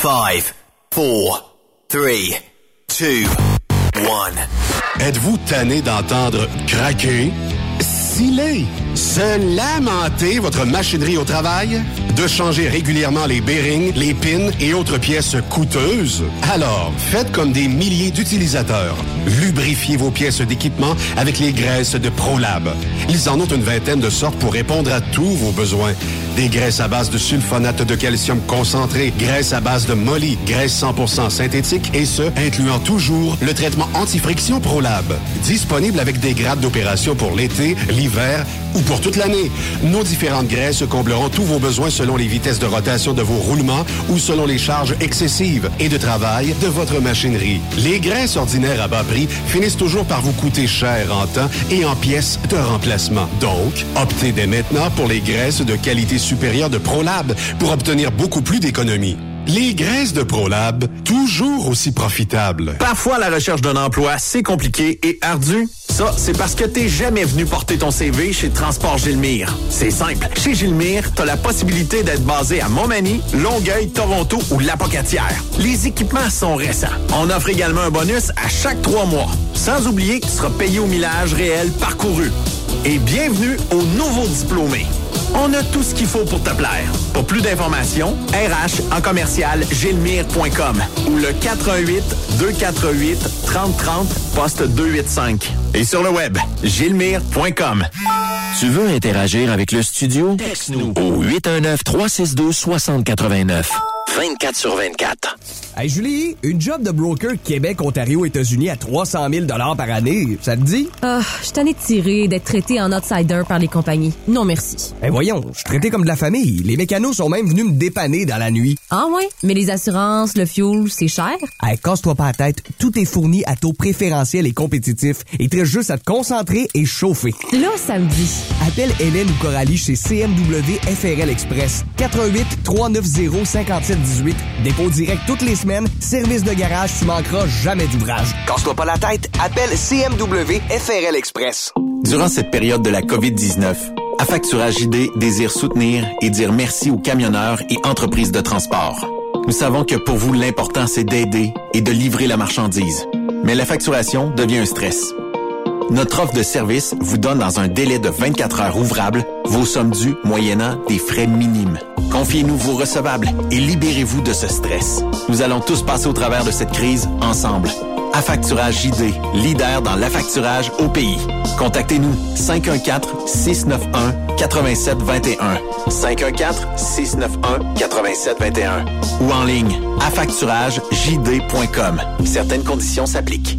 5, 4, 3, 2, 1. Êtes-vous tanné d'entendre craquer, sciller, se lamenter votre machinerie au travail? De changer régulièrement les bearings, les pins et autres pièces coûteuses? Alors, faites comme des milliers d'utilisateurs. Lubrifiez vos pièces d'équipement avec les graisses de ProLab. Ils en ont une vingtaine de sortes pour répondre à tous vos besoins. Des graisses à base de sulfonate de calcium concentré, graisses à base de molly, graisse 100% synthétique et ce, incluant toujours le traitement anti-friction ProLab. Disponible avec des grades d'opération pour l'été, l'hiver ou pour toute l'année. Nos différentes graisses combleront tous vos besoins selon les vitesses de rotation de vos roulements ou selon les charges excessives et de travail de votre machinerie. Les graisses ordinaires à bas prix finissent toujours par vous coûter cher en temps et en pièces de remplacement. Donc, optez dès maintenant pour les graisses de qualité supérieure de ProLab pour obtenir beaucoup plus d'économies. Les graisses de ProLab, toujours aussi profitables. Parfois, la recherche d'un emploi, c'est compliqué et ardu. Ça, c'est parce que t'es jamais venu porter ton CV chez Transport Gilmire. C'est simple. Chez Gilmire, t'as la possibilité d'être basé à Montmagny, Longueuil, Toronto ou Lapocatière. Les équipements sont récents. On offre également un bonus à chaque 3 mois. Sans oublier que tu seras payé au millage réel parcouru. Et bienvenue aux nouveaux diplômés. On a tout ce qu'il faut pour te plaire. Pour plus d'informations, RH en commercial gilmire.com ou le 418-248-3030 poste 285. Et sur le web, gilmire.com. Tu veux interagir avec le studio? Texte-nous au 819-362-6089. 24/24. Hey Julie, une job de broker Québec, Ontario, États-Unis à 300 000 $ par année, ça te dit? Je suis tannée de tirer, d'être traité en outsider par les compagnies. Non merci. Ben voyons, je suis traité comme de la famille. Les mécanos sont même venus me dépanner dans la nuit. Ah ouais? Mais les assurances, le fuel, c'est cher? Hey, casse-toi pas la tête, tout est fourni à taux préférentiel et compétitif. Il te reste juste à te concentrer et chauffer. Là, ça me dit. Appelle Hélène ou Coralie chez CMW FRL Express. 88-390-5718. Dépôt direct toutes les semaines. Service de garage, tu manqueras jamais d'ouvrage. Casse-toi pas la tête, appelle CMW FRL Express. Durant cette période de la COVID-19, Affacturage JD désire soutenir et dire merci aux camionneurs et entreprises de transport. Nous savons que pour vous, l'important, c'est d'aider et de livrer la marchandise. Mais la facturation devient un stress. Notre offre de service vous donne dans un délai de 24 heures ouvrables vos sommes dues moyennant des frais minimes. Confiez-nous vos recevables et libérez-vous de ce stress. Nous allons tous passer au travers de cette crise ensemble. Affacturage JD, leader dans l'affacturage au pays. Contactez-nous 514-691-8721. 514-691-8721. Ou en ligne, affacturagejd.com. Certaines conditions s'appliquent.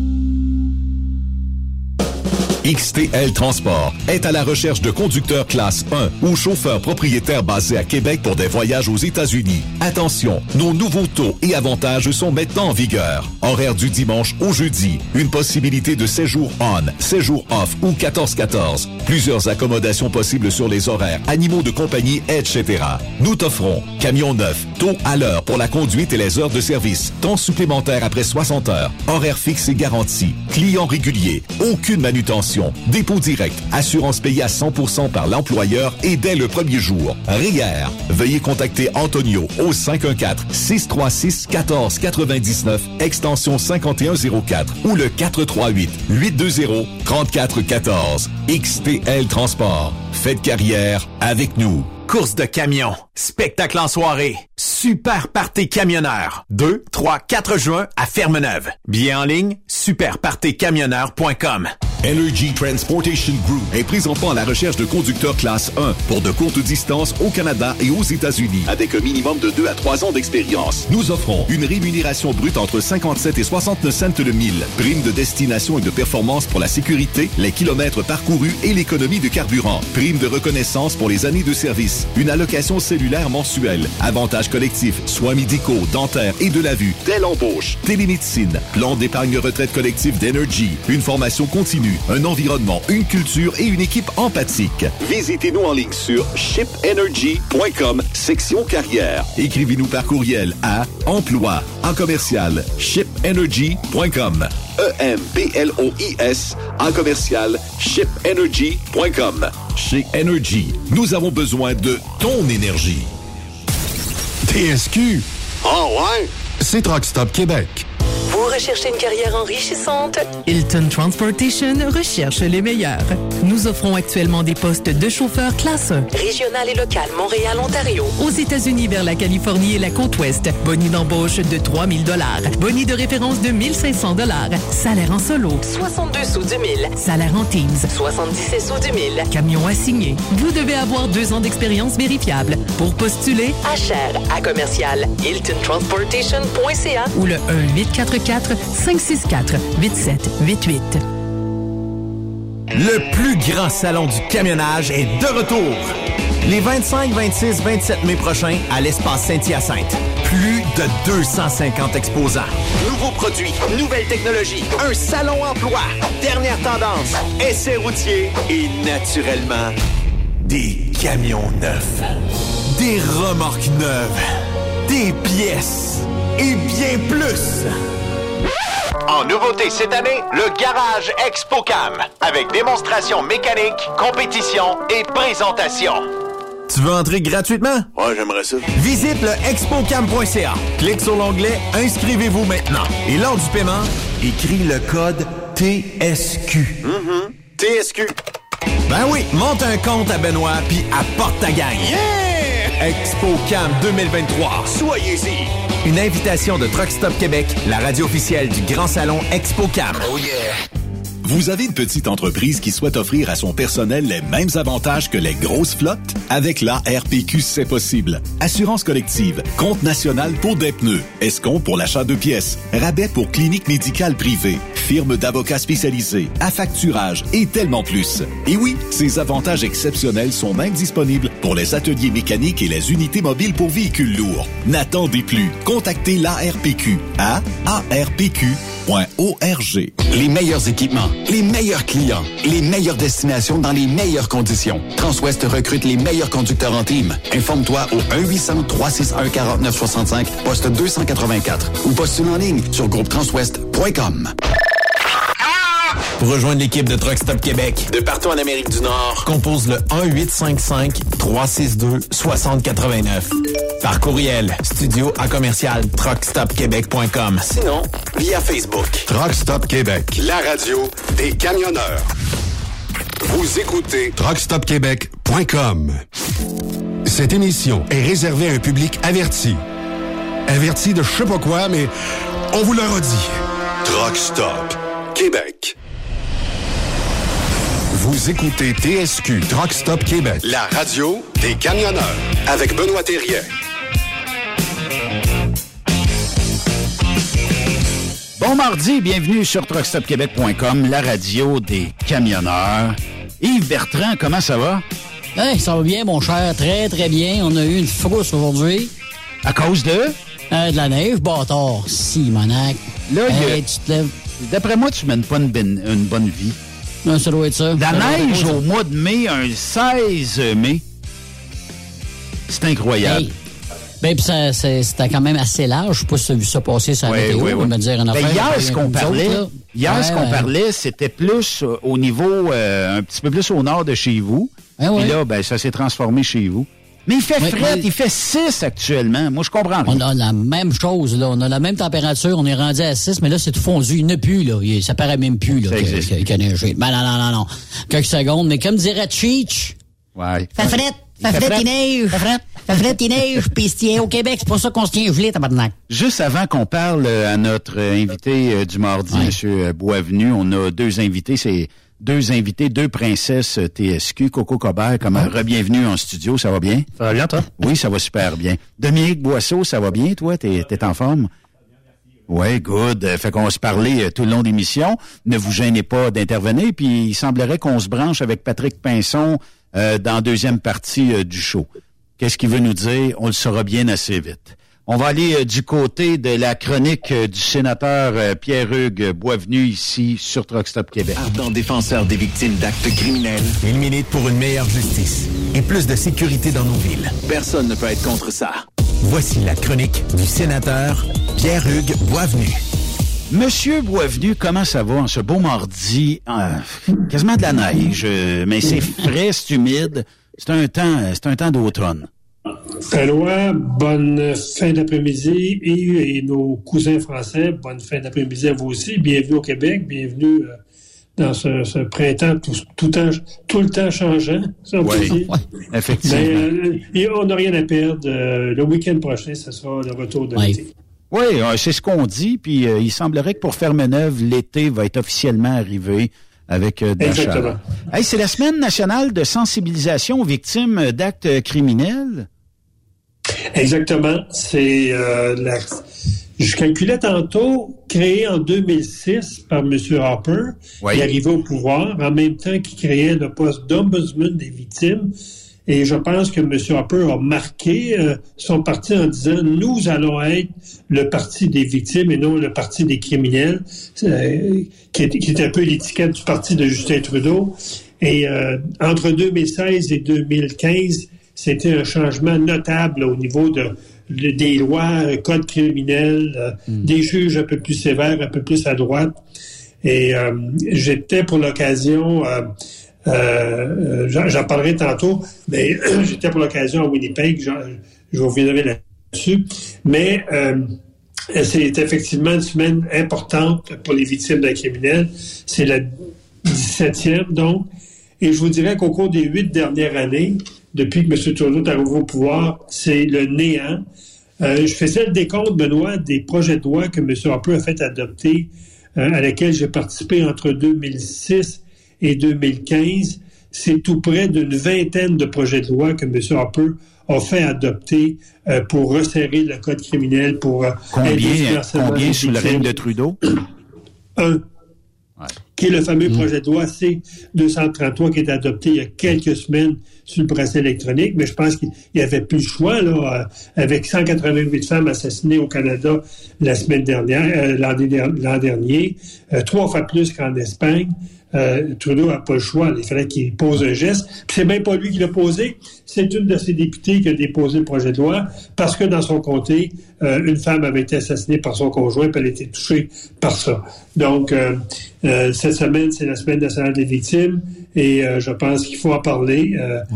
XTL Transport est à la recherche de conducteurs classe 1 ou chauffeurs propriétaires basés à Québec pour des voyages aux États-Unis. Attention, nos nouveaux taux et avantages sont maintenant en vigueur. Horaire du dimanche au jeudi, une possibilité de séjour on, séjour off ou 14-14. Plusieurs accommodations possibles sur les horaires, animaux de compagnie, etc. Nous t'offrons camion neuf, taux à l'heure pour la conduite et les heures de service, temps supplémentaire après 60 heures, horaire fixe et garanti, client régulier, aucune manutention, dépôt direct, assurance payée à 100% par l'employeur et dès le premier jour. REER. Veuillez contacter Antonio au 514-636-1499, extension 5104 ou le 438-820-3414. XTL Transport. Faites carrière avec nous. Course de camions, spectacle en soirée, super party camionneur. 2, 3, 4 juin à Fermeneuve. Billets en ligne, superpartycamionneur.com. Energy Transportation Group est présentement à la recherche de conducteurs classe 1 pour de courtes distances au Canada et aux États-Unis avec un minimum de 2 à 3 ans d'expérience. Nous offrons une rémunération brute entre 57 et 69 cents le mille, prime de destination et de performance pour la sécurité, les kilomètres parcourus et l'économie de carburant, prime de reconnaissance pour les années de service, une allocation cellulaire mensuelle, avantages collectifs, soins médicaux, dentaires et de la vue, dès l'embauche, télémédecine, plan d'épargne retraite collective d'Energy, une formation continue, un environnement, une culture et une équipe empathique. Visitez-nous en ligne sur shipenergy.com, section carrière. Écrivez-nous par courriel à emploi en commercial shipenergy.com. EMPLOIS en commercial shipenergy.com. Chez Energy, nous avons besoin de ton énergie. TSQ, Oh ouais? C'est Truck Stop Québec. Vous recherchez une carrière enrichissante? Hilton Transportation recherche les meilleurs. Nous offrons actuellement des postes de chauffeur classe 1. Régional et local, Montréal, Ontario. Aux États-Unis vers la Californie et la côte ouest. Boni d'embauche de 3 000 $. Boni de référence de 1 500 $. Salaire en solo. 62 sous du 1000. Salaire en Teams. 77 sous du 1000. Camion assigné. Vous devez avoir 2 ans d'expérience vérifiable. Pour postuler, à Cher, à commercial, HiltonTransportation.ca ou le 1-844-564-8788. Le plus grand salon du camionnage est de retour. Les 25, 26, 27 mai prochains à l'espace Saint-Hyacinthe. Plus de 250 exposants. Nouveaux produits, nouvelles technologies, un salon emploi, dernière tendance, essais routiers et naturellement, des camions neufs, des remorques neuves, des pièces et bien plus. En nouveauté cette année, le Garage ExpoCam, avec démonstration mécanique, compétition et présentation. Tu veux entrer gratuitement? Ouais, j'aimerais ça. Visite le expocam.ca. Clique sur l'onglet « Inscrivez-vous maintenant » et lors du paiement, écris le code TSQ. TSQ. Ben oui, monte un compte à Benoît puis apporte ta gang. Yeah! ExpoCam 2023. Soyez-y. Une invitation de Truck Stop Québec, la radio officielle du Grand Salon ExpoCam. Oh yeah! Vous avez une petite entreprise qui souhaite offrir à son personnel les mêmes avantages que les grosses flottes? Avec la RPQ, c'est possible. Assurance collective, compte national pour des pneus, escompte pour l'achat de pièces, rabais pour clinique médicale privée, firme d'avocats spécialisés, affacturage et tellement plus. Et oui, ces avantages exceptionnels sont même disponibles pour les ateliers mécaniques et les unités mobiles pour véhicules lourds. N'attendez plus. Contactez l'ARPQ à arpq.org. Les meilleurs équipements, les meilleurs clients, les meilleures destinations dans les meilleures conditions. Transwest recrute les meilleurs conducteurs en team. Informe-toi au 1-800-361-4965, poste 284 ou postule en ligne sur groupetranswest.com. Pour rejoindre l'équipe de Truck Stop Québec, De partout en Amérique du Nord, compose le 1-855-362-6089. Par courriel, studio@truckstopquebec.com. sinon, via Facebook. Truck Stop Québec, la radio des camionneurs. Vous écoutez truckstopquebec.com. Cette émission est réservée à un public averti. Averti de je sais pas quoi, mais on vous le redit. Truck Stop Québec. Vous écoutez TSQ Truck Stop Québec, la radio des camionneurs avec Benoît Thérien. Bon mardi, bienvenue sur truckstopquebec.com, la radio des camionneurs. Yves Bertrand, comment ça va? Hey, ça va bien, mon cher, très, très bien. On a eu une frousse aujourd'hui. À cause de? De la neige, bâtard. Simonac. Là, tu te lèves. D'après moi, tu mènes pas une bonne vie. Non, ça doit être ça. La neige au mois de mai, un 16 mai. C'est incroyable. Hey. Ben, pis c'était quand même assez large. Je sais pas si tu as vu ça passer sur la météo. Oui. Me dire une affaire, hier, ce qu'on parlait, c'était plus au niveau, un petit peu plus au nord de chez vous. Puis là, ben, ça s'est transformé chez vous. Mais il fait frais, il fait 6 actuellement. Moi, je comprends. On a la même chose, là. On a la même température, on est rendu à 6, mais là, c'est tout fondu. Il ne pue, là. Ça paraît même plus, là. Qu'il a neigé. Ben, non. Quelques secondes, mais comme dirait Cheech. Ouais. Fait fret, il neige. Fait fret, il neige, pis il se tient au Québec. C'est pour ça qu'on se tient gelé, tabarnak. Juste avant qu'on parle à notre invité du mardi, M. Boisvenu, on a 2 invités. C'est 2 invités, 2 princesses TSQ. Coco Cobert, re-bienvenue en studio. Ça va bien? Ça va bien, toi? Oui, ça va super bien. Dominique Boisseau, ça va bien, toi? T'es en forme? Oui, good. Fait qu'on va se parler tout le long de l'émission. Ne vous gênez pas d'intervenir. Puis il semblerait qu'on se branche avec Patrick Pinson dans la deuxième partie du show. Qu'est-ce qu'il veut nous dire? On le saura bien assez vite. On va aller du côté de la chronique du sénateur Pierre-Hugues Boisvenu ici sur Truck Stop Québec. Ardent défenseur des victimes d'actes criminels. Il milite pour une meilleure justice et plus de sécurité dans nos villes. Personne ne peut être contre ça. Voici la chronique du sénateur Pierre-Hugues Boisvenu. Monsieur Boisvenu, comment ça va en ce beau mardi? Quasiment de la neige, mais c'est frais, c'est humide. C'est un temps d'automne. Benoît, bonne fin d'après-midi et nos cousins français, bonne fin d'après-midi à vous aussi. Bienvenue au Québec, bienvenue dans ce printemps tout le temps changeant. Oui, effectivement. Mais on n'a rien à perdre. Le week-end prochain, ce sera le retour de l'été. Oui, c'est ce qu'on dit. Puis il semblerait que pour Fermeneuve, l'été va être officiellement arrivé avec de la chaleur. Hey, c'est la semaine nationale de sensibilisation aux victimes d'actes criminels. Exactement. C'est je calculais tantôt, créé en 2006 par M. Harper, qui arrivait au pouvoir, en même temps qu'il créait le poste d'ombudsman des victimes. Et je pense que M. Harper a marqué son parti en disant « Nous allons être le parti des victimes et non le parti des criminels », qui est un peu l'étiquette du parti de Justin Trudeau. Et entre 2016 et 2015, c'était un changement notable au niveau des lois, code criminel, des juges un peu plus sévères, un peu plus à droite. Et j'étais pour l'occasion... j'en parlerai tantôt, mais j'étais pour l'occasion à Winnipeg, je reviendrai là-dessus, mais c'est effectivement une semaine importante pour les victimes d'un criminel. C'est la 17e, donc, et je vous dirais qu'au cours des 8 dernières années, depuis que M. Trudeau est arrivé au pouvoir, c'est le néant. Je faisais le décompte, Benoît, des projets de loi que M. Harper a fait adopter, à laquelle j'ai participé entre 2006 et 2015, c'est tout près d'une vingtaine de projets de loi que M. Harper a fait adopter pour resserrer le code criminel, pour combien sous le règne de Trudeau? Qui est le fameux projet de loi C-233 qui est adopté il y a quelques semaines sur le bracelet électronique, mais je pense qu'il n'y avait plus le choix, là, avec 188 femmes assassinées au Canada la semaine dernière, l'an dernier, 3 fois plus qu'en Espagne. Trudeau n'a pas le choix. Il fallait qu'il pose un geste. Puis c'est même pas lui qui l'a posé. C'est une de ses députées qui a déposé le projet de loi parce que dans son comté, une femme avait été assassinée par son conjoint et elle a été touchée par ça. Donc, cette semaine, c'est la semaine nationale des victimes et je pense qu'il faut en parler.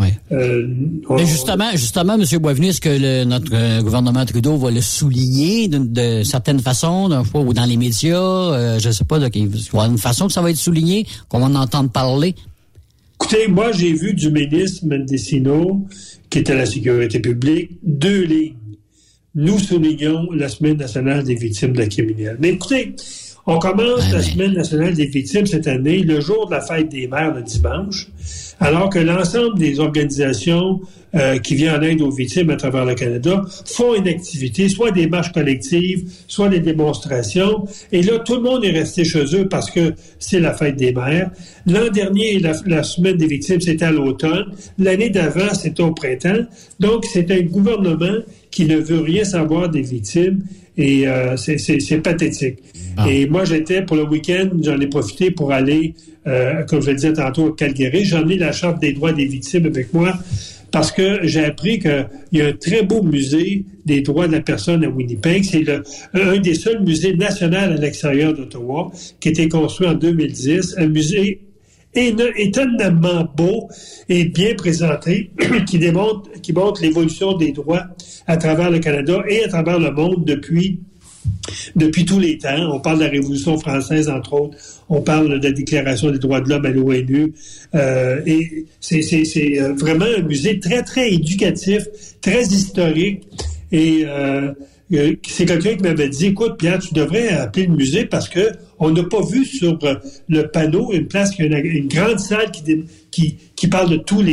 Mais justement, M. Boisvenu, est-ce que notre gouvernement Trudeau va le souligner de certaines façons, d'un fois, ou dans les médias? Je ne sais pas, il y a une façon que ça va être souligné, qu'on va en entendre parler? Écoutez, moi, j'ai vu du ministre Mendicino, qui était à la sécurité publique, 2 lignes. Nous soulignons la semaine nationale des victimes de criminels. Mais écoutez, on commence la semaine nationale des victimes cette année, le jour de la fête des mères, le dimanche, alors que l'ensemble des organisations qui viennent en aide aux victimes à travers le Canada font une activité, soit des marches collectives, soit des démonstrations. Et là, tout le monde est resté chez eux parce que c'est la fête des mères. L'an dernier, la semaine des victimes, c'était à l'automne. L'année d'avant, c'était au printemps. Donc, c'est un gouvernement qui ne veut rien savoir des victimes. Et c'est pathétique. Et moi, j'étais, pour le week-end, j'en ai profité pour aller, comme je le disais tantôt, à Calgary. J'en ai la Charte des droits des victimes avec moi parce que j'ai appris qu'il y a un très beau musée des droits de la personne à Winnipeg. C'est un des seuls musées nationaux à l'extérieur d'Ottawa qui a été construit en 2010. Un musée étonnamment beau et bien présenté qui montre l'évolution des droits à travers le Canada et à travers le monde depuis tous les temps. On parle de la Révolution française, entre autres. On parle de la Déclaration des droits de l'homme à l'ONU. Et c'est vraiment un musée très, très éducatif, très historique. Et c'est quelqu'un qui m'avait dit, écoute, Pierre, tu devrais appeler le musée parce que on n'a pas vu sur le panneau une place qui a une grande salle qui parle de tous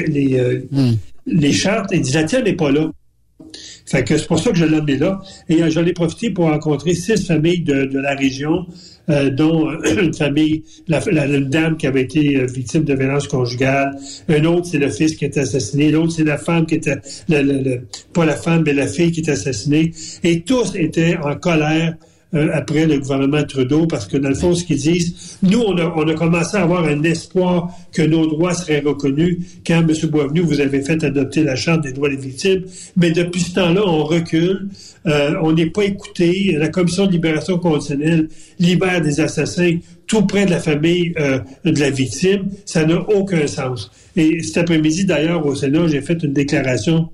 les chartes. Et il dit, la tienne n'est pas là. Fait que c'est pour ça que je l'ai amené là. Et j'en ai profité pour rencontrer 6 familles de la région, dont une famille, une dame qui avait été victime de violence conjugale. Un autre, c'est le fils qui était assassiné. L'autre, c'est la femme qui était... pas la femme, mais la fille qui était assassinée. Et tous étaient en colère après le gouvernement Trudeau, parce que dans le fond, ce qu'ils disent, nous, on a commencé à avoir un espoir que nos droits seraient reconnus quand, M. Boisvenu, vous avez fait adopter la Charte des droits des victimes, mais depuis ce temps-là, on recule, on n'est pas écouté, la Commission de libération conditionnelle libère des assassins tout près de la famille de la victime, ça n'a aucun sens. Et cet après-midi, d'ailleurs, au Sénat, j'ai fait une déclaration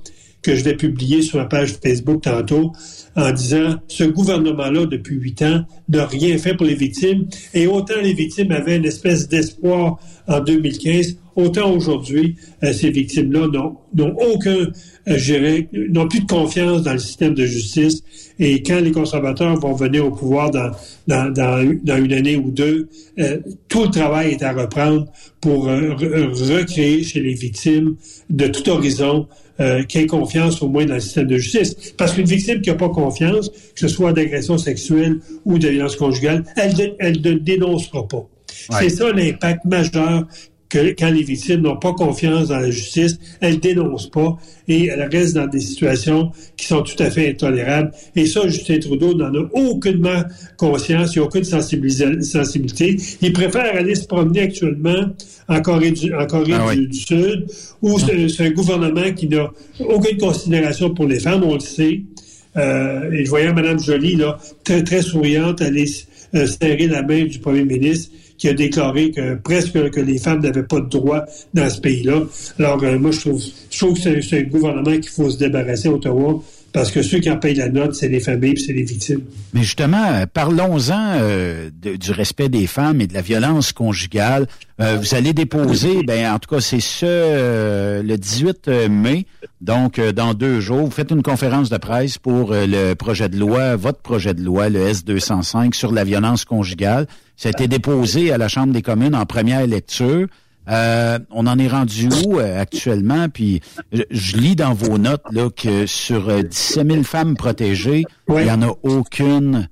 que je vais publier sur ma page Facebook tantôt en disant ce gouvernement-là, depuis 8 ans, n'a rien fait pour les victimes. Et autant les victimes avaient une espèce d'espoir en 2015, autant aujourd'hui, ces victimes-là n'ont aucun, n'ont plus de confiance dans le système de justice. Et quand les conservateurs vont venir au pouvoir dans une année ou deux, tout le travail est à reprendre pour recréer chez les victimes de tout horizon qui ait confiance au moins dans le système de justice. Parce qu'une victime qui n'a pas confiance, que ce soit d'agression sexuelle ou de violence conjugale, elle ne dénoncera pas. Ouais. C'est ça l'impact majeur que quand les victimes n'ont pas confiance dans la justice, elles dénoncent pas et elles restent dans des situations qui sont tout à fait intolérables. Et ça, Justin Trudeau n'en a aucunement conscience, il n'y a aucune sensibilité. Il préfère aller se promener actuellement en Corée du Sud, où c'est un gouvernement qui n'a aucune considération pour les femmes, on le sait. Et je voyais Mme Joly, là, très, très souriante, aller serrer la main du premier ministre, qui a déclaré que presque que les femmes n'avaient pas de droit dans ce pays-là. Alors, moi, je trouve que c'est un gouvernement qu'il faut se débarrasser à Ottawa, parce que ceux qui en payent la note, c'est les familles et c'est les victimes. Mais justement, parlons-en du respect des femmes et de la violence conjugale. Vous allez déposer, en tout cas, c'est le 18 mai, donc dans 2 jours, vous faites une conférence de presse pour le projet de loi, votre projet de loi, le S-205, sur la violence conjugale. Ça a été déposé à la Chambre des communes en première lecture. On en est rendu où actuellement? Puis je lis dans vos notes là que sur 17 000 femmes protégées, il n'y en a aucune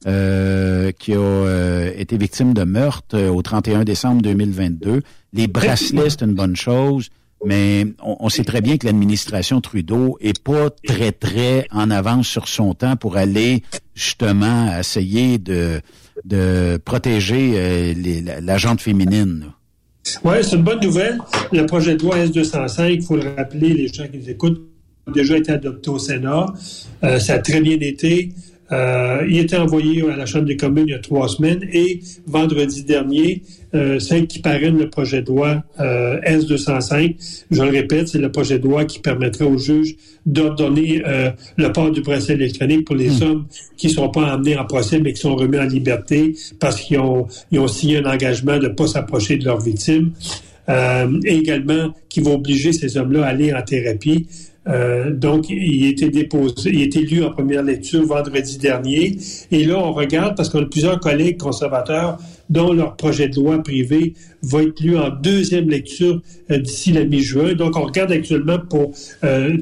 qui a été victime de meurtre au 31 décembre 2022. Les bracelets, c'est une bonne chose, mais on sait très bien que l'administration Trudeau est pas très, très en avance sur son temps pour aller justement essayer de protéger la gente féminine. Oui, c'est une bonne nouvelle. Le projet de loi S-205, il faut le rappeler, les gens qui nous écoutent, a déjà été adopté au Sénat. Ça a très bien été. Il était envoyé à la Chambre des communes il y a 3 semaines et vendredi dernier, celle qui parraine le projet de loi S-205, je le répète, c'est le projet de loi qui permettrait aux juges d'ordonner le port du bracelet électronique pour les hommes qui ne sont pas emmenés en procès mais qui sont remis en liberté parce qu'ils ont signé un engagement de ne pas s'approcher de leurs victimes. Et également qui vont obliger ces hommes-là à aller en thérapie. Donc, il a été lu en première lecture vendredi dernier. Et là, on regarde, parce qu'on a plusieurs collègues conservateurs dont leur projet de loi privé va être lu en 2e lecture d'ici la mi-juin. Donc, on regarde actuellement pour faire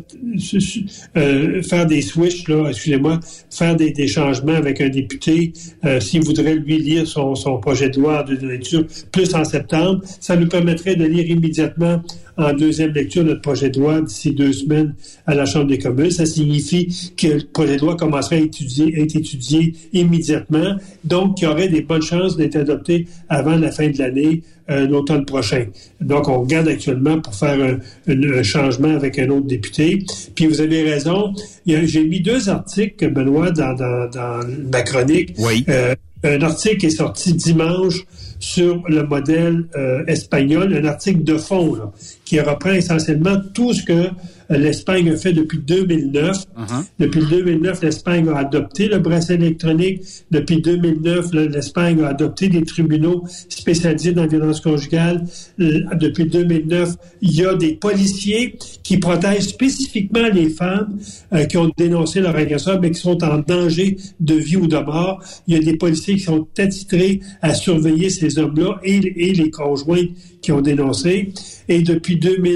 des switches, faire des changements avec un député s'il voudrait, lui, lire son projet de loi en 2e lecture, plus en septembre. Ça nous permettrait de lire immédiatement en 2e lecture notre projet de loi d'ici 2 semaines à la Chambre des communes. Ça signifie que le projet de loi commencerait à être étudié immédiatement. Donc, il y aurait des bonnes chances d'être adopté avant la fin de l'année, l'automne prochain. Donc, on regarde actuellement pour faire un changement avec un autre député. Puis, vous avez raison. J'ai mis 2 articles, Benoît, dans ma chronique. Oui. Un article est sorti dimanche sur le modèle espagnol, un article de fond là, qui reprend essentiellement tout ce que l'Espagne a fait depuis 2009. Uh-huh. Depuis 2009, l'Espagne a adopté le bracelet électronique. Depuis 2009, l'Espagne a adopté des tribunaux spécialisés dans la violence conjugale. Depuis 2009, il y a des policiers qui protègent spécifiquement les femmes qui ont dénoncé leur agresseur, mais qui sont en danger de vie ou de mort. Il y a des policiers qui sont attitrés à surveiller ces hommes-là et les conjoints qui ont dénoncé. Et depuis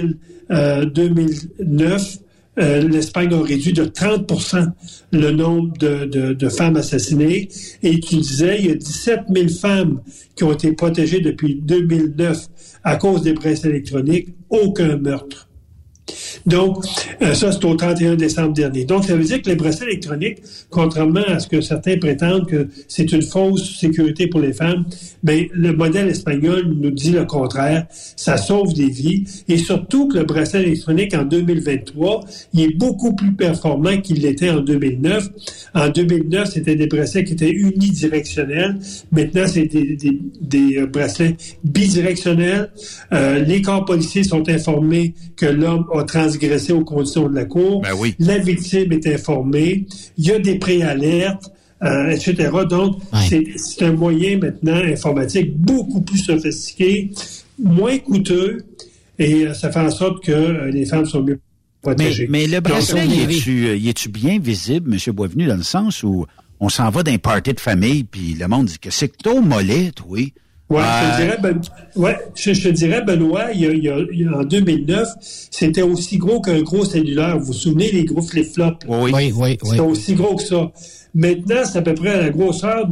2009, l'Espagne a réduit de 30% le nombre de femmes assassinées. Et tu disais, il y a 17 000 femmes qui ont été protégées depuis 2009 à cause des bracelets électroniques. Aucun meurtre. Donc, ça, c'est au 31 décembre dernier. Donc, ça veut dire que les bracelets électroniques, contrairement à ce que certains prétendent que c'est une fausse sécurité pour les femmes, bien, le modèle espagnol nous dit le contraire. Ça sauve des vies. Et surtout que le bracelet électronique en 2023, il est beaucoup plus performant qu'il l'était en 2009. En 2009, c'était des bracelets qui étaient unidirectionnels. Maintenant, c'est des bracelets bidirectionnels. Les corps policiers sont informés que l'homme a transgressé transgressé aux conditions de la cour. Ben oui. La victime est informée. Il y a des préalertes, etc. Donc, c'est un moyen maintenant informatique beaucoup plus sophistiqué, moins coûteux, et ça fait en sorte que les femmes sont mieux protégées. Mais le bracelet, y est-tu bien visible, M. Boisvenu, dans le sens où on s'en va d'un party de famille, puis le monde dit que c'est que t'as au mollet, toi? Ouais, je te dirais, Benoît, en 2009, c'était aussi gros qu'un gros cellulaire. Vous vous souvenez, les gros flip-flops? Oui. C'était aussi gros que ça. Maintenant, c'est à peu près à la grosseur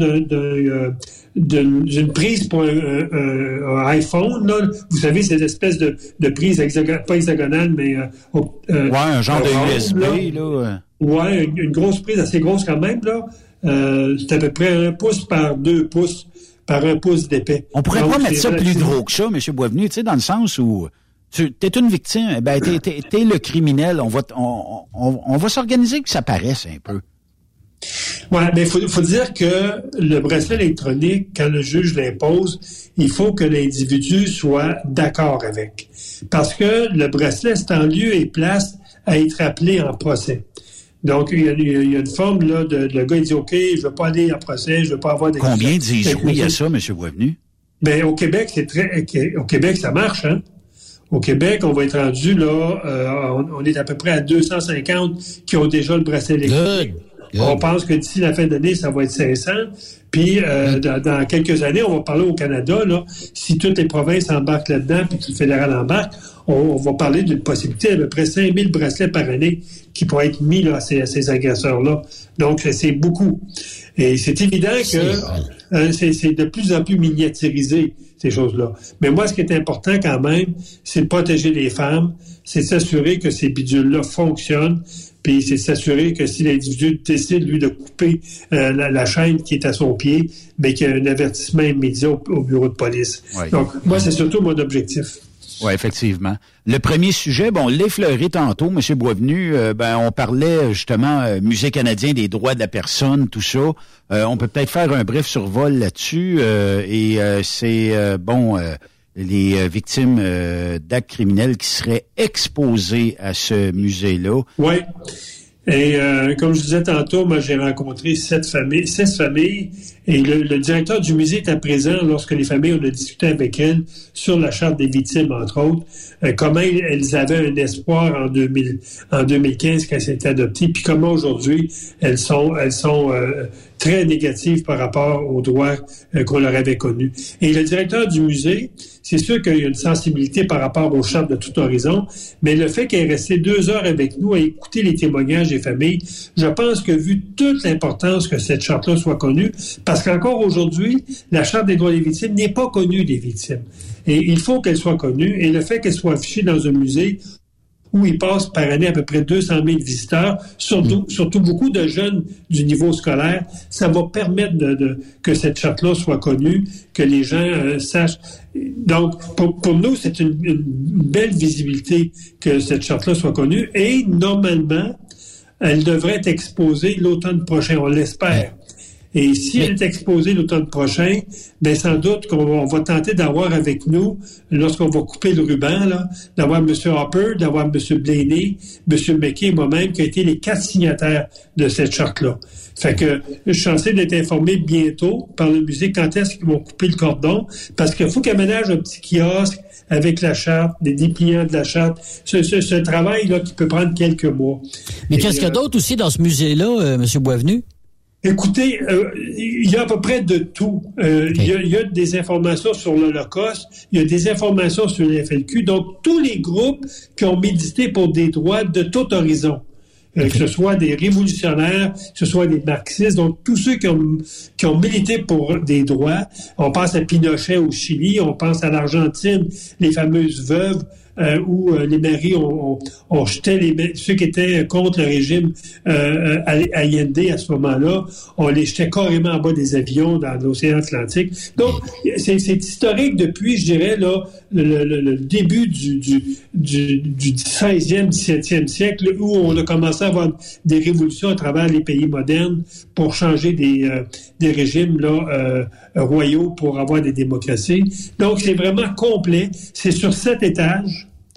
d'une prise pour un iPhone, là. Vous savez, ces espèces de prises pas hexagonales, mais un genre de USB, là. Ouais, une grosse prise assez grosse quand même, là. C'est à peu près 1 pouce par 2 pouces par 1 pouce d'épais. On pourrait pas mettre ça plus gros que ça, M. Boisvenu, tu sais, dans le sens où t'es une victime, ben t'es le criminel, on va s'organiser que ça paraisse un peu. Ouais, mais faut dire que le bracelet électronique, quand le juge l'impose, il faut que l'individu soit d'accord avec. Parce que le bracelet, c'est en lieu et place à être appelé en procès. Donc, il y a une forme, là, le gars, il dit, OK, je veux pas aller en procès, je veux pas avoir des... Combien disent oui à ça, M. Boisvenu? Ben, au Québec, au Québec, ça marche, hein? Au Québec, on va être rendu, là, on est à peu près à 250 qui ont déjà le bracelet électronique. On pense que d'ici la fin d'année, ça va être 500. Puis, dans quelques années, on va parler au Canada, là, si toutes les provinces embarquent là-dedans puis que le fédéral embarque, on va parler d'une possibilité d'à peu près 5000 bracelets par année qui pourraient être mis là, à ces agresseurs-là. Donc, c'est beaucoup. Et c'est évident que c'est de plus en plus miniaturisé, ces choses-là. Mais moi, ce qui est important quand même, c'est de protéger les femmes, c'est de s'assurer que ces bidules-là fonctionnent, puis c'est de s'assurer que si l'individu décide, lui, de couper la chaîne qui est à son pied, bien qu'il y a un avertissement immédiat au bureau de police. Oui. Donc, moi, c'est surtout mon objectif. Oui, effectivement. Le premier sujet, on l'effleurait tantôt, M. Boisvenu, on parlait justement Musée canadien des droits de la personne, tout ça. On peut peut-être faire un bref survol là-dessus. Les victimes d'actes criminels qui seraient exposées à ce musée-là. Oui. Et comme je disais tantôt, moi j'ai rencontré 6 familles, et le directeur du musée était présent lorsque les familles, on a discuté avec elles sur la charte des victimes, entre autres, comment elles avaient un espoir en 2015 quand c'était adopté, puis comment aujourd'hui elles sont très négatives par rapport aux droits qu'on leur avait connus. Et le directeur du musée, c'est sûr qu'il y a une sensibilité par rapport aux chartes de tout horizon, mais le fait qu'elle est restée 2 heures avec nous à écouter les témoignages des familles, je pense que vu toute l'importance que cette charte-là soit connue, parce qu'encore aujourd'hui, la charte des droits des victimes n'est pas connue des victimes. Et il faut qu'elle soit connue, et le fait qu'elle soit affichée dans un musée où il passe par année à peu près 200 000 visiteurs, surtout beaucoup de jeunes du niveau scolaire, ça va permettre que cette charte-là soit connue, que les gens sachent. Donc, pour nous, c'est une belle visibilité que cette charte-là soit connue, et normalement, elle devrait être exposée l'automne prochain, on l'espère. Et si elle est exposée l'automne prochain, bien sans doute qu'on va tenter d'avoir avec nous, lorsqu'on va couper le ruban, là, d'avoir M. Hopper, d'avoir M. Blaney, M. McKay et moi-même, qui ont été les 4 signataires de cette charte-là. Fait que je suis censé d'être informé bientôt par le musée quand est-ce qu'ils vont couper le cordon, parce qu'il faut qu'ils aménagent un petit kiosque avec la charte, des dépliants de la charte. C'est un travail-là qui peut prendre quelques mois. Mais qu'est-ce qu'il y a d'autre aussi dans ce musée-là, M. Boisvenu? Écoutez, il y a à peu près de tout. Il y a des informations sur l'Holocauste, il y a des informations sur le FLQ, donc tous les groupes qui ont médité pour des droits de tout horizon. Que ce soit des révolutionnaires, que ce soit des marxistes, donc tous ceux qui ont milité pour des droits. On pense à Pinochet au Chili, on pense à l'Argentine, les fameuses veuves, où les maris ont jeté ceux qui étaient contre le régime Allende à ce moment-là, on les jetait carrément en bas des avions dans l'océan Atlantique. Donc, c'est historique depuis, je dirais, là, le début du 16e, 17e siècle, où on a commencé à avoir des révolutions à travers les pays modernes pour changer des régimes là, royaux pour avoir des démocraties. Donc, c'est vraiment complet. C'est sur 7 étages.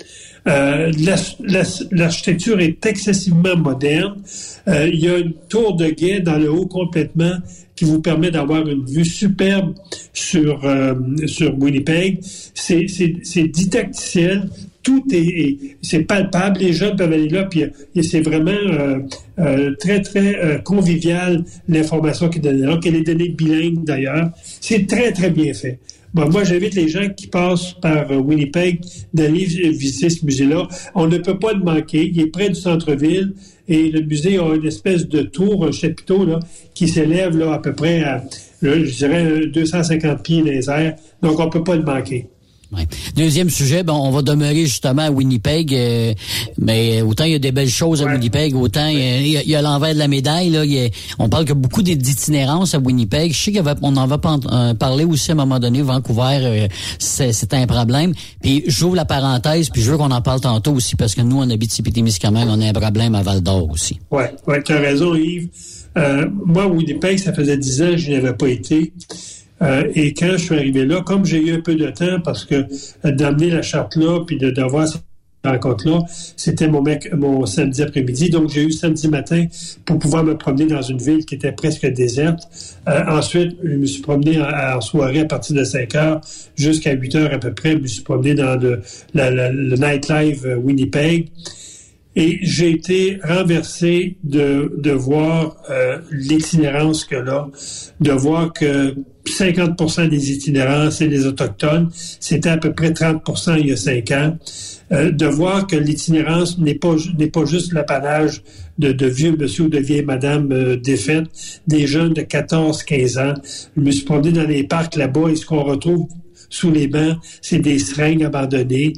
L'architecture est excessivement moderne. Il y a une tour de guet dans le haut complètement qui vous permet d'avoir une vue superbe sur Winnipeg. C'est didacticiel. Tout c'est palpable. Les jeunes peuvent aller là, puis c'est vraiment très, très convivial, l'information qui est donnée là, qu'elle est donnée bilingue d'ailleurs. C'est très, très bien fait. Bon, moi, j'invite les gens qui passent par Winnipeg d'aller visiter ce musée-là. On ne peut pas le manquer. Il est près du centre-ville et le musée a une espèce de tour, un chapiteau là, qui s'élève là, à peu près à, je dirais, 250 pieds dans les airs. Donc, on ne peut pas le manquer. Ouais. Deuxième sujet, on va demeurer justement à Winnipeg, mais autant il y a des belles choses à Winnipeg, autant il y a l'envers de la médaille. Là, on parle que beaucoup d'itinérance à Winnipeg. Je sais qu'on en va parler aussi à un moment donné. Vancouver, c'est un problème. Puis j'ouvre la parenthèse, puis je veux qu'on en parle tantôt aussi, parce que nous, on habite Témiscamingue, on a un problème à Val-d'Or aussi. Ouais, tu as raison, Yves. Moi, Winnipeg, ça faisait 10 ans que je n'y avais pas été. Et quand je suis arrivé là, comme j'ai eu un peu de temps, parce que d'amener la charte là, puis d'avoir cette rencontre-là, c'était mon samedi après-midi. Donc, j'ai eu samedi matin pour pouvoir me promener dans une ville qui était presque déserte. Ensuite, je me suis promené en soirée à partir de 5 heures jusqu'à 8 heures à peu près. Je me suis promené dans le nightlife Winnipeg. Et j'ai été renversé de voir l'itinérance que là, de voir que 50% des itinérants, c'est les Autochtones. C'était à peu près 30% il y a 5 ans. De voir que l'itinérance n'est pas juste l'apanage de vieux monsieur ou de vieilles madame défaites, des jeunes de 14-15 ans. Je me suis promené dans les parcs là-bas et ce qu'on retrouve sous les bancs, c'est des seringues abandonnées.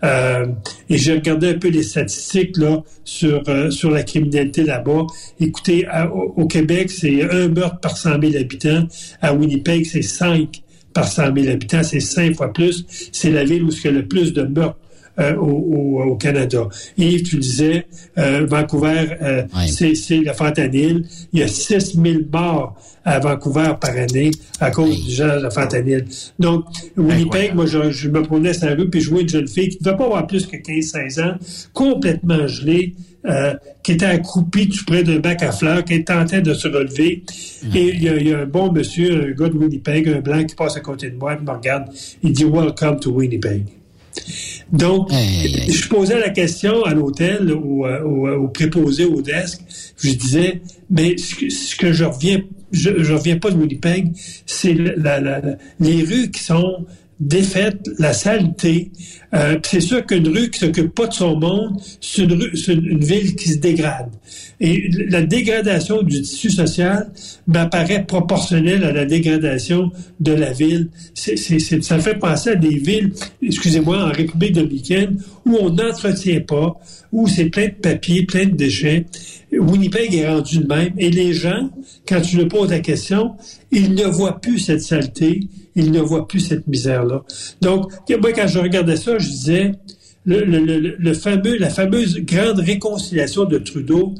Et j'ai regardé un peu les statistiques là sur la criminalité là-bas. Écoutez, au Québec, c'est 1 meurtre par 100 000 habitants. À Winnipeg, c'est 5 par 100 000 habitants. C'est 5 fois plus. C'est la ville où il y a le plus de meurtres au Canada. Yves, tu disais, Vancouver, c'est la fentanyl. Il y a 6 000 morts à Vancouver par année à cause du genre de la fentanyl. Donc, Winnipeg, moi, je me promenais sur la rue puis je jouais une jeune fille qui ne devait pas avoir plus que 15-16 ans, complètement gelée, qui était accroupie tout près d'un bac à fleurs, qui tentait de se relever. Et il y a un bon monsieur, un gars de Winnipeg, un blanc qui passe à côté de moi, il me regarde, il dit « Welcome to Winnipeg ». Donc, je posais la question à l'hôtel, au préposé au desk, je disais, mais ce que je reviens pas de Winnipeg, c'est les rues qui sont défaites, la saleté. C'est sûr qu'une rue qui s'occupe pas de son monde, c'est une ville qui se dégrade. Et la dégradation du tissu social m'apparaît proportionnelle à la dégradation de la ville. Ça me fait penser à des villes, excusez-moi, en République dominicaine, où on n'entretient pas, où c'est plein de papier, plein de déchets. Winnipeg est rendu de même. Et les gens, quand tu leur poses la question, ils ne voient plus cette saleté, ils ne voient plus cette misère-là. Donc, moi, quand je regardais ça, je disais, la fameuse grande réconciliation de Trudeau,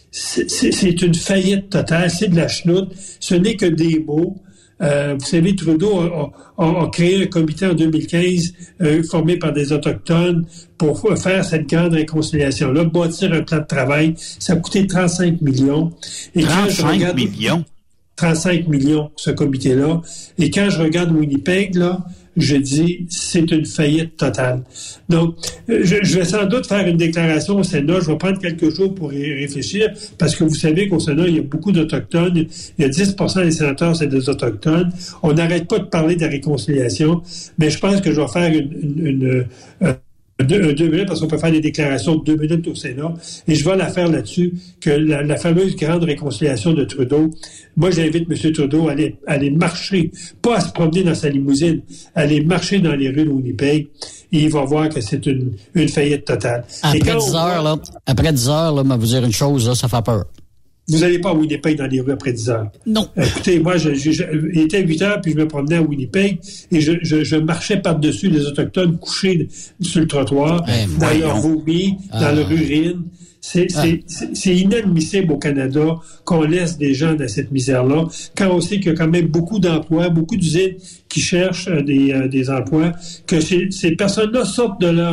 c'est une faillite totale, c'est de la chenoute, ce n'est que des mots. Vous savez, Trudeau a créé un comité en 2015 formé par des Autochtones pour faire cette grande réconciliation-là, bâtir un plan de travail. Ça a coûté 35 millions. Et 35 millions? 35 millions, ce comité-là. Et quand je regarde Winnipeg, là, je dis, c'est une faillite totale. Donc, je vais sans doute faire une déclaration au Sénat. Je vais prendre quelques jours pour y réfléchir, parce que vous savez qu'au Sénat, il y a beaucoup d'Autochtones. Il y a 10% des sénateurs, c'est des Autochtones. On n'arrête pas de parler de la réconciliation, mais je pense que je vais faire deux minutes, parce qu'on peut faire des déclarations de 2 minutes au Sénat, et je vais la faire là-dessus, que la fameuse grande réconciliation de Trudeau. Moi, j'invite M. Trudeau à aller marcher, pas à se promener dans sa limousine, à aller marcher dans les rues de Winnipeg, et il va voir que c'est une faillite totale. Après 10 heures, là, vous dire une chose, là, ça fait peur. Vous n'allez pas à Winnipeg dans les rues après 10 heures. Non. Écoutez, moi, il était 8 heures, puis je me promenais à Winnipeg, et je marchais par-dessus les Autochtones couchés sur le trottoir, dans leur vomi, dans leur urine. C'est inadmissible au Canada qu'on laisse des gens dans cette misère-là, quand on sait qu'il y a quand même beaucoup d'emplois, beaucoup d'usines qui cherchent des emplois, que ces personnes-là sortent de leur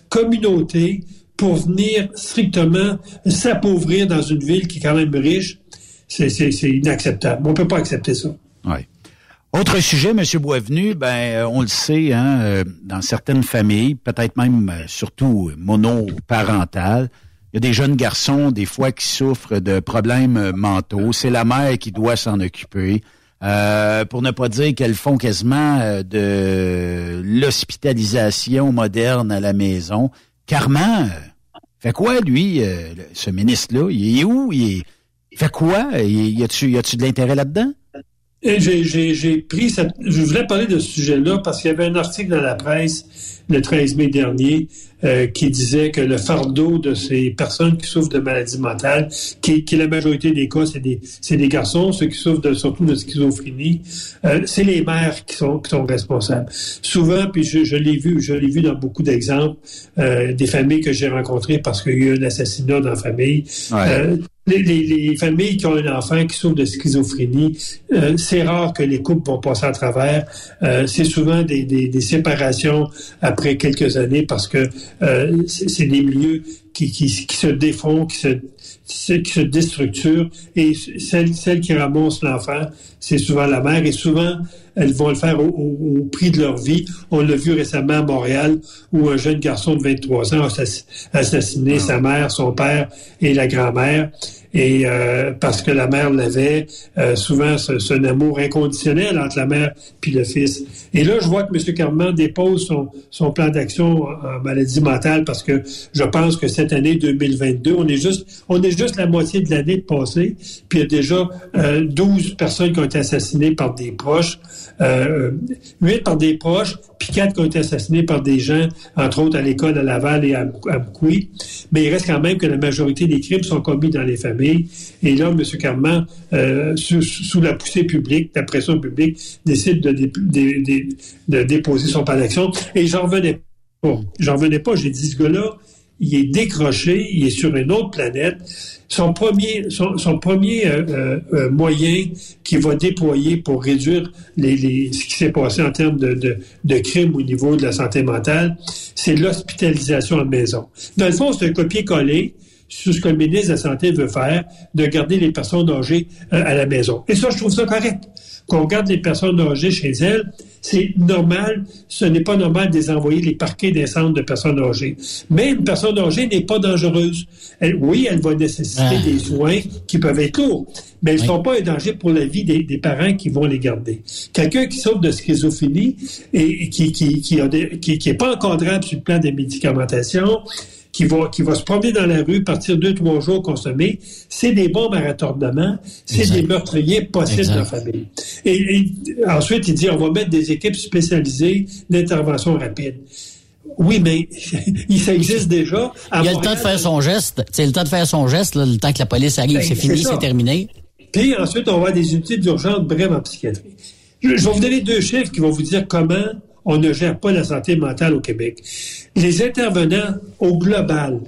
communauté pour venir strictement s'appauvrir dans une ville qui est quand même riche. C'est inacceptable. On ne peut pas accepter ça. Oui. Autre sujet, M. Boisvenu, on le sait, dans certaines familles, peut-être même surtout monoparentales, il y a des jeunes garçons, des fois, qui souffrent de problèmes mentaux. C'est la mère qui doit s'en occuper. Pour ne pas dire qu'elles font quasiment de l'hospitalisation moderne à la maison. Carman fait quoi, lui, ce ministre-là? Il est où? Il fait quoi? Y a-tu de l'intérêt là-dedans? Et j'ai pris je voulais parler de ce sujet-là parce qu'il y avait un article dans la presse le 13 mai dernier qui disait que le fardeau de ces personnes qui souffrent de maladies mentales, qui la majorité des cas, c'est des garçons, ceux qui souffrent surtout de schizophrénie, c'est les mères qui sont responsables. Souvent, puis je l'ai vu dans beaucoup d'exemples, des familles que j'ai rencontrées parce qu'il y a eu un assassinat dans la famille. Ouais. Les familles qui ont un enfant qui souffre de schizophrénie, c'est rare que les couples vont passer à travers. C'est souvent des séparations après quelques années parce que c'est des milieux qui se défont, qui se déstructurent. Et celle qui ramasse l'enfant, c'est souvent la mère. Et souvent, elles vont le faire au prix de leur vie. On l'a vu récemment à Montréal, où un jeune garçon de 23 ans a assassiné sa mère, son père et la grand-mère. Et parce que la mère l'avait, souvent c'est un amour inconditionnel entre la mère puis le fils. Et là, je vois que M. Carman dépose son plan d'action en maladie mentale parce que je pense que cette année 2022, on est juste la moitié de l'année passée, puis il y a déjà 12 personnes qui ont été assassinées par des proches, 8 par des proches, puis 4 qui ont été assassinés par des gens, entre autres à l'école à Laval et à Mkoui. Mais il reste quand même que la majorité des crimes sont commis dans les familles. Et là, M. Carman, sous la poussée publique, la pression publique, décide de déposer son plan d'action. Et j'en revenais pas. J'ai dit, ce gars-là, il est décroché, il est sur une autre planète. Son premier moyen qu'il va déployer pour réduire ce qui s'est passé en termes de crimes au niveau de la santé mentale, c'est l'hospitalisation en maison. Dans le fond, c'est un copier-coller sur ce que le ministre de la Santé veut faire, de garder les personnes âgées à la maison. Et ça, je trouve ça correct. Qu'on garde les personnes âgées chez elles, c'est normal. Ce n'est pas normal de les envoyer les parquets des centres de personnes âgées. Mais une personne âgée n'est pas dangereuse. Elle va nécessiter des soins qui peuvent être lourds, mais elles ne sont pas un danger pour la vie des parents qui vont les garder. Quelqu'un qui souffre de schizophrénie et qui est pas encadrable sur le plan de médicamentation, qui va se promener dans la rue, partir 2-3 jours consommer, c'est des bombes à retardement, c'est des meurtriers possibles dans la famille. Et ensuite, il dit, on va mettre des équipes spécialisées d'intervention rapide. Oui, mais ça existe déjà. Il y a le temps de faire son geste. C'est le temps de faire son geste, là, le temps que la police arrive, c'est fini, c'est terminé. Puis ensuite, on va avoir des unités d'urgence, bref, en psychiatrie. Je vais vous donner 2 chiffres qui vont vous dire comment on ne gère pas la santé mentale au Québec. Les intervenants au global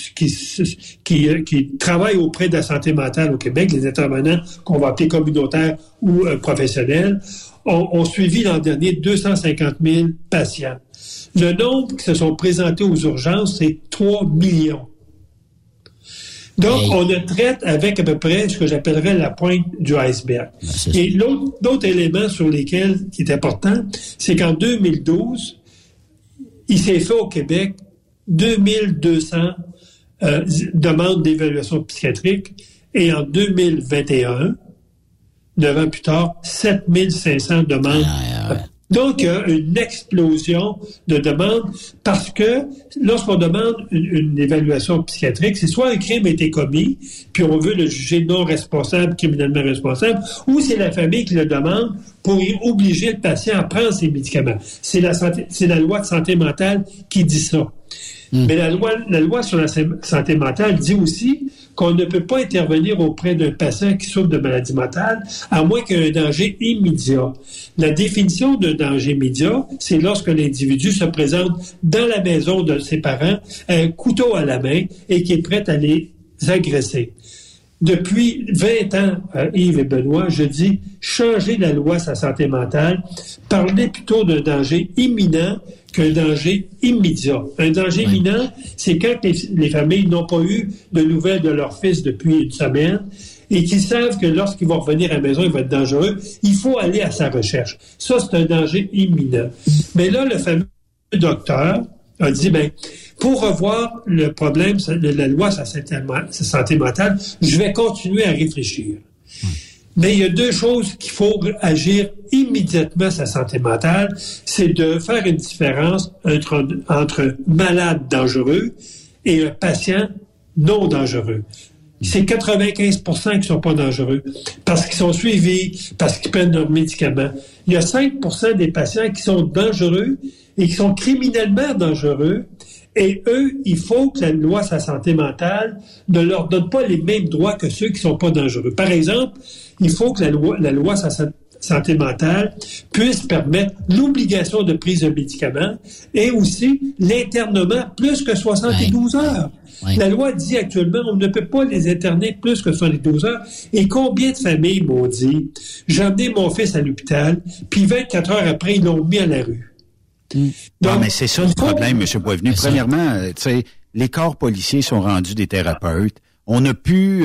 qui travaillent auprès de la santé mentale au Québec, les intervenants qu'on va appeler communautaires ou professionnels, ont suivi l'an dernier 250 000 patients. Le nombre qui se sont présentés aux urgences, c'est 3 millions. Donc, on le traite avec à peu près ce que j'appellerais la pointe du iceberg. Et l'autre élément qui est important, c'est qu'en 2012, il s'est fait au Québec 2200 demandes d'évaluation psychiatrique et en 2021, 9 ans plus tard, 7500 demandes. Donc, il y a une explosion de demandes parce que lorsqu'on demande une évaluation psychiatrique, c'est soit un crime a été commis, puis on veut le juger non responsable, criminellement responsable, ou c'est la famille qui le demande pour y obliger le patient à prendre ses médicaments. C'est la loi de santé mentale qui dit ça. Mais la loi sur la santé mentale dit aussi qu'on ne peut pas intervenir auprès d'un patient qui souffre de maladie mentale à moins qu'il y ait un danger immédiat. La définition d'un danger immédiat, c'est lorsque l'individu se présente dans la maison de ses parents, un couteau à la main et qui est prêt à les agresser. Depuis 20 ans, Yves et Benoît, je dis, changez la loi sur la santé mentale, parlez plutôt d'un danger imminent qu'un danger immédiat. Un danger imminent, c'est quand les familles n'ont pas eu de nouvelles de leur fils depuis une semaine et qu'ils savent que lorsqu'ils vont revenir à la maison, il va être dangereux. Il faut aller à sa recherche. Ça, c'est un danger imminent. Mais là, le fameux docteur a dit, pour revoir le problème de la loi sur la santé mentale, je vais continuer à réfléchir. Mais il y a deux choses qu'il faut agir immédiatement sur la santé mentale, c'est de faire une différence entre malade dangereux et un patient non dangereux. C'est 95% qui ne sont pas dangereux parce qu'ils sont suivis, parce qu'ils prennent leurs médicaments. Il y a 5% des patients qui sont dangereux et qui sont criminellement dangereux. Et eux, il faut que la loi sur la santé mentale ne leur donne pas les mêmes droits que ceux qui ne sont pas dangereux. Par exemple, il faut que la loi sur la santé mentale puisse permettre l'obligation de prise de médicaments et aussi l'internement plus que 72 heures. Oui. La loi dit actuellement on ne peut pas les interner plus que 72 heures. Et combien de familles m'ont dit j'ai emmené mon fils à l'hôpital, puis 24 heures après, ils l'ont mis à la rue. Donc, non, mais c'est ça le problème, M. Boisvenu. Premièrement, les corps policiers sont rendus des thérapeutes. On n'a plus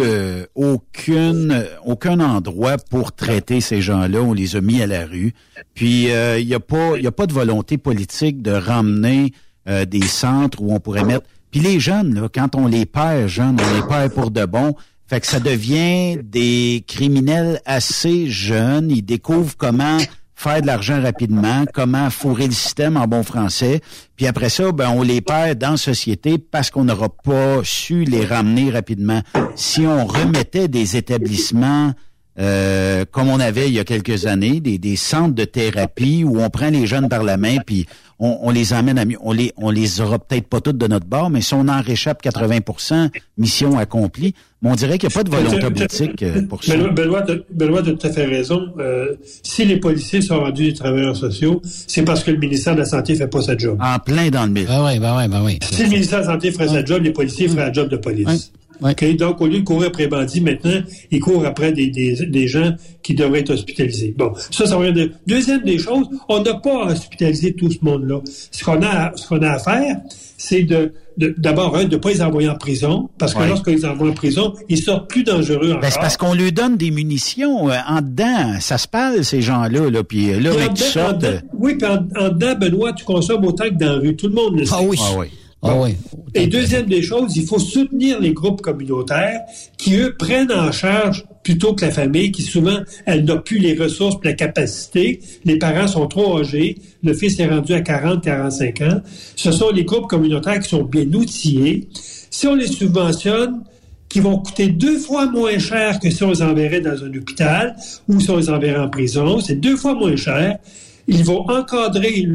aucun endroit pour traiter ces gens-là. On les a mis à la rue. Puis il y a pas de volonté politique de ramener des centres où on pourrait mettre. Puis les jeunes, là, quand on les perd jeunes, on les perd pour de bon. Fait que ça devient des criminels assez jeunes. Ils découvrent comment faire de l'argent rapidement, comment fourrer le système en bon français. Puis après ça, on les perd dans la société parce qu'on n'aura pas su les ramener rapidement. Si on remettait des établissements comme on avait il y a quelques années, des centres de thérapie où on prend les jeunes par la main puis on les emmène à mieux. On les aura peut-être pas toutes de notre bord, mais si on en réchappe 80%, mission accomplie. Mais on dirait qu'il n'y a pas de volonté politique pour ça. Benoît a tout à fait raison. Si les policiers sont rendus des travailleurs sociaux, c'est parce que le ministère de la Santé fait pas sa job. En plein dans le mille. Ben oui. Si le ministère de la Santé ferait sa job, les policiers feraient la job de police. Ouais. Okay? Donc, au lieu de courir après les bandits, maintenant, ils courent après des gens qui devraient être hospitalisés. Bon, ça va rien de... Deuxième des choses, on n'a pas à hospitaliser tout ce monde-là. Ce qu'on a à faire, c'est d'abord, de ne pas les envoyer en prison, parce que lorsqu'on les envoie en prison, ils sortent plus dangereux encore. C'est parce qu'on lui donne des munitions en dedans. Ça se parle, ces gens-là, là, puis là, mais tu sortes... Oui, puis en dedans, Benoît, tu consommes autant que dans la rue. Tout le monde le sait. Ah oui. Bon. Et deuxième des choses, il faut soutenir les groupes communautaires qui, eux, prennent en charge plutôt que la famille, qui souvent, elle n'a plus les ressources et la capacité. Les parents sont trop âgés. Le fils est rendu à 40, 45 ans. Ce sont les groupes communautaires qui sont bien outillés. Si on les subventionne, qui vont coûter 2 fois moins cher que si on les enverrait dans un hôpital ou si on les enverrait en prison, c'est 2 fois moins cher. Ils vont encadrer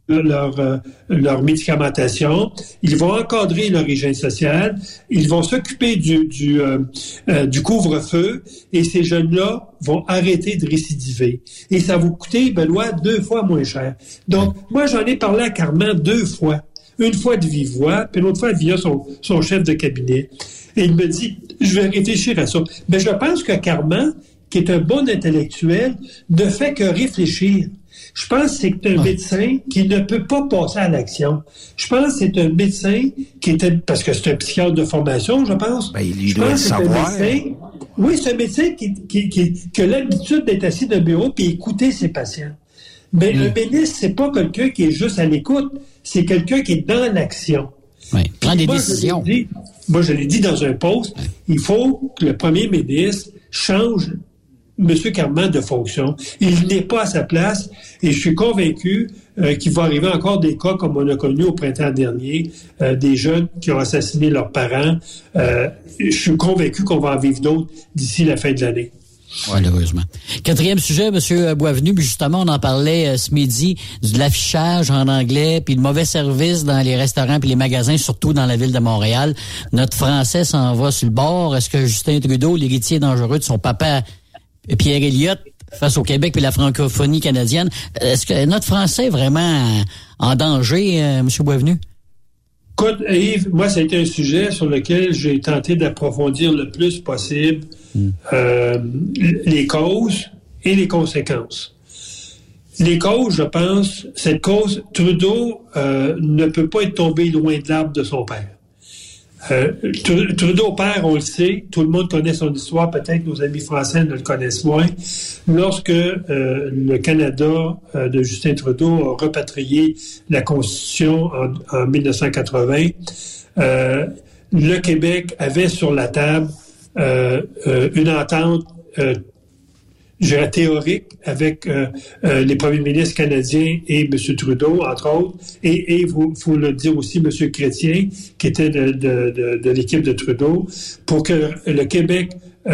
leur médicamentation, ils vont encadrer leur hygiène sociale, ils vont s'occuper du couvre-feu et ces jeunes-là vont arrêter de récidiver. Et ça va vous coûter, Benoît, 2 fois moins cher. Donc, moi, j'en ai parlé à Carman 2 fois. Une fois de vive voix, puis l'autre fois via son chef de cabinet. Et il me dit, je vais réfléchir à ça. Mais je pense que Carman, qui est un bon intellectuel, ne fait que réfléchir. Je pense que c'est un médecin qui ne peut pas passer à l'action. Je pense que c'est un médecin qui était... Parce que c'est un psychiatre de formation, je pense. Il doit le savoir. Oui, c'est un médecin qui a l'habitude d'être assis dans le bureau et écouter ses patients. Mais le ministre, c'est pas quelqu'un qui est juste à l'écoute. C'est quelqu'un qui est dans l'action. Oui, prend des décisions. Je l'ai dit dans un post, il faut que le premier ministre change M. Carman de fonction. Il n'est pas à sa place et je suis convaincu qu'il va arriver encore des cas comme on a connu au printemps dernier, des jeunes qui ont assassiné leurs parents. Je suis convaincu qu'on va en vivre d'autres d'ici la fin de l'année. Malheureusement. 4e sujet, M. Boisvenu, puis justement, on en parlait ce midi, de l'affichage en anglais, puis le mauvais service dans les restaurants puis les magasins, surtout dans la ville de Montréal. Notre français s'en va sur le bord. Est-ce que Justin Trudeau, l'héritier dangereux de son papa Pierre Elliott, face au Québec et la francophonie canadienne, est-ce que notre français est vraiment en danger, M. Boisvenu? Écoute, Yves, moi, ça a été un sujet sur lequel j'ai tenté d'approfondir le plus possible les causes et les conséquences. Les causes, je pense, cette cause, Trudeau ne peut pas être tombé loin de l'arbre de son père. Trudeau père, on le sait, tout le monde connaît son histoire, peut-être nos amis français ne le connaissent moins. Lorsque le Canada de Justin Trudeau a repatrié la Constitution en 1980, le Québec avait sur la table une entente je dirais théorique avec les premiers ministres canadiens et M. Trudeau, entre autres, et il faut le dire aussi, M. Chrétien, qui était de l'équipe de Trudeau, pour que le Québec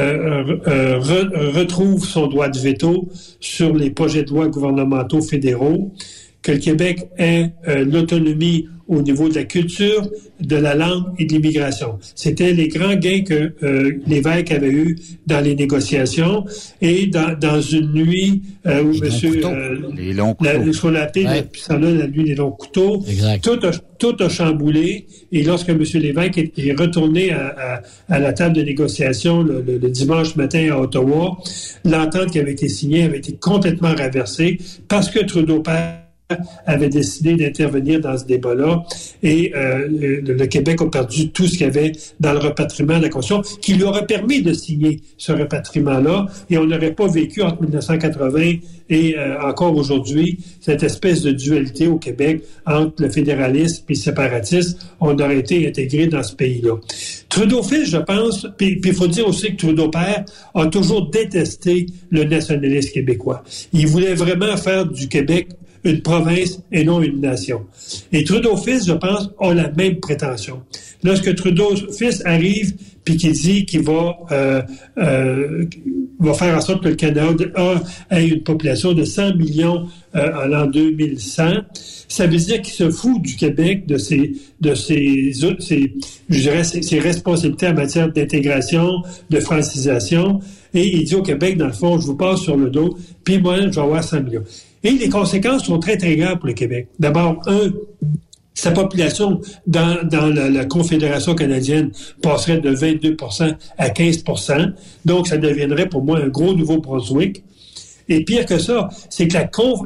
retrouve son droit de veto sur les projets de loi gouvernementaux fédéraux, que le Québec ait l'autonomie au niveau de la culture, de la langue et de l'immigration. C'était les grands gains que l'évêque avait eus dans les négociations et dans une nuit où les longs couteaux. Ce qu'on a appelé la nuit des longs couteaux, tout a chamboulé et lorsque M. l'évêque est retourné à la table de négociation le dimanche matin à Ottawa, l'entente qui avait été signée avait été complètement renversée parce que Trudeau père avait décidé d'intervenir dans ce débat-là et le Québec a perdu tout ce qu'il y avait dans le repatriement de la Constitution qui lui aurait permis de signer ce repatriement-là et on n'aurait pas vécu entre 1980 et encore aujourd'hui cette espèce de dualité au Québec entre le fédéralisme et le séparatisme. On aurait été intégré dans ce pays-là. Trudeau-fils, je pense, puis il faut dire aussi que Trudeau-père a toujours détesté le nationalisme québécois. Il voulait vraiment faire du Québec une province et non une nation. Et Trudeau-fils, je pense, a la même prétention. Lorsque Trudeau-fils arrive puis qu'il dit qu'il va faire en sorte que le Canada ait une population de 100 millions en l'an 2100, ça veut dire qu'il se fout du Québec, de ses responsabilités en matière d'intégration, de francisation, et il dit au Québec, dans le fond, je vous passe sur le dos, puis moi, je vais avoir 100 millions. Et les conséquences sont très, très graves pour le Québec. D'abord, sa population dans la Confédération canadienne passerait de 22% à 15%. Donc, ça deviendrait pour moi un gros Nouveau-Brunswick. Et pire que ça, c'est que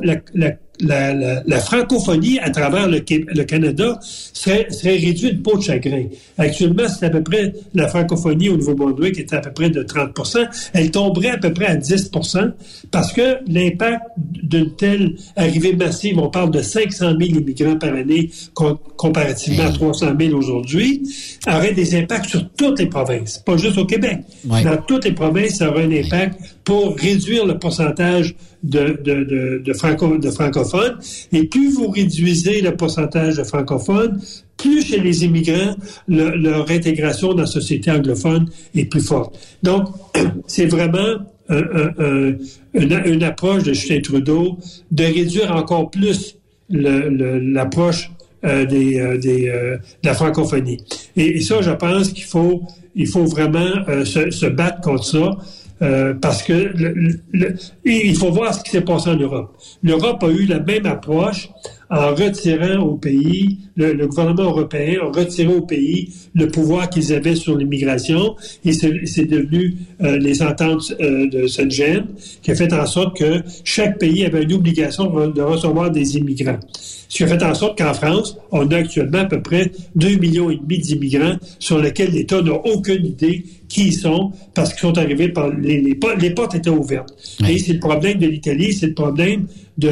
la francophonie à travers le Canada serait réduite de peau de chagrin. Actuellement, c'est à peu près la francophonie au Nouveau-Brunswick est à peu près de 30%. Elle tomberait à peu près à 10% parce que l'impact d'une telle arrivée massive, on parle de 500 000 immigrants par année comparativement à 300 000 aujourd'hui, aurait des impacts sur toutes les provinces, pas juste au Québec. Ouais. Dans toutes les provinces, ça aurait un impact pour réduire le pourcentage de francophones. Et plus vous réduisez le pourcentage de francophones, plus chez les immigrants, leur intégration dans la société anglophone est plus forte. Donc, c'est vraiment une approche de Justin Trudeau de réduire encore plus l'approche de la francophonie. Et ça, je pense qu'il faut vraiment se battre contre ça. Parce que il faut voir ce qui s'est passé en Europe. L'Europe a eu la même approche en retirant au pays, le gouvernement européen a retiré au pays le pouvoir qu'ils avaient sur l'immigration et c'est devenu les ententes de Schengen qui a fait en sorte que chaque pays avait une obligation de recevoir des immigrants. Ce qui a fait en sorte qu'en France, on a actuellement à peu près 2,5 millions d'immigrants sur lesquels l'État n'a aucune idée qui ils sont parce qu'ils sont arrivés par les portes étaient ouvertes. Oui. Et c'est le problème de l'Italie, c'est le problème de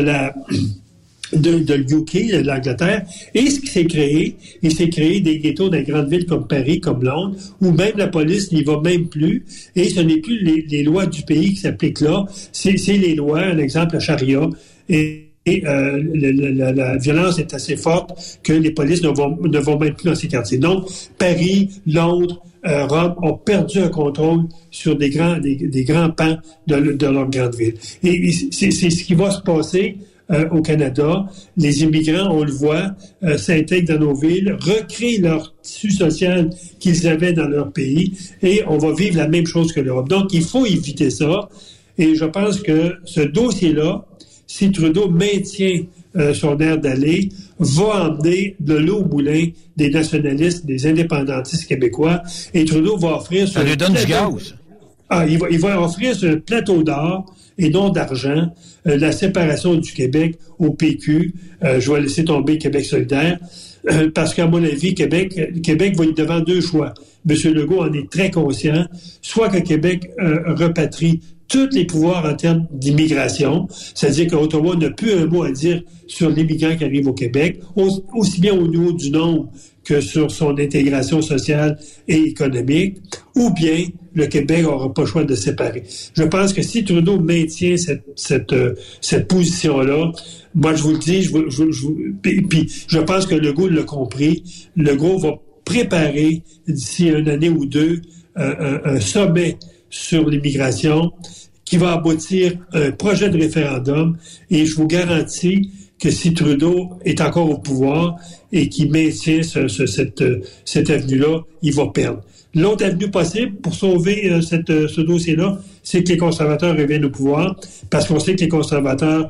l'UK, de l'Angleterre. Et ce qui s'est créé, il s'est créé des ghettos dans les grandes villes comme Paris, comme Londres, où même la police n'y va même plus. Et ce n'est plus les lois du pays qui s'appliquent là, c'est les lois, un exemple, la charia. Et la violence est assez forte que les polices ne vont même plus dans ces quartiers. Donc, Paris, Londres, Rome ont perdu un contrôle sur des grands pans de leur grande ville. Et c'est ce qui va se passer au Canada. Les immigrants, on le voit, s'intègrent dans nos villes, recréent leur tissu social qu'ils avaient dans leur pays et on va vivre la même chose que l'Europe. Donc, il faut éviter ça. Et je pense que ce dossier-là, si Trudeau maintient son air d'aller, va emmener de l'eau au moulin des nationalistes, des indépendantistes québécois, et Trudeau va offrir... Ça lui donne du gaz. Il va offrir sur un plateau d'or et non d'argent la séparation du Québec au PQ. Je vais laisser tomber Québec solidaire, parce qu'à mon avis, Québec va être devant deux choix. M. Legault en est très conscient, soit que Québec repatrie tous les pouvoirs en termes d'immigration, c'est-à-dire qu'Ottawa n'a plus un mot à dire sur l'immigrant qui arrive au Québec, aussi bien au niveau du nombre que sur son intégration sociale et économique, ou bien le Québec n'aura pas le choix de séparer. Je pense que si Trudeau maintient cette position-là, moi je vous le dis, puis je pense que Legault l'a compris, Legault va préparer d'ici une année ou deux un sommet sur l'immigration qui va aboutir à un projet de référendum, et je vous garantis que si Trudeau est encore au pouvoir et qu'il maintient cette avenue-là, il va perdre. L'autre avenue possible pour sauver ce dossier-là, c'est que les conservateurs reviennent au pouvoir, parce qu'on sait que les conservateurs,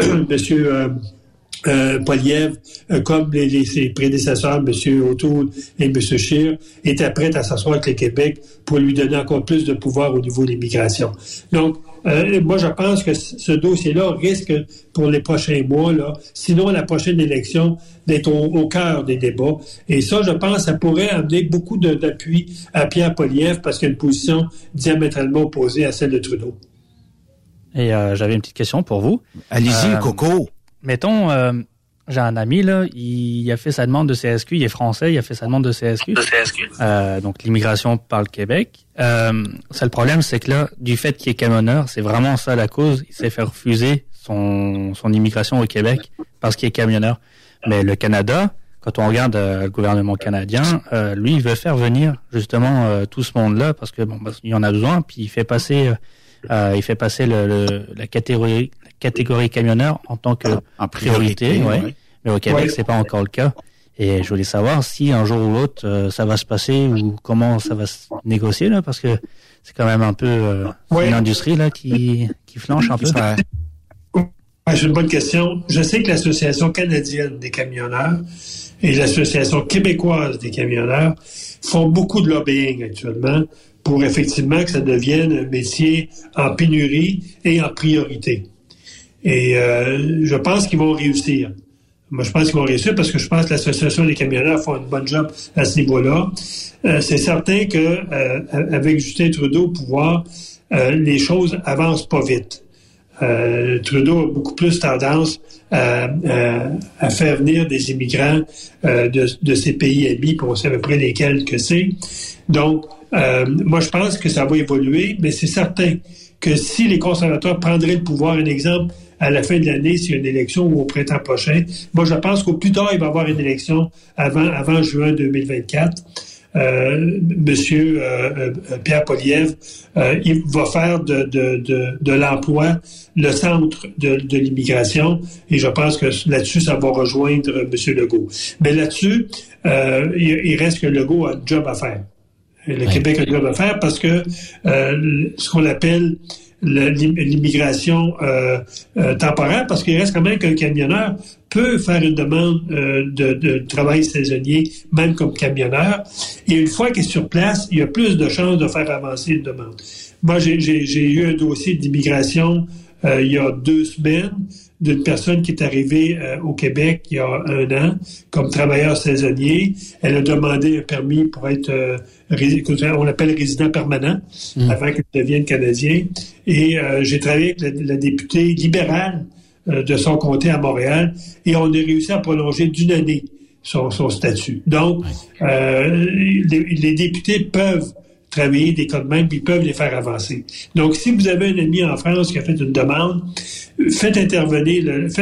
M. Poilievre, comme ses prédécesseurs, M. O'Toole et M. Scheer, étaient prêts à s'asseoir avec le Québec pour lui donner encore plus de pouvoir au niveau de l'immigration. Donc, moi, je pense que ce dossier-là risque, pour les prochains mois, sinon la prochaine élection, d'être au cœur des débats. Et ça, je pense, ça pourrait amener beaucoup d'appui à Pierre Poilievre, parce qu'il y a une position diamétralement opposée à celle de Trudeau. Et j'avais une petite question pour vous. Allez-y, Coco. Mettons, j'ai un ami, là, il a fait sa demande de CSQ, il est français, il a fait sa demande de CSQ. Donc l'immigration par le Québec. Ça, le problème, c'est que là, du fait qu'il est camionneur, c'est vraiment ça la cause. Il s'est fait refuser son immigration au Québec parce qu'il est camionneur. Mais le Canada, quand on regarde le gouvernement canadien, lui, il veut faire venir justement tout ce monde-là parce que il y en a besoin, puis il fait passer la catégorie camionneur en tant que en priorité. Ouais. Mais au Québec, c'est pas encore le cas. Et je voulais savoir si un jour ou l'autre, ça va se passer ou comment ça va se négocier, là, parce que c'est quand même un peu une industrie là qui flanche un peu. C'est une bonne question. Je sais que l'Association canadienne des camionneurs et l'Association québécoise des camionneurs font beaucoup de lobbying actuellement pour effectivement que ça devienne un métier en pénurie et en priorité. Et je pense qu'ils vont réussir. Moi, je pense qu'ils vont réussir parce que je pense que l'Association des camionneurs font une bonne job à ce niveau-là. C'est certain que avec Justin Trudeau au pouvoir, les choses avancent pas vite. Trudeau a beaucoup plus tendance à faire venir des immigrants de ces pays amis, puis on sait à peu près lesquels que c'est. Donc, moi, je pense que ça va évoluer, mais c'est certain que si les conservateurs prendraient le pouvoir, un exemple, à la fin de l'année, s'il y a une élection ou au printemps prochain, moi, je pense qu'au plus tard, il va y avoir une élection avant juin 2024. Monsieur Pierre Poilievre, il va faire de l'emploi le centre de l'immigration, et je pense que là-dessus, ça va rejoindre Monsieur Legault. Mais là-dessus, il reste que Legault a un job à faire. Le Québec a un job à faire parce que ce qu'on appelle l'immigration temporaire, parce qu'il reste quand même qu'un camionneur peut faire une demande de travail saisonnier, même comme camionneur. Et une fois qu'il est sur place, il y a plus de chances de faire avancer une demande. Moi, j'ai eu un dossier d'immigration il y a 2 semaines d'une personne qui est arrivée au Québec il y a 1 an comme travailleur saisonnier. Elle a demandé un permis pour être, on l'appelle résident permanent, avant qu'elle devienne canadien. Et j'ai travaillé avec la députée libérale de son comté à Montréal, et on a réussi à prolonger d'1 année son statut. Donc, les députés peuvent travailler des cas de même, puis ils peuvent les faire avancer. Donc, si vous avez un ami en France qui a fait une demande, faites intervenir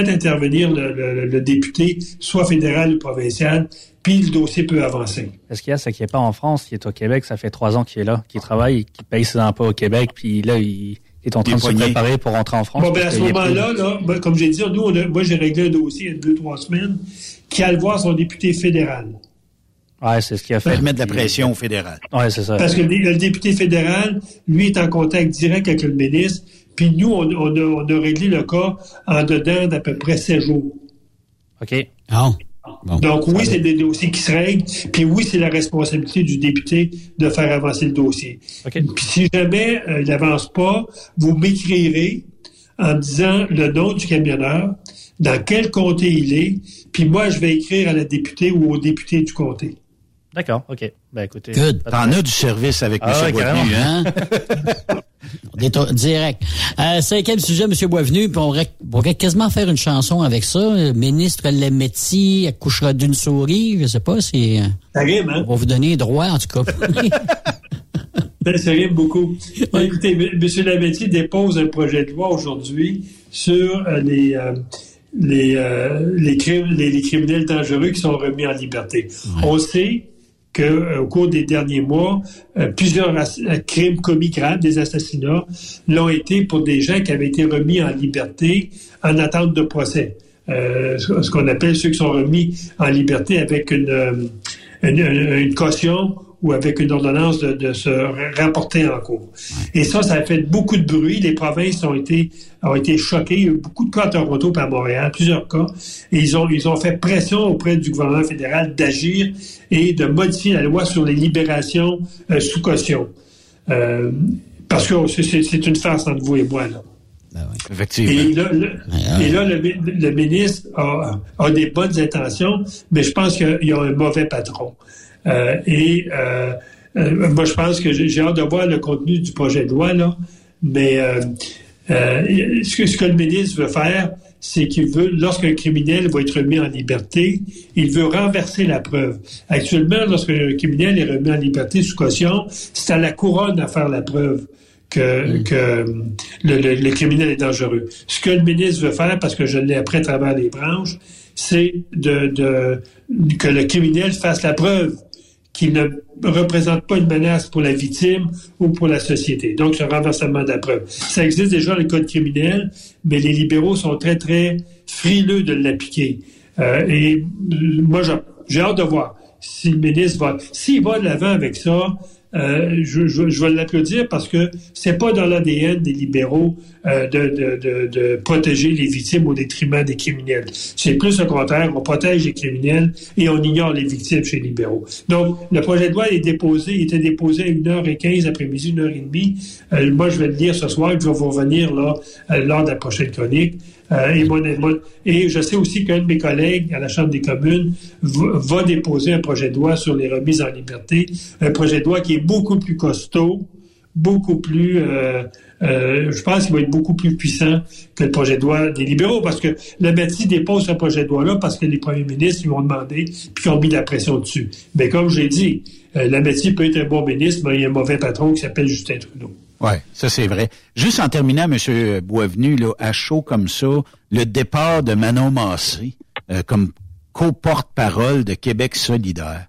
le député, soit fédéral ou provincial, puis le dossier peut avancer. Ce qu'il y a, c'est qu'il n'est pas en France, il est au Québec, ça fait 3 ans qu'il est là, qu'il travaille, qu'il paye ses impôts au Québec, puis là, il est en train de se préparer pour rentrer en France. Bon, à ce moment-là, comme j'ai dit, moi, j'ai réglé un dossier il y a 2-3 semaines qui allait voir son député fédéral. Ouais, c'est ce qu'il a fait. Mettre de la pression au fédéral. Ouais, c'est ça. Parce que le député fédéral, lui, est en contact direct avec le ministre, puis nous, on a réglé le cas en dedans d'à peu près 7 jours. OK. Bon. Donc, oui, c'est des dossiers qui se règlent, puis oui, c'est la responsabilité du député de faire avancer le dossier. Okay. Puis si jamais il n'avance pas, vous m'écrirez en me disant le nom du camionneur, dans quel comté il est, puis moi, je vais écrire à la députée ou au député du comté. D'accord, OK. Ben, écoutez. Good. T'en as du service avec M. Boisvenu, hein? Direct. 5e sujet, M. Boisvenu, puis on pourrait quasiment faire une chanson avec ça. Le ministre Lametti accouchera d'une souris. Je sais pas si... Ça rime, hein? On va vous donner droit, en tout cas. Ça rime beaucoup. Ouais. Écoutez, M. Lametti dépose un projet de loi aujourd'hui sur les criminels dangereux qui sont remis en liberté. Ouais. On sait qu'au cours des derniers mois, plusieurs crimes commis graves, des assassinats, l'ont été pour des gens qui avaient été remis en liberté en attente de procès. Ce qu'on appelle ceux qui sont remis en liberté avec une caution ou avec une ordonnance de se rapporter en cours. Et ça a fait beaucoup de bruit. Les provinces ont été choquées. Il y a eu beaucoup de cas à Toronto et à Montréal, plusieurs cas. Et ils ont fait pression auprès du gouvernement fédéral d'agir et de modifier la loi sur les libérations sous caution. Parce que c'est une farce entre vous et moi, là. Ben oui, effectivement. Et là, le ministre a des bonnes intentions, mais je pense qu'il y a un mauvais patron. Moi, je pense que j'ai hâte de voir le contenu du projet de loi, là, mais ce que le ministre veut faire, c'est qu'il veut, lorsqu'un criminel va être remis en liberté, il veut renverser la preuve. Actuellement, lorsqu'un criminel est remis en liberté sous caution, c'est à la couronne à faire la preuve que le criminel est dangereux. Ce que le ministre veut faire, parce que je l'ai appris à travers les branches, c'est que le criminel fasse la preuve qu'il ne représente pas une menace pour la victime ou pour la société. Donc, ce renversement de la preuve. Ça existe déjà dans le code criminel, mais les libéraux sont très, très frileux de l'appliquer. Et moi, j'ai hâte de voir si le ministre s'il va de l'avant avec ça. Je vais l'applaudir parce que c'est pas dans l'ADN des libéraux de protéger les victimes au détriment des criminels. C'est plus au contraire, on protège les criminels et on ignore les victimes chez les libéraux. Donc, le projet de loi était déposé à 1h15 après-midi, 1h30. Moi, je vais le lire ce soir, je vais vous revenir là lors de la prochaine chronique. Et je sais aussi qu'un de mes collègues à la Chambre des communes va déposer un projet de loi sur les remises en liberté, un projet de loi qui est beaucoup plus costaud, beaucoup plus... je pense qu'il va être beaucoup plus puissant que le projet de loi des libéraux, parce que Lametti dépose ce projet de loi-là parce que les premiers ministres lui ont demandé puis qu'ils ont mis la pression dessus. Mais comme j'ai dit, Lametti peut être un bon ministre, mais il y a un mauvais patron qui s'appelle Justin Trudeau. Oui, ça c'est vrai. Juste en terminant, M. Boisvenu, là, à chaud comme ça, le départ de Manon Massé comme co-porte-parole de Québec solidaire.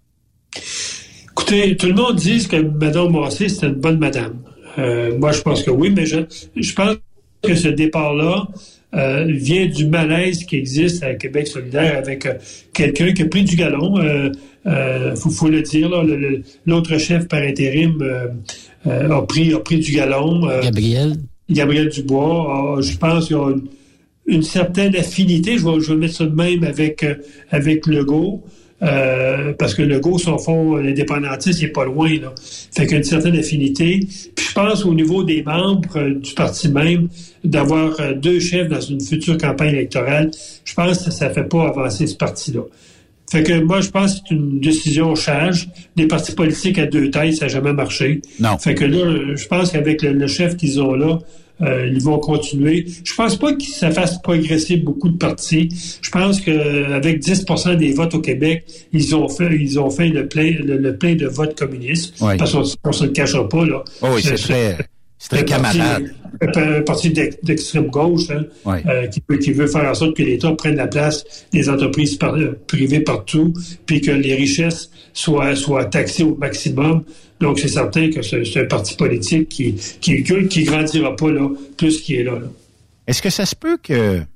Écoutez, tout le monde dit que Mme Massé, c'est une bonne madame. Moi, je pense que oui, mais je pense que ce départ-là vient du malaise qui existe à Québec solidaire avec quelqu'un qui a pris du galon. Faut le dire, là, l'autre chef par intérim a pris du galon. Gabriel Dubois. Je pense qu'il y a une certaine affinité, je vais mettre ça de même avec Legault. Parce que Legault, son fond, l'indépendantiste, il est pas loin, là. Fait qu'il y a une certaine affinité. Puis je pense au niveau des membres du parti même, d'avoir deux chefs dans une future campagne électorale, je pense que ça fait pas avancer ce parti-là. Fait que moi, je pense que c'est une décision sage. Des partis politiques à deux têtes, ça n'a jamais marché. Non. Fait que là, je pense qu'avec le chef qu'ils ont là, ils vont continuer. Je pense pas que ça fasse progresser beaucoup de partis. Je pense qu'avec 10% des votes au Québec, ils ont fait le plein de votes communistes. Oui. Parce qu'on se le cachera pas, là. Oh oui, c'est très camarade. Un parti d'extrême gauche, hein, oui. Qui veut faire en sorte que l'État prenne la place des entreprises privées partout, puis que les richesses soient taxées au maximum. Donc, c'est certain que c'est un parti politique qui grandira pas là, plus qu'il est là. Est-ce que ça se peut qu'elle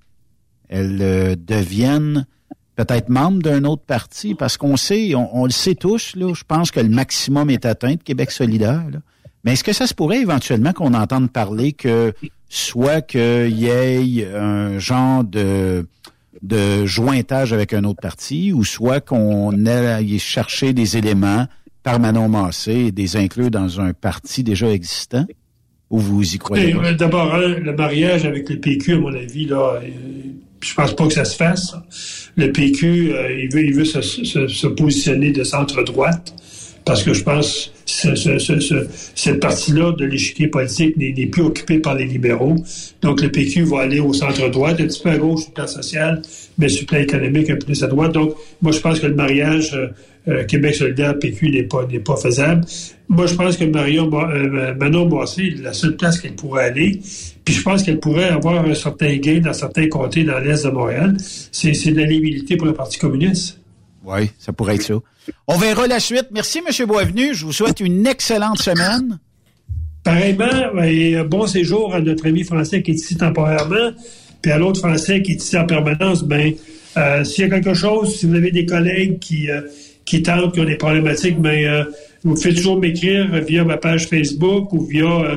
devienne peut-être membre d'un autre parti? Parce qu'on sait, on le sait tous, là, je pense que le maximum est atteint de Québec solidaire, là. Mais est-ce que ça se pourrait éventuellement qu'on entende parler que soit qu'il y ait un genre de de jointage avec un autre parti, ou soit qu'on aille chercher des éléments par Manon Massé et des inclure dans un parti déjà existant? Ou vous y croyez pas? D'abord, le mariage avec le PQ, à mon avis, là, je pense pas que ça se fasse. Le PQ, il veut se positionner de centre-droite, parce que je pense que cette partie-là de l'échiquier politique n'est plus occupée par les libéraux. Donc, le PQ va aller au centre-droite, un petit peu à gauche sur le plan social, mais sur le plan économique, un peu plus à droite. Donc, moi, je pense que le mariage Québec solidaire PQ n'est pas faisable. Moi, je pense que Manon Massé, la seule place qu'elle pourrait aller, puis je pense qu'elle pourrait avoir un certain gain dans certains comtés dans l'est de Montréal, c'est de la légitimité pour le Parti communiste. Oui, ça pourrait être ça. On verra la suite. Merci, M. Boisvenu. Je vous souhaite une excellente semaine. Pareillement, et bon séjour à notre ami français qui est ici temporairement, puis à l'autre français qui est ici en permanence. S'il y a quelque chose, si vous avez des collègues qui tentent, qui ont des problématiques, vous faites toujours m'écrire via ma page Facebook ou via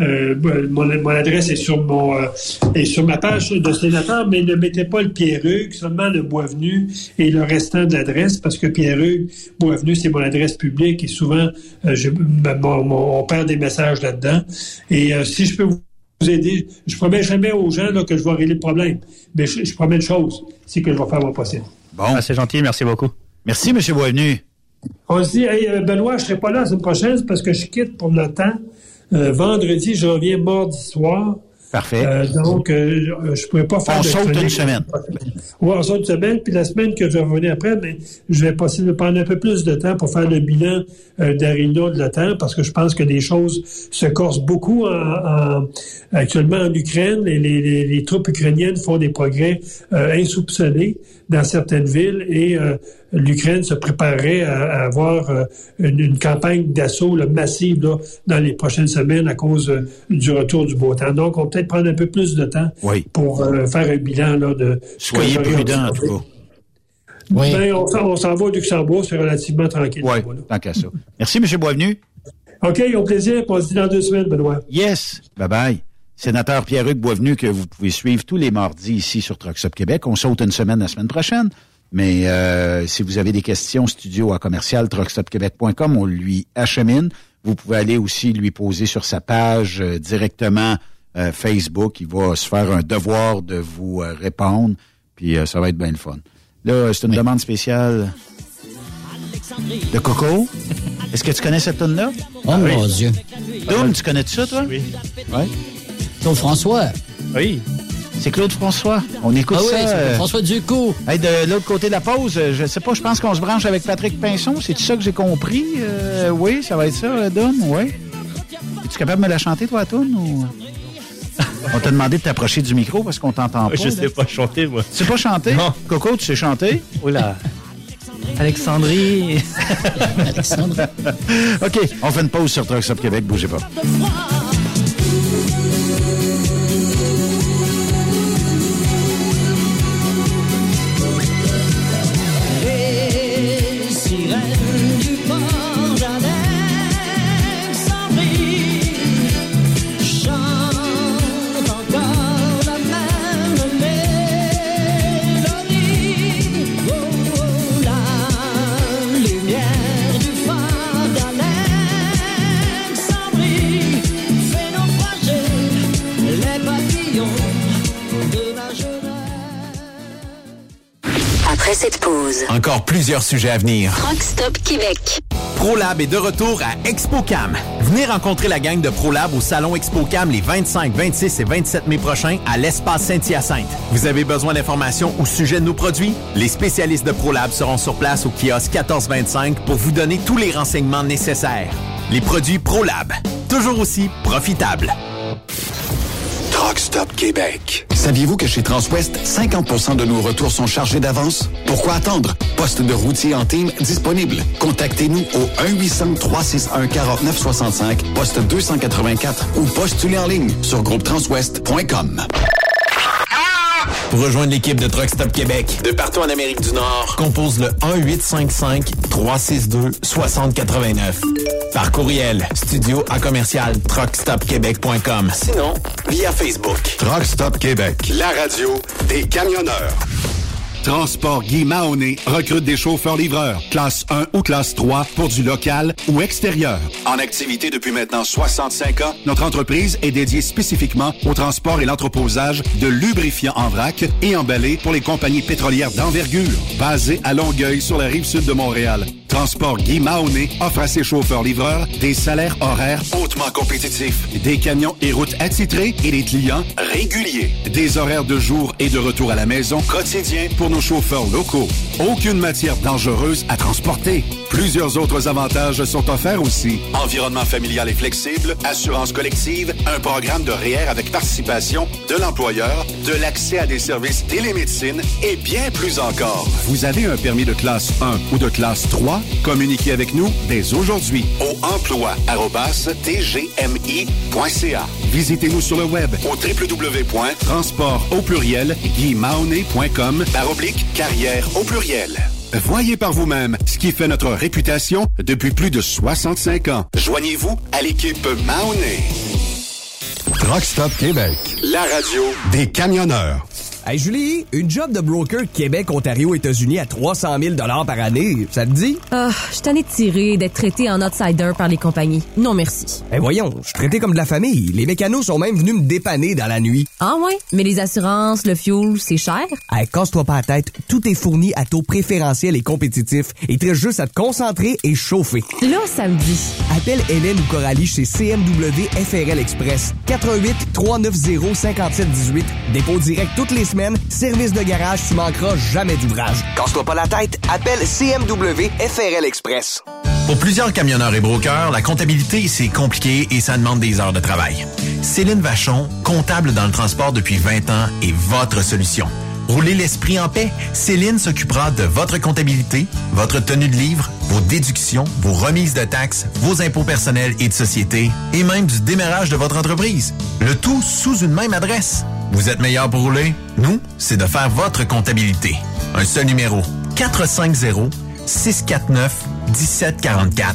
mon adresse est sur ma page de sénateur, mais ne mettez pas le Pierre-Hugues, seulement le Boisvenu et le restant de l'adresse, parce que Pierre-Hugues, Boisvenu, c'est mon adresse publique et souvent on perd des messages là-dedans. Et si je peux vous aider, je promets jamais aux gens là, que je vais régler le problème, mais je promets une chose, c'est que je vais faire mon possible. Bon, c'est gentil, merci beaucoup. Merci, M. Boisvenu. On se dit, Benoît, je serai pas là la semaine prochaine parce que je quitte pour le temps. Vendredi, je reviens mardi soir. Parfait. Donc, je pourrais pas faire on saute une semaine. Oui, on saute une semaine, puis la semaine que je vais revenir après, mais je vais prendre un peu plus de temps pour faire le bilan d'Arena de l'OTAN, parce que je pense que les choses se corsent beaucoup actuellement en Ukraine. Les troupes ukrainiennes font des progrès insoupçonnés dans certaines villes et l'Ukraine se préparerait à avoir une campagne d'assaut massive là, dans les prochaines semaines à cause du retour du beau temps. Donc, on va peut-être prendre un peu plus de temps pour faire un bilan là, de... Soyez prudents, en tout cas. Oui. On s'en va au Luxembourg, c'est relativement tranquille. Oui, tant qu'à ça. Merci, M. Boisvenu. OK, au plaisir. On se dit dans 2 semaines, Benoît. Yes. Bye-bye. Sénateur Pierre-Hugues Boisvenu, que vous pouvez suivre tous les mardis ici sur Truck Stop Québec. On saute une semaine la semaine prochaine. Mais si vous avez des questions, studio@truckstopquebec.com, on lui achemine. Vous pouvez aller aussi lui poser sur sa page directement Facebook. Il va se faire un devoir de vous répondre. Puis ça va être bien le fun. Là, c'est une demande spéciale de Coco. Est-ce que tu connais cette tune-là? Oh mon Dieu. Doom, tu connais ça, toi? Oui. Ouais. Claude François. Oui. C'est Claude François. On écoute ça. Oui, c'est Claude François Ducot. Hey, de l'autre côté de la pause, je sais pas, je pense qu'on se branche avec Patrick Pinson. C'est ça que j'ai compris? Oui, ça va être ça, Dom, oui. Es-tu capable de me la chanter, toi, à toune, ou... On t'a demandé de t'approcher du micro parce qu'on t'entend pas. Je sais pas chanter, moi. Tu sais pas chanter? Non. Coco, tu sais chanter? Oula. Alexandrie. Alexandre. OK, on fait une pause sur Truck Stop Québec. Bougez pas. Après cette pause, Encore plusieurs sujets à venir. Truck Stop Québec. ProLab est de retour à ExpoCam. Venez rencontrer la gang de ProLab au salon ExpoCam les 25, 26 et 27 mai prochains à l'espace Saint-Hyacinthe. Vous avez besoin d'informations au sujet de nos produits? Les spécialistes de ProLab seront sur place au kiosque 1425 pour vous donner tous les renseignements nécessaires. Les produits ProLab, toujours aussi profitables. Truck Stop Québec. Saviez-vous que chez Transwest, 50% de nos retours sont chargés d'avance? Pourquoi attendre? Poste de routier en team disponible. Contactez-nous au 1-800-361-4965, poste 284 ou postulez en ligne sur groupetranswest.com. Pour rejoindre l'équipe de Truck Stop Québec, De partout en Amérique du Nord, compose le 1-855-362-6089. Par courriel, studio@truckstopquebec.com. sinon, via Facebook. Truck Stop Québec. La radio des camionneurs. Transport Guy Mahoney recrute des chauffeurs-livreurs, classe 1 ou classe 3 pour du local ou extérieur. En activité depuis maintenant 65 ans, notre entreprise est dédiée spécifiquement au transport et l'entreposage de lubrifiants en vrac et emballés pour les compagnies pétrolières d'envergure, basées à Longueuil sur la rive sud de Montréal. Transport Guy Mahoney offre à ses chauffeurs-livreurs des salaires horaires hautement compétitifs, des camions et routes attitrés et des clients réguliers. Des horaires de jour et de retour à la maison quotidiens pour nos chauffeurs locaux. Aucune matière dangereuse à transporter. Plusieurs autres avantages sont offerts aussi. Environnement familial et flexible, assurance collective, un programme de REER avec participation de l'employeur, de l'accès à des services télémédecine et bien plus encore. Vous avez un permis de classe 1 ou de classe 3? Communiquez avec nous dès aujourd'hui au emploi@tgmi.ca. Visitez-nous sur le web au www.transport-au-pluriel.com/carrière-au-pluriel. Voyez par vous-même ce qui fait notre réputation depuis plus de 65 ans. Joignez-vous à l'équipe Mahoney. Truck Stop Québec, la radio des camionneurs. Hey Julie, une job de broker Québec, Ontario, États-Unis à 300 000 par année, ça te dit? Ah, je suis tannée de tirer, d'être traité en outsider par les compagnies. Non merci. Eh voyons, je suis traité comme de la famille. Les mécanos sont même venus me dépanner dans la nuit. Ah ouais? Mais les assurances, le fuel, c'est cher? Hey, casse-toi pas la tête, tout est fourni à taux préférentiel et compétitif. Il te reste juste à te concentrer et chauffer. Là, ça me dit. Appelle Hélène ou Coralie chez CMW FRL Express. 88 390 5718. Dépôt direct toutes les semaines. Service de garage, tu manqueras jamais d'ouvrage. Casse-toi pas la tête, appelle CMW FRL Express. Pour plusieurs camionneurs et brokers, la comptabilité, c'est compliqué et ça demande des heures de travail. Céline Vachon, comptable dans le transport depuis 20 ans, est votre solution. Roulez l'esprit en paix. Céline s'occupera de votre comptabilité, votre tenue de livre, vos déductions, vos remises de taxes, vos impôts personnels et de société, et même du démarrage de votre entreprise. Le tout sous une même adresse. Vous êtes meilleur pour rouler? Nous, c'est de faire votre comptabilité. Un seul numéro. 450-649-1744.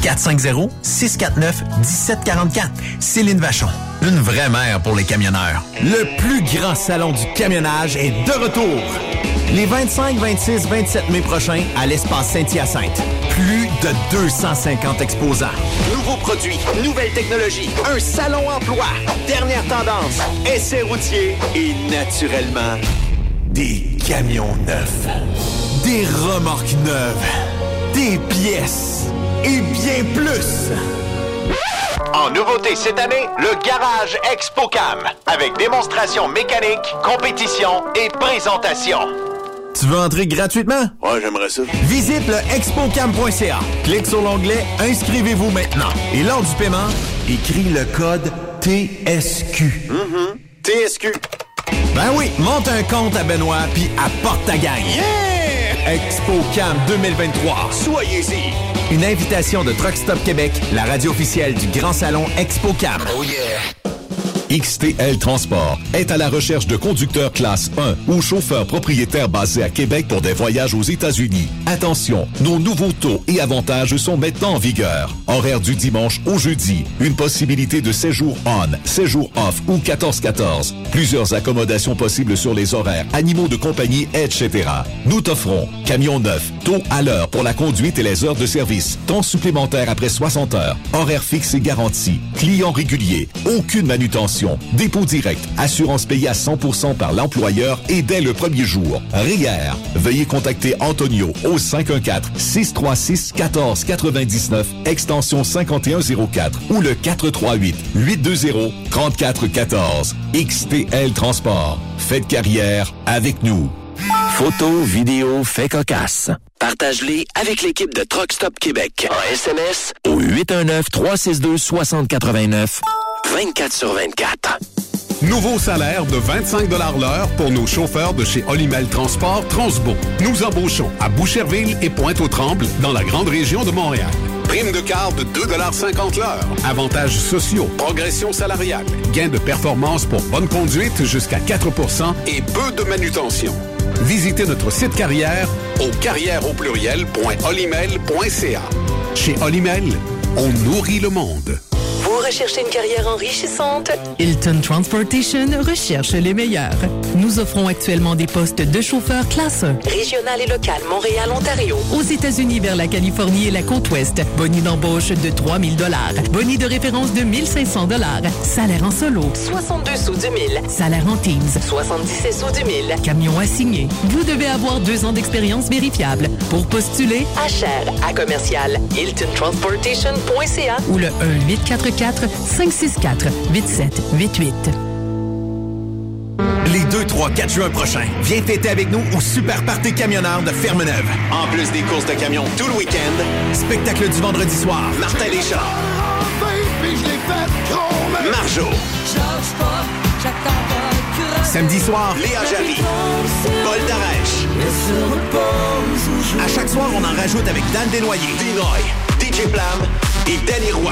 450-649-1744. Céline Vachon. Une vraie mère pour les camionneurs. Le plus grand salon du camionnage est de retour. Les 25, 26, 27 mai prochains à l'espace Saint-Hyacinthe. Plus de 250 exposants. Nouveaux produits, nouvelles technologies, un salon emploi, dernière tendance, essais routiers et naturellement, des camions neufs, des remorques neuves, des pièces et bien plus. En nouveauté cette année, le Garage ExpoCam, avec démonstration mécanique, compétition et présentation. Tu veux entrer gratuitement? Ouais, j'aimerais ça. Visite le expocam.ca. Clique sur l'onglet « Inscrivez-vous maintenant » et lors du paiement, écris le code TSQ. TSQ. Ben oui, monte un compte à Benoît puis apporte ta gang. Yeah! ExpoCam 2023. Soyez-y. Une invitation de Truck Stop Québec, la radio officielle du Grand Salon ExpoCam. Oh yeah! XTL Transport est à la recherche de conducteurs classe 1 ou chauffeurs propriétaires basés à Québec pour des voyages aux États-Unis. Attention, nos nouveaux taux et avantages sont maintenant en vigueur. Horaire du dimanche au jeudi. Une possibilité de séjour on, séjour off ou 14-14. Plusieurs accommodations possibles sur les horaires, animaux de compagnie, etc. Nous t'offrons camion neuf, taux à l'heure pour la conduite et les heures de service, temps supplémentaire après 60 heures, horaire fixe et garanti, client régulier, aucune manutention, dépôt direct, assurance payée à 100% par l'employeur et dès le premier jour. REER. Veuillez contacter Antonio au 514-636-1499, extension 5104 ou le 438-820-3414. XTL Transport. Faites carrière avec nous. Photos, vidéos, faits cocasses. Partage-les avec l'équipe de Truck Stop Québec. En SMS au 819-362-6089. 24/24. Nouveau salaire de 25 $ l'heure pour nos chauffeurs de chez Olimel Transport Transbo. Nous embauchons à Boucherville et Pointe-aux-Trembles dans la grande région de Montréal. Prime de quart de 2,50 $ l'heure. Avantages sociaux, progression salariale, gains de performance pour bonne conduite jusqu'à 4 % et peu de manutention. Visitez notre site carrière au carrière-au-pluriel.olimel.ca. Chez Olimel, on nourrit le monde. Vous recherchez une carrière enrichissante? Hilton Transportation recherche les meilleurs. Nous offrons actuellement des postes de chauffeur classe 1. Régional et local, Montréal, Ontario. Aux États-Unis vers la Californie et la côte ouest. Boni d'embauche de 3 000 $. Boni de référence de 1 500 $. Salaire en solo. 62 sous du 1000. Salaire en Teams. 77 sous du 1000. Camion assigné. Vous devez avoir 2 ans d'expérience vérifiable. Pour postuler, HR à commercial hiltontransportation.ca ou le 1-844-564-8788. Les 2, 3, 4 juin prochains, viens fêter avec nous au Super Party Camionneur de Fermeneuve. En plus des courses de camions tout le week-end, spectacle du vendredi soir, Martin Deschamps, Marjo. Samedi soir, Léa Jarry, Paul Darèche. À chaque soir, on en rajoute avec Dan Desnoyers, Dinoy, DJ Plam et Danny Roy.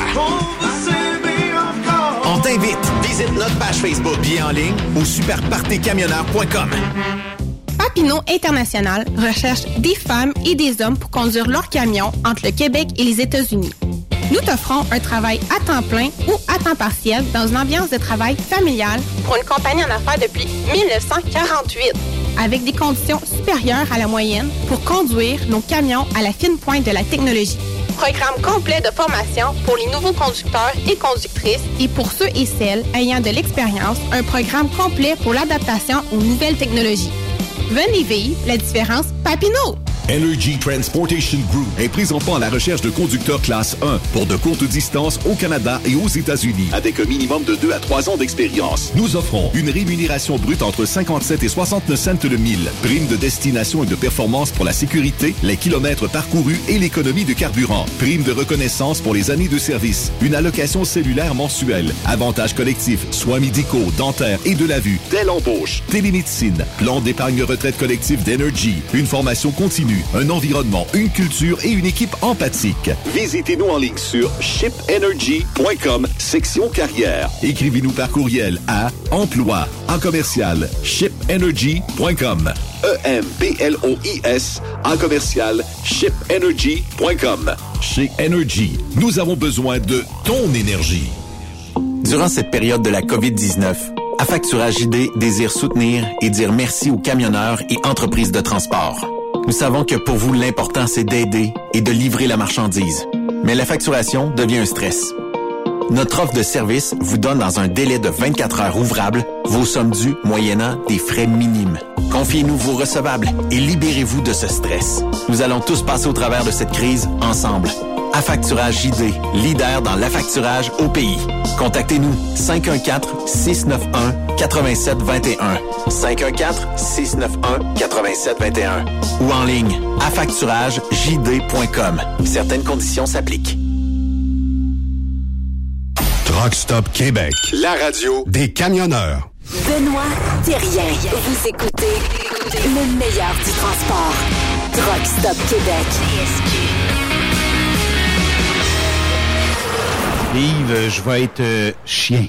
On t'invite. Visite notre page Facebook, bien en ligne ou superpartycamionneur.com. Papineau International recherche des femmes et des hommes pour conduire leur camion entre le Québec et les États-Unis. Nous t'offrons un travail à temps plein ou à temps partiel dans une ambiance de travail familiale pour une compagnie en affaires depuis 1948, avec des conditions supérieures à la moyenne pour conduire nos camions à la fine pointe de la technologie. Programme complet de formation pour les nouveaux conducteurs et conductrices et pour ceux et celles ayant de l'expérience, un programme complet pour l'adaptation aux nouvelles technologies. Venez vivre la différence Papineau! Energy Transportation Group est présentement à la recherche de conducteurs classe 1 pour de courtes distances au Canada et aux États-Unis avec un minimum de 2 à 3 ans d'expérience. Nous offrons une rémunération brute entre 57 et 69 cents le mille, prime de destination et de performance pour la sécurité, les kilomètres parcourus et l'économie de carburant, prime de reconnaissance pour les années de service, une allocation cellulaire mensuelle, avantages collectifs, soins médicaux, dentaires et de la vue, dès l'embauche, télémédecine, plan d'épargne retraite collectif d'Energy, une formation continue, un environnement, une culture et une équipe empathique. Visitez-nous en ligne sur shipenergy.com, section carrière. Écrivez-nous par courriel à emploi en commercial shipenergy.com. EMPLOIS en commercial shipenergy.com. Chez Energy, nous avons besoin de ton énergie. Durant cette période de la COVID-19, Affacturage ID désire soutenir et dire merci aux camionneurs et entreprises de transport. Nous savons que pour vous, l'important, c'est d'aider et de livrer la marchandise. Mais la facturation devient un stress. Notre offre de service vous donne dans un délai de 24 heures ouvrables vos sommes dues moyennant des frais minimes. Confiez-nous vos recevables et libérez-vous de ce stress. Nous allons tous passer au travers de cette crise ensemble. Affacturage JD, leader dans l'affacturage au pays. Contactez-nous 514-691-8721. 514-691-8721. Ou en ligne, affacturagejd.com. Certaines conditions s'appliquent. Truck Stop Québec, la radio des camionneurs. Benoît Thérien. Vous écoutez le meilleur du transport. Truck Stop Québec. Yves, je vais être chien.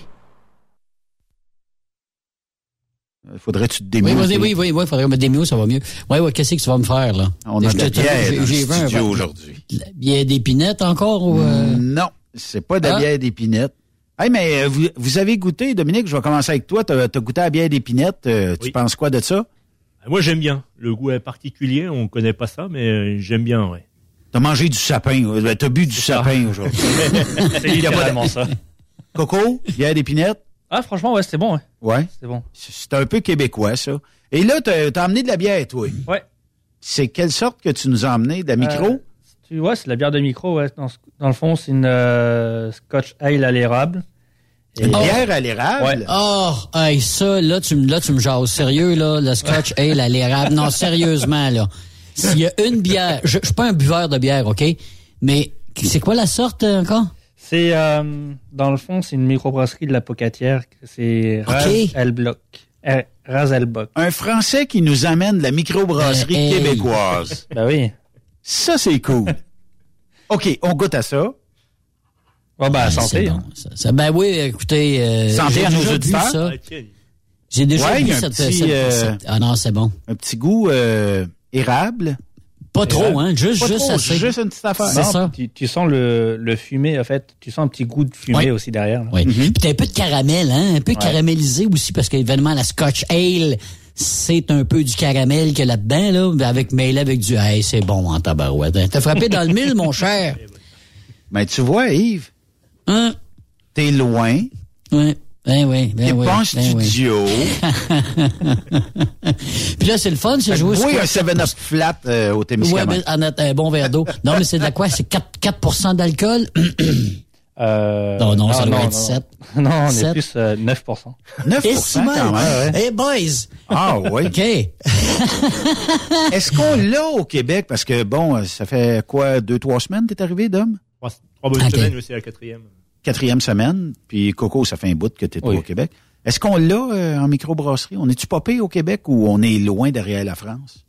Faudrait-tu te démouiller? Oui, faudrait me démouiller, ça va mieux. Oui, qu'est-ce que tu vas me faire, là? On a de la bière dans le studio aujourd'hui. La bière d'épinette encore? Ou Non, c'est pas de la bière d'épinette. Hey, mais vous avez goûté, Dominique, je vais commencer avec toi. T'as goûté à la bière d'épinette. Tu penses quoi de ça? Moi, j'aime bien. Le goût est particulier, on connaît pas ça, mais j'aime bien, ouais. T'as mangé du sapin. T'as bu du sapin aujourd'hui. C'est littéralement ça. Coco, bière d'épinette? Ah, franchement, ouais, c'était bon. Ouais. C'est bon. C'est un peu québécois, ça. Et là, t'as amené de la bière, toi. Ouais. C'est quelle sorte que tu nous as amené? De la micro? Ouais, c'est de la bière de micro, ouais. Dans le fond, c'est une Scotch Ale à l'érable. Une bière à l'érable? Ouais. Oh, hey, ça, là, tu me jases. Sérieux, là, la Scotch Ale à l'érable. Non, sérieusement, là. S'il y a une bière, je suis pas un buveur de bière, OK? Mais c'est quoi la sorte encore? C'est, dans le fond, c'est une microbrasserie de la Pocatière. C'est Razelbock. Un Français qui nous amène de la microbrasserie québécoise. Ben oui. Ça, c'est cool. OK, on goûte à ça. Oh, ben, santé. Bon, ça, ben oui, écoutez... santé à nos auditeurs. J'ai déjà vu cette... Ah non, c'est bon. Un petit goût érable. Pas trop, hein? Juste assez. Juste une petite affaire. C'est ça. Tu sens le fumé, en fait. Tu sens un petit goût de fumée aussi derrière. Là. Oui. Puis t'as un peu de caramel, hein? Un peu caramélisé aussi, parce qu'évidemment, la Scotch Ale, c'est un peu du caramel qu'il y a là-dedans, là, mêlé avec du... Hey, c'est bon en tabarouette. Hein? T'as frappé dans le mille, mon cher. Mais tu vois, Yves, t'es loin. Oui. Ben t'es pas en studio. Puis là, c'est le fun, c'est jouer... Oui, un 7-Up flat au Témiscamingue. Oui, un bon verre d'eau. Non, mais c'est de quoi? C'est 4% d'alcool? Non, ça doit être 7. Non, on est plus 9%. 9% quand même. Hey, boys! Ah oui. OK. Est-ce qu'on l'a au Québec? Parce que, bon, ça fait quoi, 2-3 semaines t'es arrivé, Dom? 3 bonnes semaines, c'est la 4e. 4e semaine, puis Coco, ça fait un bout que tu es au Québec. Est-ce qu'on l'a en microbrasserie? On est-tu popé au Québec ou on est loin derrière la France?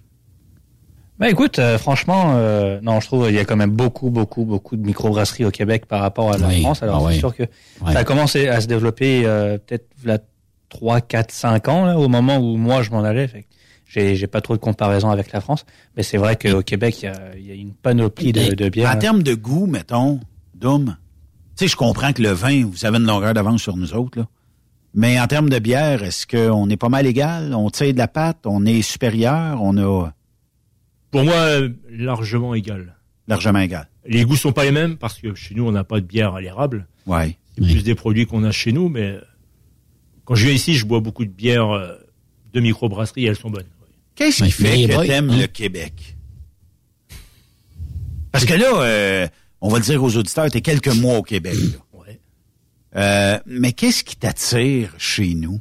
Ben écoute, franchement, non, je trouve qu'il y a quand même beaucoup de microbrasseries au Québec par rapport à la France. Alors c'est sûr que ça a commencé à se développer peut-être là 3, 4, 5 ans là, au moment où moi je m'en allais. Fait que j'ai pas trop de comparaison avec la France, mais c'est vrai qu'au Québec il y a une panoplie de bières. En termes de goût, mettons, Dom, tu sais, je comprends que le vin, vous avez une longueur d'avance sur nous autres, là. Mais en termes de bière, est-ce qu'on est pas mal égal? On tire de la pâte? On est supérieur? On a... Pour moi, largement égal. Largement égal. Les goûts sont pas les mêmes parce que chez nous, on n'a pas de bière à l'érable. Ouais. C'est plus des produits qu'on a chez nous, mais quand je viens ici, je bois beaucoup de bières de microbrasserie et elles sont bonnes. Qu'est-ce qui fait que t'aimes le Québec? Parce que là, on va le dire aux auditeurs, t'es quelques mois au Québec. Là. Ouais. Mais qu'est-ce qui t'attire chez nous?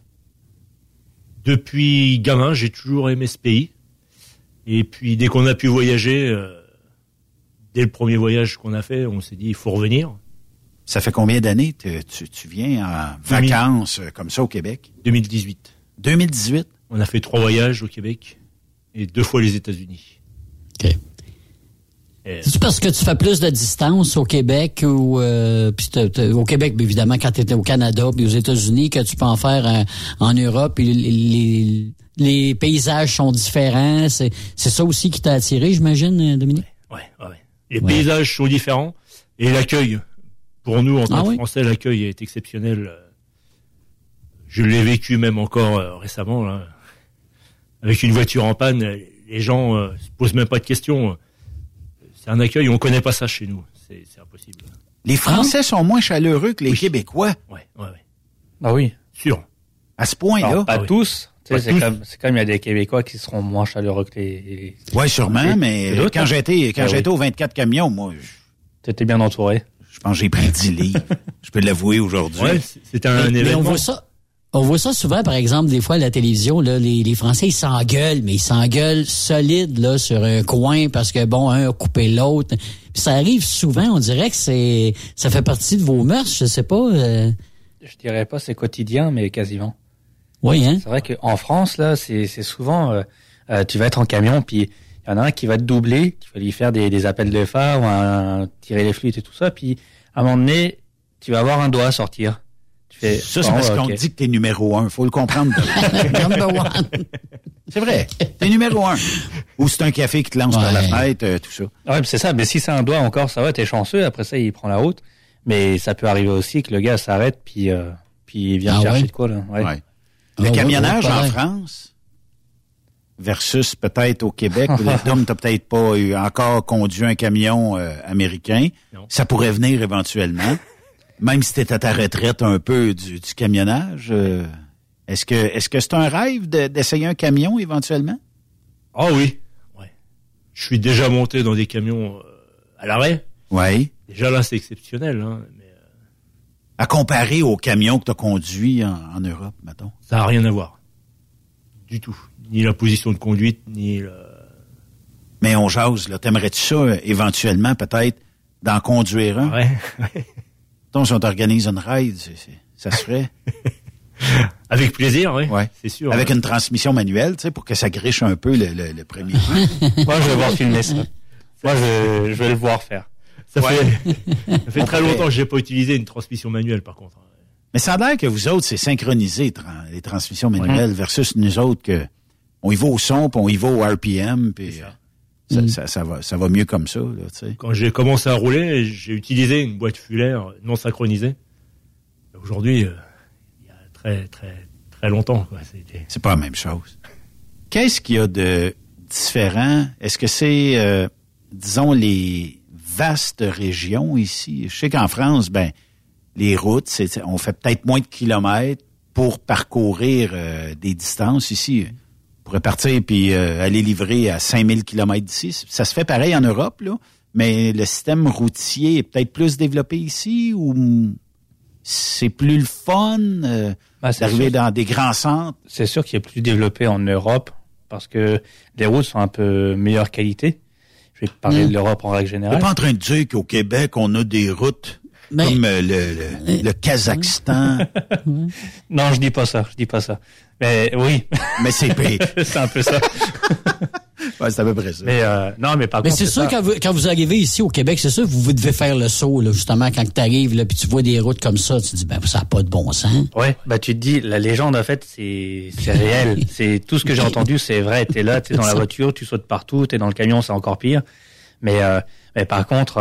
Depuis gamin, j'ai toujours aimé ce pays. Et puis, dès qu'on a pu voyager, dès le premier voyage qu'on a fait, on s'est dit, il faut revenir. Ça fait combien d'années tu viens en vacances comme ça au Québec? 2018. 2018? On a fait 3 voyages au Québec et 2 fois les États-Unis. OK. C'est parce que tu fais plus de distance au Québec ou au Québec, évidemment, quand tu étais au Canada puis aux États-Unis, que tu peux en faire en Europe, et les paysages sont différents. C'est ça aussi qui t'a attiré, j'imagine, Dominique? Ouais. Les paysages sont différents et l'accueil. Pour nous, en tant que Français, l'accueil est exceptionnel. Je l'ai vécu même encore récemment. Là. Avec une voiture en panne, les gens se posent même pas de questions. C'est un accueil, on connaît pas ça chez nous. C'est impossible. Les Français sont moins chaleureux que les Québécois. Ouais. Ah oui. Sûr. À ce point-là. Alors, pas tous. C'est comme il y a des Québécois qui seront moins chaleureux que les... Oui, sûrement, mais quand j'étais aux 24 camions, moi... T'étais bien entouré. Je pense que j'ai pris 10 livres. Je peux l'avouer aujourd'hui. Ouais, c'est un événement. On voit ça souvent, par exemple, des fois à la télévision, là, les Français, ils s'engueulent, mais ils s'engueulent solide là, sur un coin parce que, bon, un a coupé l'autre. Puis ça arrive souvent, on dirait que ça fait partie de vos mœurs, je sais pas. Je dirais pas c'est quotidien, mais quasiment. Oui, hein? C'est vrai qu'en France, là, c'est souvent, tu vas être en camion, puis il y en a un qui va te doubler, tu vas lui faire des appels de phare, ou tirer les flûtes et tout ça, puis à un moment donné, tu vas avoir un doigt à sortir. Ça, c'est parce qu'on dit que t'es numéro 1. Faut le comprendre. Number one. C'est vrai. T'es numéro 1. Ou c'est un café qui te lance par la fenêtre, tout ça. Ouais, c'est ça. Mais si c'est un doigt encore, ça va, t'es chanceux. Après ça, il prend la route. Mais ça peut arriver aussi que le gars s'arrête puis il vient chercher de quoi, là. Ouais. Le camionnage en France versus peut-être au Québec, où Tom t'as peut-être pas encore conduit un camion américain. Non. Ça pourrait venir éventuellement. Même si t'es à ta retraite un peu du camionnage, est-ce que c'est un rêve d'essayer un camion éventuellement? Ah oui. Ouais. Je suis déjà monté dans des camions à l'arrêt. Oui. Déjà là, c'est exceptionnel. Hein, mais, à comparer aux camions que tu as conduits en Europe, mettons. Ça n'a rien à voir. Du tout. Ni la position de conduite, ni le... Mais on jase, là. T'aimerais-tu ça, éventuellement, peut-être, d'en conduire un? Ouais. Si on t'organise une ride, ça se ferait. Avec plaisir, oui. Ouais. C'est sûr. Avec une transmission manuelle, tu sais, pour que ça griche un peu le premier. Moi, je vais voir filmer ça. Moi, je vais le voir faire. Ça fait très longtemps que j'ai pas utilisé une transmission manuelle, par contre. Mais ça a l'air que vous autres, c'est synchronisé, les transmissions manuelles, versus nous autres, que on y va au son, puis on y va au RPM, puis Ça va mieux comme ça. Là, tu sais. Quand j'ai commencé à rouler, j'ai utilisé une boîte filaire non synchronisée. Aujourd'hui, il y a très, très, très longtemps. Quoi. C'est pas la même chose. Qu'est-ce qu'il y a de différent? Est-ce que c'est, disons, les vastes régions ici? Je sais qu'en France, les routes, on fait peut-être moins de kilomètres pour parcourir des distances ici. On pourrait partir puis aller livrer à 5000 kilomètres d'ici. Ça se fait pareil en Europe, là, mais le système routier est peut-être plus développé ici ou c'est plus le fun d'arriver dans des grands centres? C'est sûr qu'il est plus développé en Europe parce que les routes sont un peu meilleure qualité. Je vais te parler de l'Europe en règle générale. T'es pas en train de dire qu'au Québec, on a des routes comme le Kazakhstan? Non, je dis pas ça. Mais oui. Mais c'est pire. C'est un peu ça. Ouais, c'est à peu près ça. Mais non, mais par contre, c'est sûr quand vous arrivez ici au Québec, c'est sûr que vous devez faire le saut là, justement quand tu arrives là puis tu vois des routes comme ça, tu te dis ça n'a pas de bon sens. Ouais, tu te dis la légende en fait c'est réel, c'est tout ce que j'ai entendu, c'est vrai, t'es là, t'es dans la voiture, tu sautes partout, t'es dans le camion, c'est encore pire. Mais par contre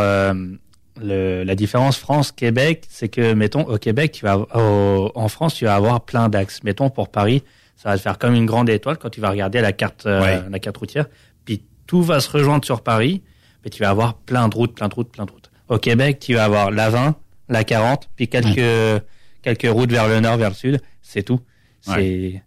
la différence France-Québec, c'est que mettons au Québec, en France, tu vas avoir plein d'axes. Mettons pour Paris, ça va te faire comme une grande étoile quand tu vas regarder la carte routière. Puis tout va se rejoindre sur Paris, mais tu vas avoir plein de routes. Au Québec, tu vas avoir la 20, la 40, puis quelques routes vers le nord, vers le sud. C'est tout. Il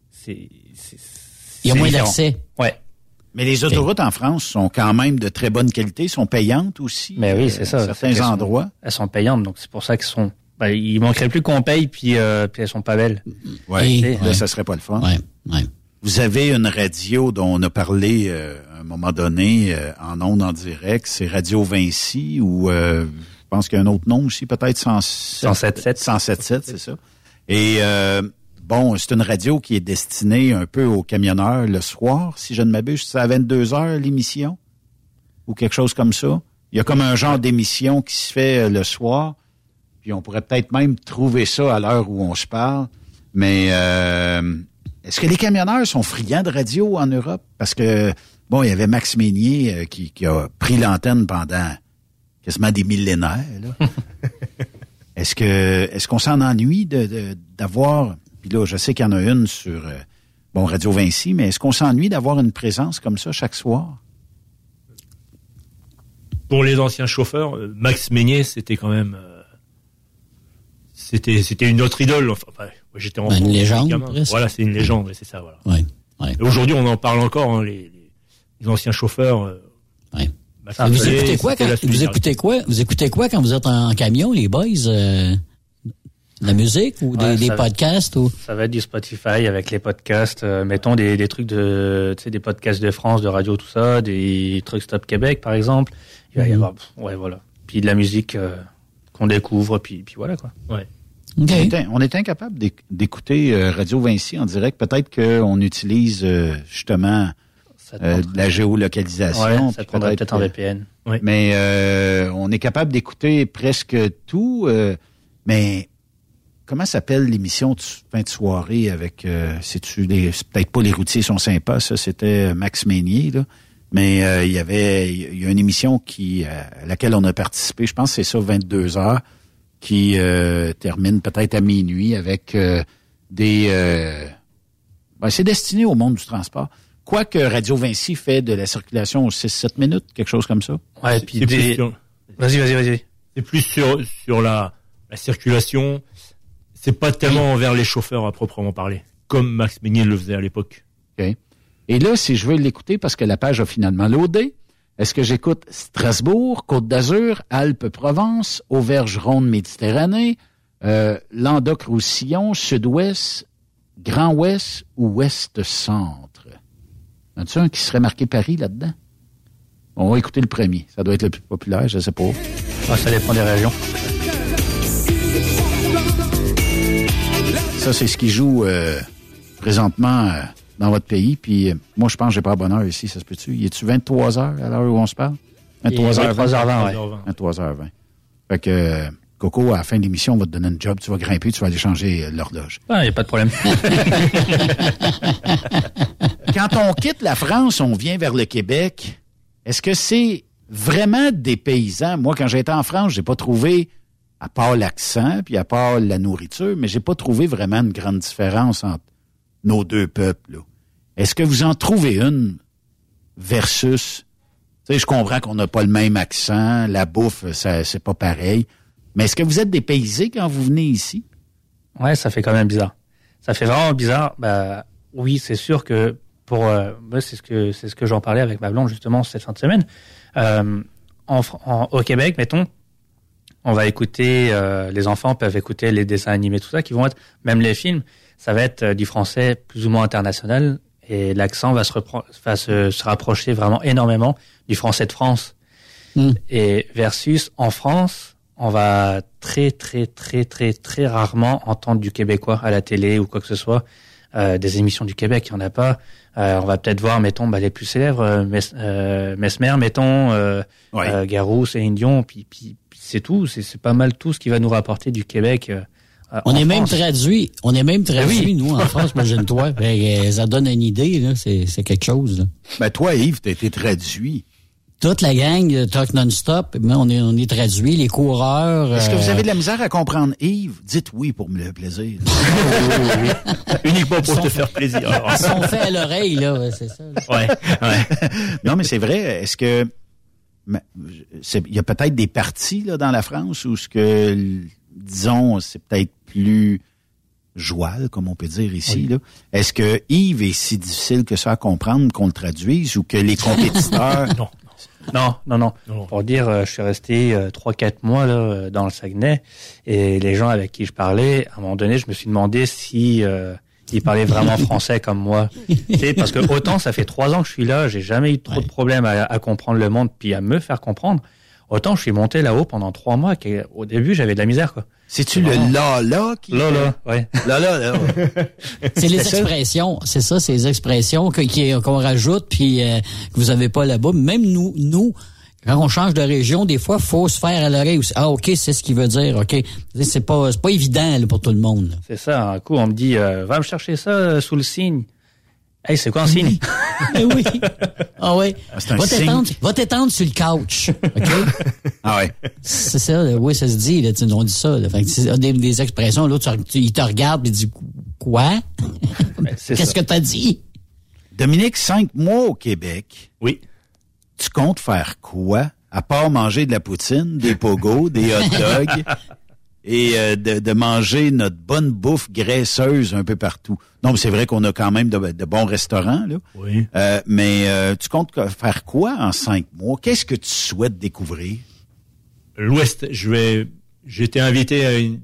y a moins d'accès. Ouais. Mais les autoroutes en France sont quand même de très bonne qualité, sont payantes aussi. Mais oui, c'est ça. Certains endroits. Elles sont payantes, donc c'est pour ça qu'elles sont. Il manquerait plus qu'on paye, puis elles sont pas belles. Oui, là, ça serait pas le fun. Ouais. Vous avez une radio dont on a parlé à un moment donné en ondes en direct, c'est Radio Vinci, ou je pense qu'il y a un autre nom aussi, peut-être 107.7. 107.7, c'est ça. Et c'est une radio qui est destinée un peu aux camionneurs le soir, si je ne m'abuse. C'est à 22h l'émission, ou quelque chose comme ça. Il y a comme un genre d'émission qui se fait le soir. Puis on pourrait peut-être même trouver ça à l'heure où on se parle. Mais est-ce que les camionneurs sont friands de radio en Europe? Parce que, il y avait Max Meignier qui a pris l'antenne pendant quasiment des millénaires. Là. Est-ce qu'on s'en ennuie d'avoir... Puis là, je sais qu'il y en a une sur Radio Vinci, mais est-ce qu'on s'ennuie d'avoir une présence comme ça chaque soir? Pour les anciens chauffeurs, Max Meignier, c'était quand même... C'était une autre idole. Enfin, j'étais enfant. Une légende. Voilà, c'est une légende, c'est ça. Voilà. Ouais. Et aujourd'hui, on en parle encore. Les anciens chauffeurs. Vous écoutez quoi quand vous êtes en camion, les boys? La musique ou des podcasts ou? Ça va être du Spotify avec les podcasts. Mettons des trucs des podcasts de France, de radio, tout ça, des trucs Stop Québec, par exemple. Il va y avoir, voilà. Puis de la musique qu'on découvre, puis voilà, quoi. Ouais. Okay. On est incapable d'écouter Radio Vinci en direct. Peut-être qu'on utilise justement de la géolocalisation. Ouais, ça prendrait peut-être un VPN. Oui. Mais on est capable d'écouter presque tout. Mais comment s'appelle l'émission de fin de soirée avec... c'est peut-être pas Les Routiers sont sympas, ça, c'était Max Meignier, là. Mais il y a une émission à laquelle on a participé, je pense que c'est ça, 22h, qui termine peut-être à minuit avec c'est destiné au monde du transport. Quoique Radio Vinci fait de la circulation aux 6-7 minutes, quelque chose comme ça. Ouais, puis Vas-y. C'est plus sur la circulation. C'est pas tellement envers les chauffeurs à proprement parler, comme Max Meignier le faisait à l'époque. OK. Et là, si je veux l'écouter, parce que la page a finalement loadé, est-ce que j'écoute Strasbourg, Côte d'Azur, Alpes-Provence, Auvergne-Rhône-Méditerranée, Languedoc-Roussillon, Sud-Ouest, Grand Ouest ou Ouest-Centre? Y en a-t-il un qui serait marqué Paris là-dedans? On va écouter le premier. Ça doit être le plus populaire, je sais pas. Ça dépend des régions. Ça, c'est ce qui joue présentement dans votre pays. Puis moi, je pense que j'ai pas bonne heure ici, ça se peut-tu? Y est-tu 23h à l'heure où on se parle? 23h20. 23h20. Fait que, Coco, à la fin de l'émission, on va te donner un job. Tu vas grimper, tu vas aller changer l'horloge. Ah, y a pas de problème. Quand on quitte la France, on vient vers le Québec. est-ce que c'est vraiment des paysans? Moi, quand j'étais en France, j'ai pas trouvé, à part l'accent, puis à part la nourriture, mais j'ai pas trouvé vraiment une grande différence entre nos deux peuples, là. Est-ce que vous en trouvez une versus... Tu sais, je comprends qu'on n'a pas le même accent, la bouffe, ça, c'est pas pareil. Mais est-ce que vous êtes dépaysés quand vous venez ici? Ouais, ça fait quand même bizarre. Ça fait vraiment bizarre. Bah, oui, c'est sûr que pour... moi, c'est ce que j'en parlais avec ma blonde, justement, cette fin de semaine. Au Québec, mettons, on va écouter... les enfants peuvent écouter les dessins animés, tout ça, qui vont être... Même les films, ça va être du français plus ou moins international, et l'accent va se rapprocher vraiment énormément du français de France. Et versus en France, on va très rarement entendre du québécois à la télé ou quoi que ce soit. Des émissions du Québec, il n'y en a pas. On va peut-être voir, mettons, les plus célèbres, Mesmer, mettons, Garou, Céline Dion, puis c'est tout. C'est pas mal tout ce qui va nous rapporter du Québec. On est même traduit, nous, en France, imagine-toi. Ça donne une idée, là. C'est quelque chose, là. Ben, toi, Yves, t'as été traduit. Toute la gang Talk Non-Stop, on est traduit, les coureurs. Est-ce que vous avez de la misère à comprendre Yves? Dites oui pour me le plaisir. Uniquement pour te faire plaisir. Ils sont faits à l'oreille, là, c'est ça. Ouais. Non, mais c'est vrai. Est-ce que il y a peut-être des parties là dans la France où ce que, disons, c'est peut-être plus joual, comme on peut dire ici, là. Est-ce que Yves est si difficile que ça à comprendre qu'on le traduise ou que les compétiteurs... Non. Pour dire, je suis resté 3-4 mois là dans le Saguenay et les gens avec qui je parlais, à un moment donné, je me suis demandé si ils parlaient vraiment français comme moi. C'est parce que autant ça fait 3 ans que je suis là, j'ai jamais eu trop de problèmes à comprendre le monde puis à me faire comprendre. Autant je suis monté là-haut pendant 3 mois qu'au début j'avais de la misère, quoi. C'est-tu le là qui... Là, ouais. Là. C'est les expressions, c'est ça, c'est les expressions qu'on rajoute puis que vous avez pas là-bas. Même nous, quand on change de région, des fois, faut se faire à l'oreille aussi. Ah, OK, c'est ce qu'il veut dire, OK. C'est pas évident là, pour tout le monde. Là. C'est ça, un coup, on me dit, va me chercher ça sous le signe. Hey, c'est quoi un signe? Oui. Ah oui. Va t'étendre sur le couch. OK? Ah ouais. C'est ça, oui, ça se dit, là, on dit ça. Là. Fait que c'est des expressions, là, il te regarde et dit quoi? Qu'est-ce que t'as dit? Dominique, 5 mois au Québec. Oui. Tu comptes faire quoi? À part manger de la poutine, des pogos, des hot dogs et de manger notre bonne bouffe graisseuse un peu partout. Non, mais c'est vrai qu'on a quand même de bons restaurants, là. Oui. Mais tu comptes faire quoi en 5 mois? Qu'est-ce que tu souhaites découvrir? L'Ouest. J'ai été invité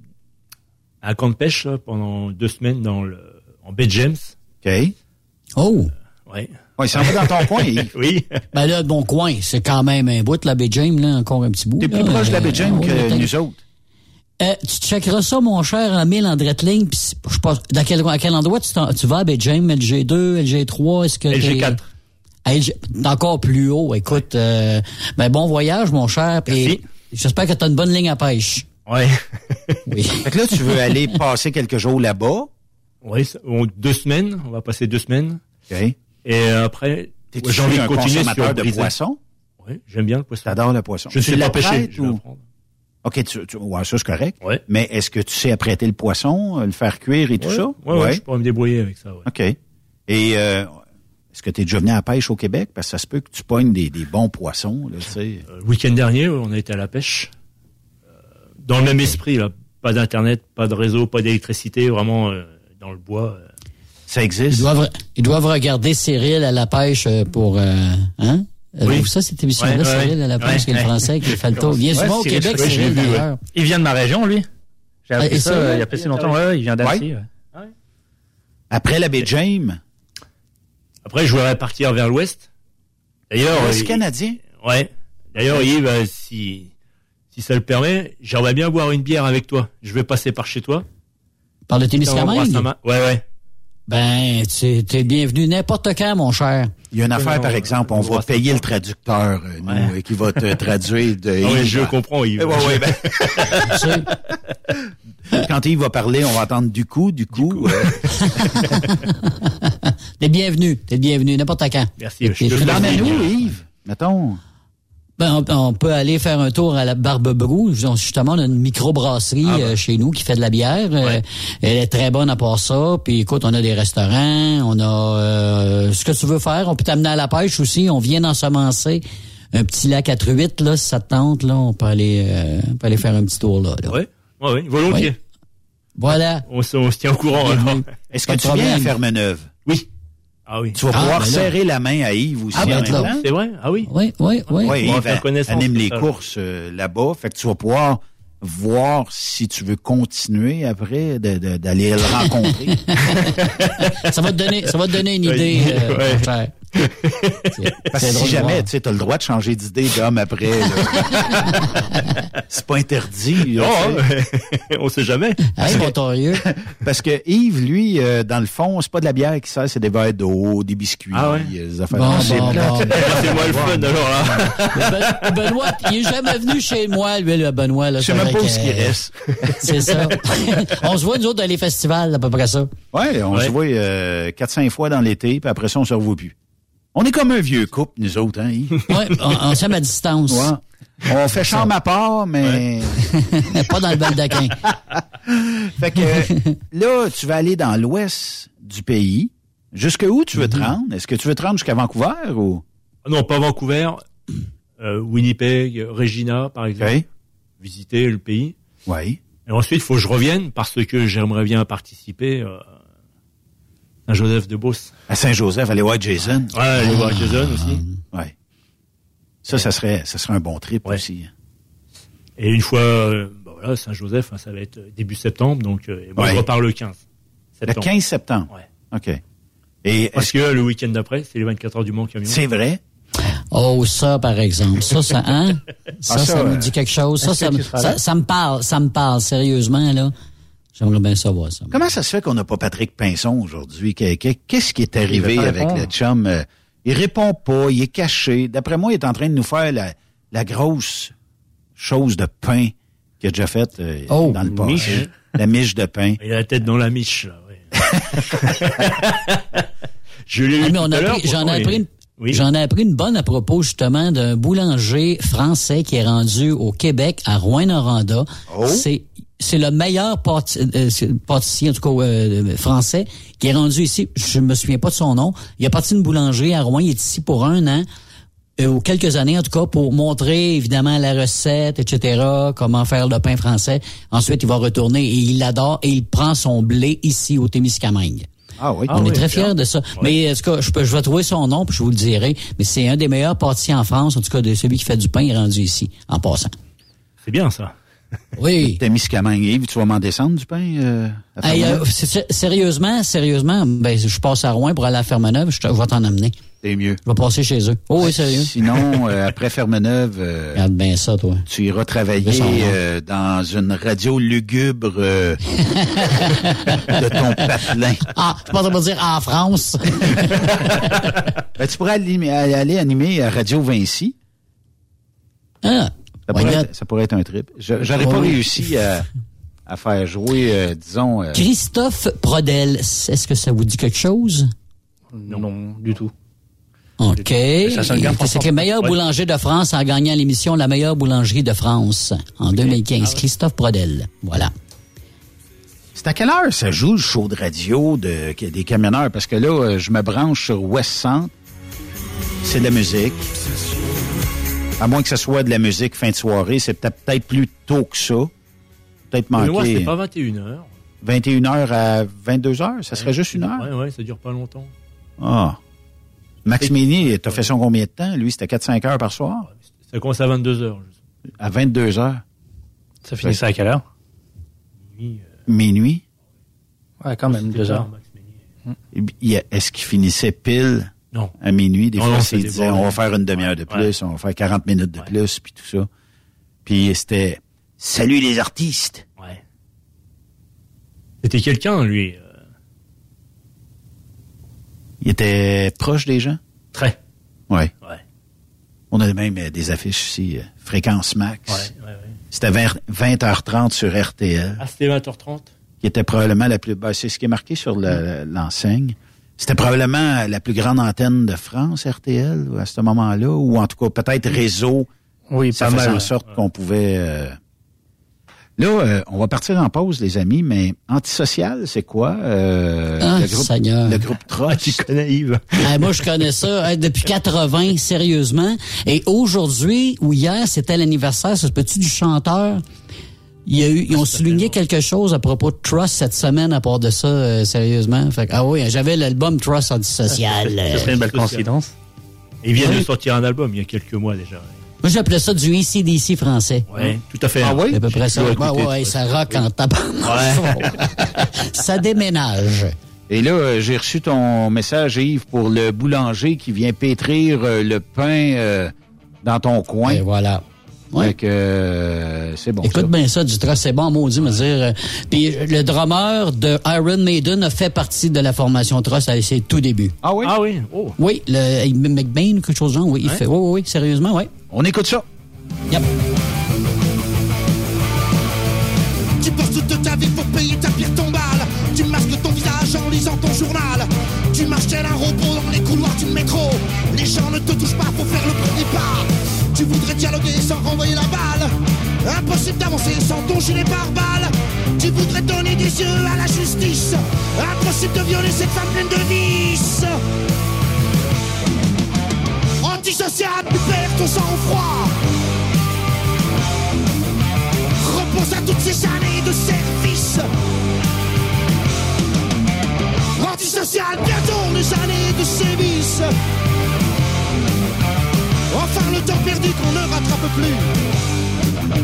à un camp de pêche là, pendant 2 semaines en baie James. OK. Oh! Oui. Ouais, ça va dans ton coin, Yves. Oui. Ben là, bon coin, c'est quand même un bout de la baie James, là, encore un petit bout. T'es plus proche de la baie James que nous autres. Tu checkeras ça, mon cher, en 1000 en direct ligne, puis je sais pas, à quel endroit tu vas à baie James, LG2, LG3, est-ce que LG4. T'es encore plus haut, écoute, ben bon voyage, mon cher, et j'espère que t'as une bonne ligne à pêche. Ouais. Oui. Fait que là, tu veux aller passer quelques jours là-bas? Oui, 2 semaines, on va passer 2 semaines. OK. Et après, j'ai envie de continuer sur de poisson? Oui, j'aime bien le poisson. T'adores le poisson. Je suis pas pêché, ou... OK, ouais, ça c'est correct. Ouais. Mais est-ce que tu sais apprêter le poisson, le faire cuire et tout ça? Ouais, je pourrais me débrouiller avec ça. Ouais. OK. Et est-ce que tu es déjà venu à la pêche au Québec? Parce que ça se peut que tu pognes des bons poissons. Là, tu sais. Le week-end dernier, on a été à la pêche. Dans le même esprit, là. Pas d'Internet, pas de réseau, pas d'électricité, vraiment dans le bois. Ça existe? Ils doivent regarder Cyril à la pêche pour... hein? Oui. Ça, cette émission-là, Cyril à la pêche, qui est le français, qui fait le tour. Il vient souvent au Québec, Cyril, d'ailleurs. Il vient de ma région, lui. J'ai appris ça il y a pas si longtemps. Ouais, il vient d'Annecy. Ouais. Après la baie James? Après, je voudrais partir vers l'ouest. D'ailleurs... C'est canadien? Ouais. D'ailleurs, Yves, si ça le permet, j'aimerais bien boire une bière avec toi. Je vais passer par chez toi. Par le Témiscamingue? Ouais. Ben, t'es bienvenu n'importe quand, mon cher. Il y a une affaire, par exemple, on va payer le traducteur, nous, qui va te traduire de Yves. Oui, je comprends, Yves. Quand Yves va parler, on va entendre du coup. T'es bienvenu, n'importe quand. Merci. Tu l'emmènes où, Yves? mettons? Ben, on peut aller faire un tour à la Barbe-Brou. Justement, on a une microbrasserie chez nous qui fait de la bière. Elle est très bonne à part ça. Puis écoute, on a des restaurants, on a ce que tu veux faire. On peut t'amener à la pêche aussi. On vient d'ensemencer un petit lac à truites, là, si ça te tente, là. On peut aller faire un petit tour là. Oui, volontiers. Ouais. Voilà. On se tient au courant. Alors. Est-ce que tu viens à Ferme-Neuve? Oui. Ah oui. Tu vas pouvoir serrer la main à Yves aussi. C'est vrai? Ah oui? Oui. Yves anime les courses là-bas. Fait que tu vas pouvoir voir si tu veux continuer après d'aller le rencontrer. ça va te donner une idée. Parce que si jamais, tu sais, as le droit de changer d'idée d'homme après. C'est pas interdit. On sait jamais. Parce que Yves, lui, dans le fond, c'est pas de la bière qui sert, c'est des verres d'eau, des biscuits, des affaires. C'est moi le fun, alors là. Benoît, il est jamais venu chez moi, lui, le Benoît. Là, je sais même pas où ce qu'il reste. C'est ça. On se voit, nous autres, dans les festivals, à peu près ça. Ouais, on se voit 4-5 fois dans l'été, puis après ça, on se revoit plus. On est comme un vieux couple, nous autres, hein, Yves? Oui, on s'aime à distance. Ouais. On fait chambre à part, mais... pas dans le baldaquin. Fait que là, tu vas aller dans l'ouest du pays. Jusque où tu veux te rendre? Est-ce que tu veux te rendre jusqu'à Vancouver ou? Non, pas Vancouver. Winnipeg, Regina, par exemple. Okay. Visiter le pays. Oui. Et ensuite, il faut que je revienne parce que j'aimerais bien participer Saint-Joseph-de-Beauce. À Saint-Joseph, aller voir Jason. Ouais, aller voir Jason aussi. Ouais. Ça serait un bon trip aussi. Et une fois, voilà, Saint-Joseph, ça va être début septembre, donc moi je repars le 15 septembre. Le 15 septembre? Ouais. OK. Et parce que le week-end d'après, c'est les 24 heures du Mont Camion. C'est vrai? Oh, ça, par exemple. Ça, hein? Ça me dit quelque chose. Ça me parle, sérieusement, là. J'aimerais bien savoir ça. Comment ça se fait qu'on n'a pas Patrick Pinson aujourd'hui? Qu'est-ce qui est arrivé avec le chum? Il répond pas, il est caché. D'après moi, il est en train de nous faire la grosse chose de pain qu'il a déjà faite dans le passé. La miche de pain. Il a la tête dans la miche, là. Je l'ai eu tout à l'heure. J'en ai appris une bonne à propos, justement, d'un boulanger français qui est rendu au Québec, à Rouyn-Noranda. Oh. C'est le meilleur pâtissier, en tout cas français, qui est rendu ici. Je me souviens pas de son nom. Il a parti une boulangerie à Rouen. Il est ici pour 1 an, ou quelques années en tout cas, pour montrer évidemment la recette, etc., comment faire le pain français. Ensuite, il va retourner et il l'adore et il prend son blé ici au Témiscamingue. Ah oui. On est très fiers de ça. Ouais. Mais en tout cas, je vais trouver son nom puis je vous le dirai. Mais c'est un des meilleurs pâtissiers en France, en tout cas de celui qui fait du pain, il est rendu ici, en passant. C'est bien ça. Oui. Témiscamingue, Yves, tu vas m'en descendre du pain? Sérieusement, ben je passe à Rouen pour aller à Ferme-Neuve, je vais t'en amener. C'est mieux. Je vais passer chez eux. Oh oui, sérieux. Sinon, après Ferme-Neuve, regarde bien ça, toi. Tu iras travailler dans une radio lugubre de ton patelin. Ah, tu peux pas dire en France. Ben, tu pourrais aller animer à Radio Vinci. Ah. Ça pourrait être un trip. J'aurais pas réussi à faire jouer, disons... Christophe Prodel, est-ce que ça vous dit quelque chose? Non, du tout. OK. C'est le meilleur boulanger de France en gagnant l'émission La meilleure boulangerie de France en 2015. Christophe Prodel. Voilà. C'est à quelle heure ça joue le show de radio des camionneurs? Parce que là, je me branche sur West Centre. C'est de la musique. À moins que ce soit de la musique fin de soirée, c'est peut-être plus tôt que ça. Peut-être manqué. Moi, c'est pas 21h. 21h à 22h? Ça serait juste 1 heure? Ouais, ça dure pas longtemps. Ah. Max Ménier, t'as fait son combien de temps? Lui, c'était 4-5 heures par soir? Ça commence à 22h. À 22h? Ça finissait à quelle heure? Minuit? Ouais, quand même, 2 heures. Est-ce qu'il finissait pile? Non. À minuit, des fois, il disait, on va faire une demi-heure de plus, on va faire 40 minutes de plus, puis tout ça. Puis c'était, salut les artistes. Ouais. C'était quelqu'un, lui. Il était proche des gens? Très. Ouais. On a même des affiches ici, Fréquence Max. Ouais. C'était vers 20h30 sur RTL. Ah, c'était 20h30? Qui était probablement la plus... c'est ce qui est marqué sur l'enseigne. C'était probablement la plus grande antenne de France, RTL, à ce moment-là, ou en tout cas peut-être réseau. Oui, ça pas faisait mal. en sorte qu'on pouvait... Là, on va partir en pause, les amis, mais Antisocial, c'est quoi? Le groupe Tross. Tu connais Yves? Moi, je connais ça depuis 80, sérieusement. Et aujourd'hui, ou hier, c'était l'anniversaire, ça se peut-tu, du chanteur? Ils ont souligné quelque chose à propos de Trust cette semaine à part de ça, sérieusement. Fait que, oui, j'avais l'album Trust Antisocial. Ce serait une belle coïncidence. Ils viennent de sortir un album il y a quelques mois déjà. Moi, j'appelais ça du AC/DC français. Oui, tout à fait. Ah oui? C'est à peu près ça. Ouais, ça rock en tapant. Ça déménage. Et là, j'ai reçu ton message, Yves, pour le boulanger qui vient pétrir le pain dans ton coin. Et voilà. Ouais. Fait que c'est bon. Écoute bien ça, du Tross, c'est bon, maudit, me dire. Puis le drummer de Iron Maiden a fait partie de la formation Tross à ses tout débuts. Ah oui? Ah oui? Oh. Oui, le McBain, quelque chose de genre, oui. Il fait, oui, sérieusement, oui. On écoute ça. Yep. Tu bosses toute ta vie pour payer ta pire tombale. Tu masques ton visage en lisant ton journal. Tu marches tel un robot dans les couloirs du métro. Les gens ne te touchent pas pour faire le premier pas. Tu voudrais dialoguer sans renvoyer la balle. Impossible d'avancer sans ton gilet pare-balles. Tu voudrais donner des yeux à la justice. Impossible de violer cette femme pleine de vices. Antisocial, tu perds ton sang-froid. Repose à toutes ces années de service. Antisocial, bientôt les années de sévices. Enfin le temps perdu qu'on ne rattrape plus.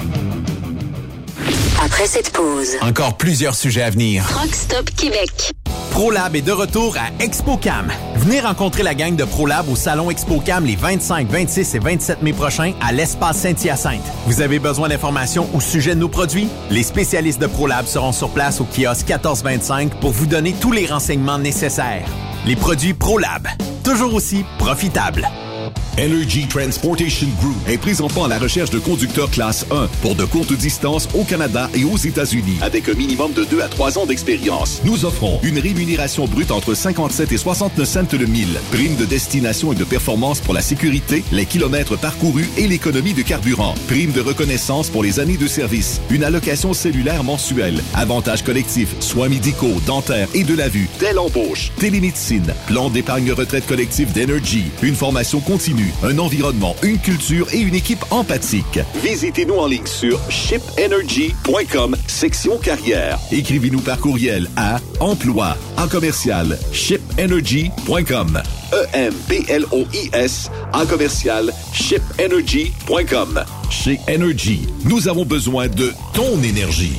Après cette pause, Encore plusieurs sujets à venir. Truck Stop Québec. ProLab est de retour à ExpoCam. Venez rencontrer la gang de ProLab au salon ExpoCam les 25, 26 et 27 mai prochains à l'espace Saint-Hyacinthe. Vous avez besoin d'informations au sujet de nos produits? Les spécialistes de ProLab seront sur place au kiosque 1425 pour vous donner tous les renseignements nécessaires. Les produits ProLab, toujours aussi profitables. Energy Transportation Group est présentement à la recherche de conducteurs classe 1 pour de courtes distances au Canada et aux États-Unis avec un minimum de 2 à 3 ans d'expérience. Nous offrons une rémunération brute entre 57 et 69 cents le mille, prime de destination et de performance pour la sécurité, les kilomètres parcourus et l'économie de carburant, prime de reconnaissance pour les années de service, une allocation cellulaire mensuelle, avantages collectifs, soins médicaux, dentaires et de la vue, telle embauche, télémédecine, plan d'épargne retraite collective d'Energy, une formation continue, un environnement, une culture et une équipe empathique. Visitez-nous en ligne sur shipenergy.com, section carrière. Écrivez-nous par courriel à emploi en commercial shipenergy.com. EMPLOIS en commercial shipenergy.com. Chez Energy, nous avons besoin de ton énergie.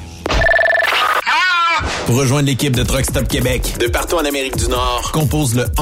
Pour rejoindre l'équipe de Truck Stop Québec, de partout en Amérique du Nord, compose le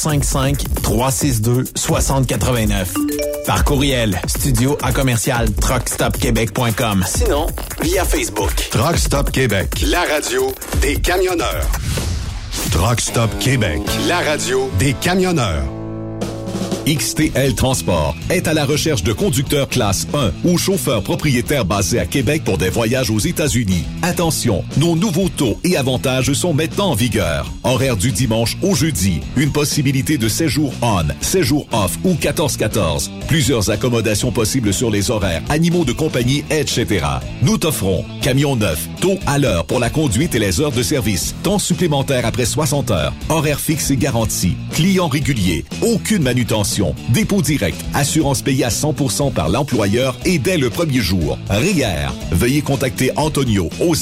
1-855-362-6089. Par courriel, studio@truckstopquebec.com. Sinon, via Facebook. Truck Stop Québec, la radio des camionneurs. Truck Stop Québec, la radio des camionneurs. XTL Transport est à la recherche de conducteurs classe 1 ou chauffeurs propriétaires basés à Québec pour des voyages aux États-Unis. Attention, nos nouveaux taux et avantages sont maintenant en vigueur. Horaire du dimanche au jeudi. Une possibilité de séjour on, séjour off ou 14-14. Plusieurs accommodations possibles sur les horaires, animaux de compagnie, etc. Nous t'offrons camion neuf, taux à l'heure pour la conduite et les heures de service, temps supplémentaire après 60 heures, horaire fixe et garanti, client régulier, aucune manutention, dépôt direct, assurance payée à 100% par l'employeur et dès le premier jour. REER. Veuillez contacter Antonio au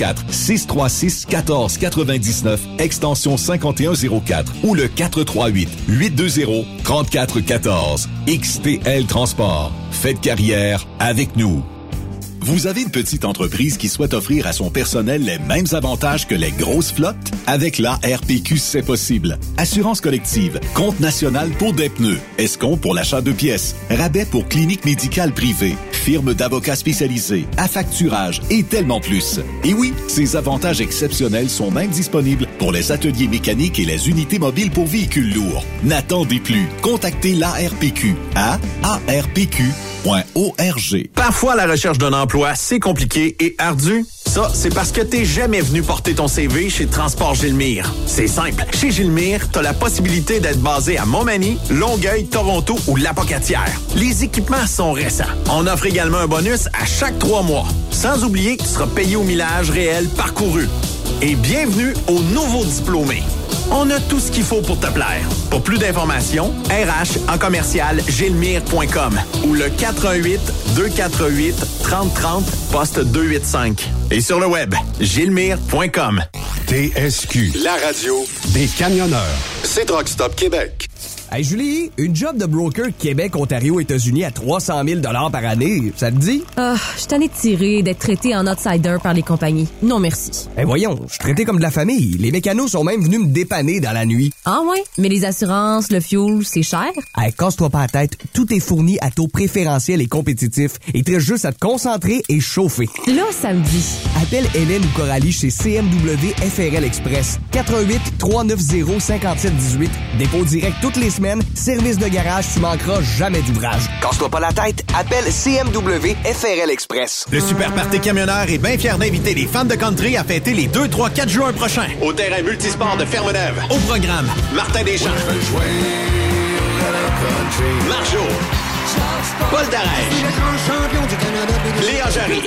514-636-1499, extension 5104 ou le 438-820-3414. XTL Transport. Faites carrière avec nous. Vous avez une petite entreprise qui souhaite offrir à son personnel les mêmes avantages que les grosses flottes? Avec la RPQ, c'est possible. Assurance collective, compte national pour des pneus, escompte pour l'achat de pièces, rabais pour clinique médicale privée, firme d'avocats spécialisés, affacturage et tellement plus. Et oui, ces avantages exceptionnels sont même disponibles pour les ateliers mécaniques et les unités mobiles pour véhicules lourds. N'attendez plus. Contactez l'ARPQ à arpq.org. Parfois, la recherche d'un emploi, c'est compliqué et ardu. Ça, c'est parce que t'es jamais venu porter ton CV chez Transport Gilmire. C'est simple. Chez Gilmire, t'as la possibilité d'être basé à Montmagny, Longueuil, Toronto ou Lapocatière. Les équipements sont récents. On offre également un bonus à chaque 3 mois. Sans oublier que tu seras payé au millage réel parcouru. Et bienvenue aux nouveaux diplômés. On a tout ce qu'il faut pour te plaire. Pour plus d'informations, RH en commercial gilmire.com ou le 418-248-3030 poste 285. Et sur le web, gilmire.com. TSQ, la radio des camionneurs. C'est Truck Stop Québec. Hey Julie, une job de broker Québec, Ontario, États-Unis à 300 000 par année, ça te dit? Ah, je suis tanné de tirer, d'être traité en outsider par les compagnies. Non merci. Eh voyons, je suis traité comme de la famille. Les mécanos sont même venus me dépanner dans la nuit. Ah ouais? Mais les assurances, le fuel, c'est cher? Hey, casse-toi pas la tête, tout est fourni à taux préférentiel et compétitif. Il te reste juste à te concentrer et chauffer. Là, ça me dit. Appelle Hélène ou Coralie chez CMW FRL Express. 418-390-5718. Dépôt direct toutes les semaines. Service de garage, tu manqueras jamais d'ouvrage. Casse-toi pas la tête, appelle CMW FRL Express. Le Super Party Camionneur est bien fier d'inviter les fans de country à fêter les 2, 3, 4 juin prochains. Au terrain multisport de Ferme-Neuve. Au programme, Martin Deschamps. Marjo. Paul Darèche. Léa Jarry.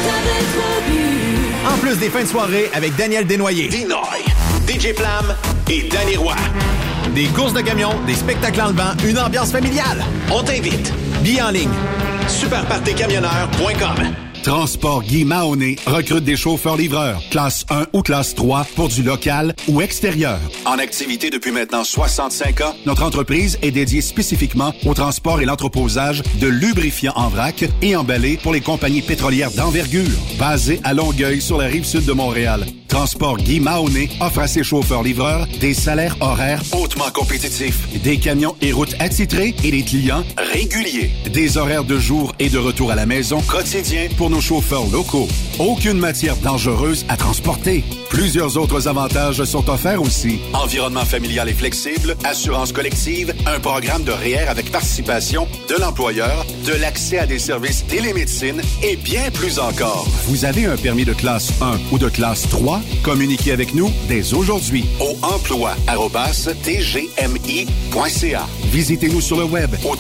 En plus des fins de soirée avec Daniel Desnoyers. Dinoy. DJ Flamme et Danny Roy. Des courses de camions, des spectacles en levant, une ambiance familiale. On t'invite. Billets en ligne. Superpartycamionneur.com. Transport Guy Mahoney recrute des chauffeurs-livreurs, classe 1 ou classe 3 pour du local ou extérieur. En activité depuis maintenant 65 ans, notre entreprise est dédiée spécifiquement au transport et l'entreposage de lubrifiants en vrac et emballés pour les compagnies pétrolières d'envergure, basées à Longueuil sur la rive sud de Montréal. Transport Guy Mahoney offre à ses chauffeurs-livreurs des salaires horaires hautement compétitifs, des camions et routes attitrés et des clients réguliers, des horaires de jour et de retour à la maison quotidiens pour nos chauffeurs locaux. Aucune matière dangereuse à transporter. Plusieurs autres avantages sont offerts aussi. Environnement familial et flexible, assurance collective, un programme de REER avec participation de l'employeur, de l'accès à des services télémédecine et bien plus encore. Vous avez un permis de classe 1 ou de classe 3? Communiquez avec nous dès aujourd'hui au emploi@tgmi.ca. Visitez-nous sur le web au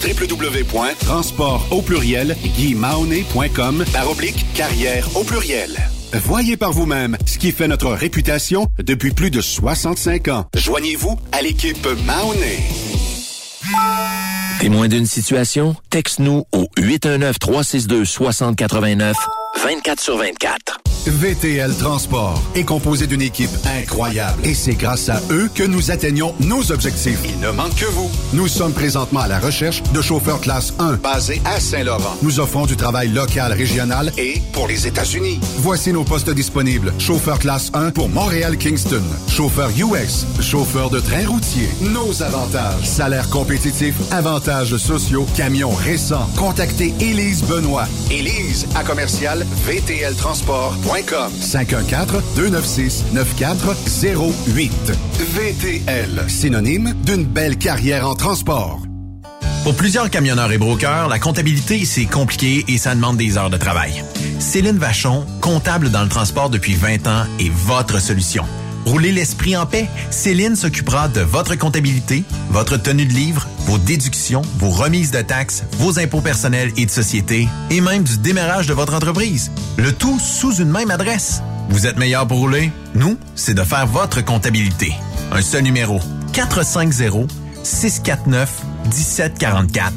www.transport-au-pluriel-guimahoney.com/carrière-au-pluriel. Voyez par vous-même ce qui fait notre réputation depuis plus de 65 ans. Joignez-vous à l'équipe Mahoney. Témoin d'une situation? Texte-nous au 819-362-6089, 24/24. VTL Transport est composé d'une équipe incroyable et c'est grâce à eux que nous atteignons nos objectifs. Il ne manque que vous. Nous sommes présentement à la recherche de chauffeurs classe 1 basés à Saint-Laurent. Nous offrons du travail local, régional et pour les États-Unis. Voici nos postes disponibles. Chauffeur classe 1 pour Montréal-Kingston. Chauffeur US. Chauffeur de train routier. Nos avantages. Salaire compétitif. Avantages sociaux. Camions récents. Contactez Élise Benoît. Élise à commercial VTLtransport.com 514-296-9408. VTL, synonyme d'une belle carrière en transport. Pour plusieurs camionneurs et brokers, la comptabilité, c'est compliqué et ça demande des heures de travail. Céline Vachon, comptable dans le transport depuis 20 ans, est votre solution. Roulez l'esprit en paix. Céline s'occupera de votre comptabilité, votre tenue de livre, vos déductions, vos remises de taxes, vos impôts personnels et de société, et même du démarrage de votre entreprise. Le tout sous une même adresse. Vous êtes meilleur pour rouler? Nous, c'est de faire votre comptabilité. Un seul numéro. 450-649-1744.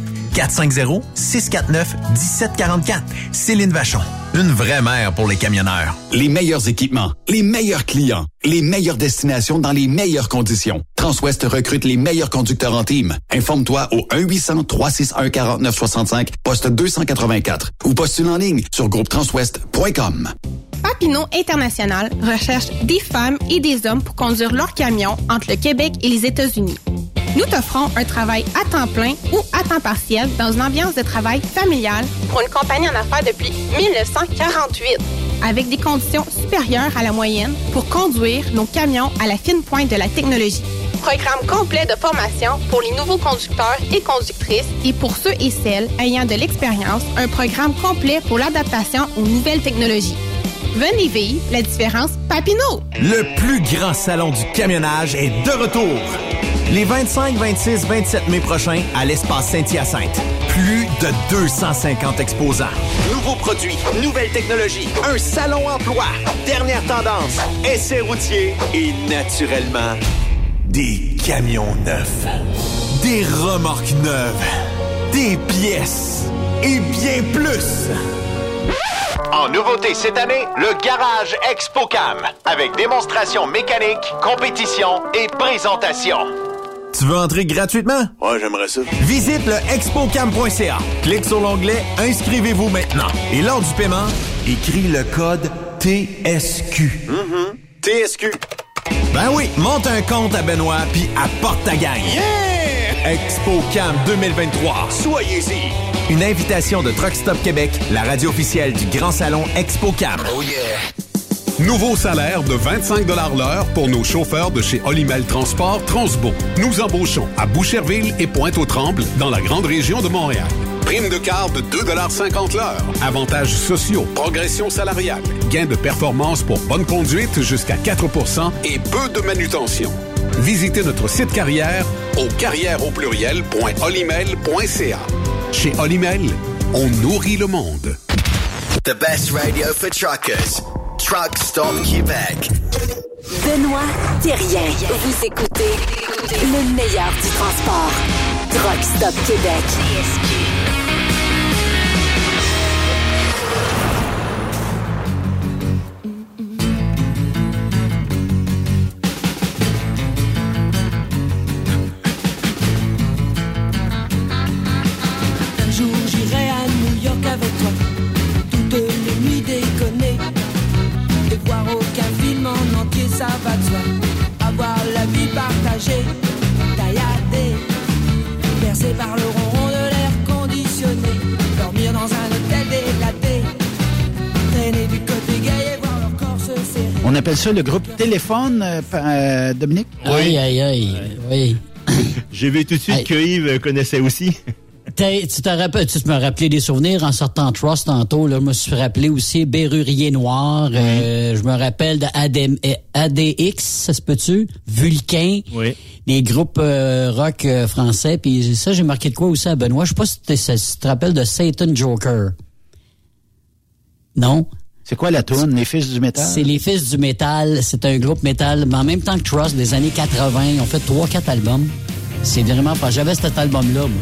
450-649-1744. Céline Vachon. Une vraie mère pour les camionneurs. Les meilleurs équipements, les meilleurs clients, les meilleures destinations dans les meilleures conditions. Transwest recrute les meilleurs conducteurs en team. Informe-toi au 1-800-361-4965, poste 284 ou postule en ligne sur groupetranswest.com. Papineau International recherche des femmes et des hommes pour conduire leur camion entre le Québec et les États-Unis. Nous t'offrons un travail à temps plein ou à temps partiel dans une ambiance de travail familiale pour une compagnie en affaires depuis 1948, avec des conditions supérieures à la moyenne pour conduire nos camions à la fine pointe de la technologie. Programme complet de formation pour les nouveaux conducteurs et conductrices et pour ceux et celles ayant de l'expérience, un programme complet pour l'adaptation aux nouvelles technologies. Venez vivre la différence Papineau. Le plus grand salon du camionnage est de retour. Les 25, 26, 27 mai prochains à l'espace Saint-Hyacinthe. Plus de 250 exposants. Nouveaux produits, nouvelles technologies, un salon emploi, dernière tendance, essais routiers et naturellement, des camions neufs, des remorques neuves, des pièces et bien plus. En nouveauté cette année, le Garage ExpoCam, avec démonstration mécanique, compétition et présentation. Tu veux entrer gratuitement? Ouais, j'aimerais ça. Visite le expocam.ca. Clique sur l'onglet « Inscrivez-vous maintenant » et lors du paiement, écris le code TSQ. TSQ. Ben oui, monte un compte à Benoît puis apporte ta gagne. Yeah! ExpoCam 2023. Soyez-y. Une invitation de Truck Stop Québec, la radio officielle du Grand Salon ExpoCam. Oh yeah! Nouveau salaire de 25 $ l'heure pour nos chauffeurs de chez Olimel Transport Transbo. Nous embauchons à Boucherville et Pointe-aux-Trembles dans la grande région de Montréal. Prime de quart de 2,50 $ l'heure. Avantages sociaux, progression salariale, gains de performance pour bonne conduite jusqu'à 4 % et peu de manutention. Visitez notre site carrière au carrièreaupluriel.olimel.ca. Chez Olimel, on nourrit le monde. The best radio for truckers. Truck Stop Québec. Benoît Thérien. Vous écoutez le meilleur du transport. Truck Stop Québec. Un jour j'irai à New York avec toi. Toutes les nuits déconner. Et voir aucun film en entier, ça va de soi. Avoir la vie partagée, tailladée, bercée par le ronron de l'air conditionné. Dormir dans un hôtel délaté, traîner du côté gay et voir leur corps se serrer. On appelle ça le groupe Téléphone, Dominique? Oui, oui. J'ai vu tout de suite que Yves connaissait aussi. Tu me rappelais des souvenirs en sortant de Trust tantôt. Là, je me suis rappelé aussi Bérurier Noir. Je me rappelle de ADX, ça se peut-tu? Vulcain. Oui. Les groupes rock français. Puis ça, j'ai marqué de quoi aussi à Benoît? Je sais pas si tu te rappelles de Satan Joker. Non? C'est quoi la tourne? Les Fils du Métal? C'est Les Fils du Métal. C'est un groupe métal, mais en même temps que Trust, des années 80. Ils ont fait 3-4 albums. C'est vraiment pas... J'avais cet album-là, moi.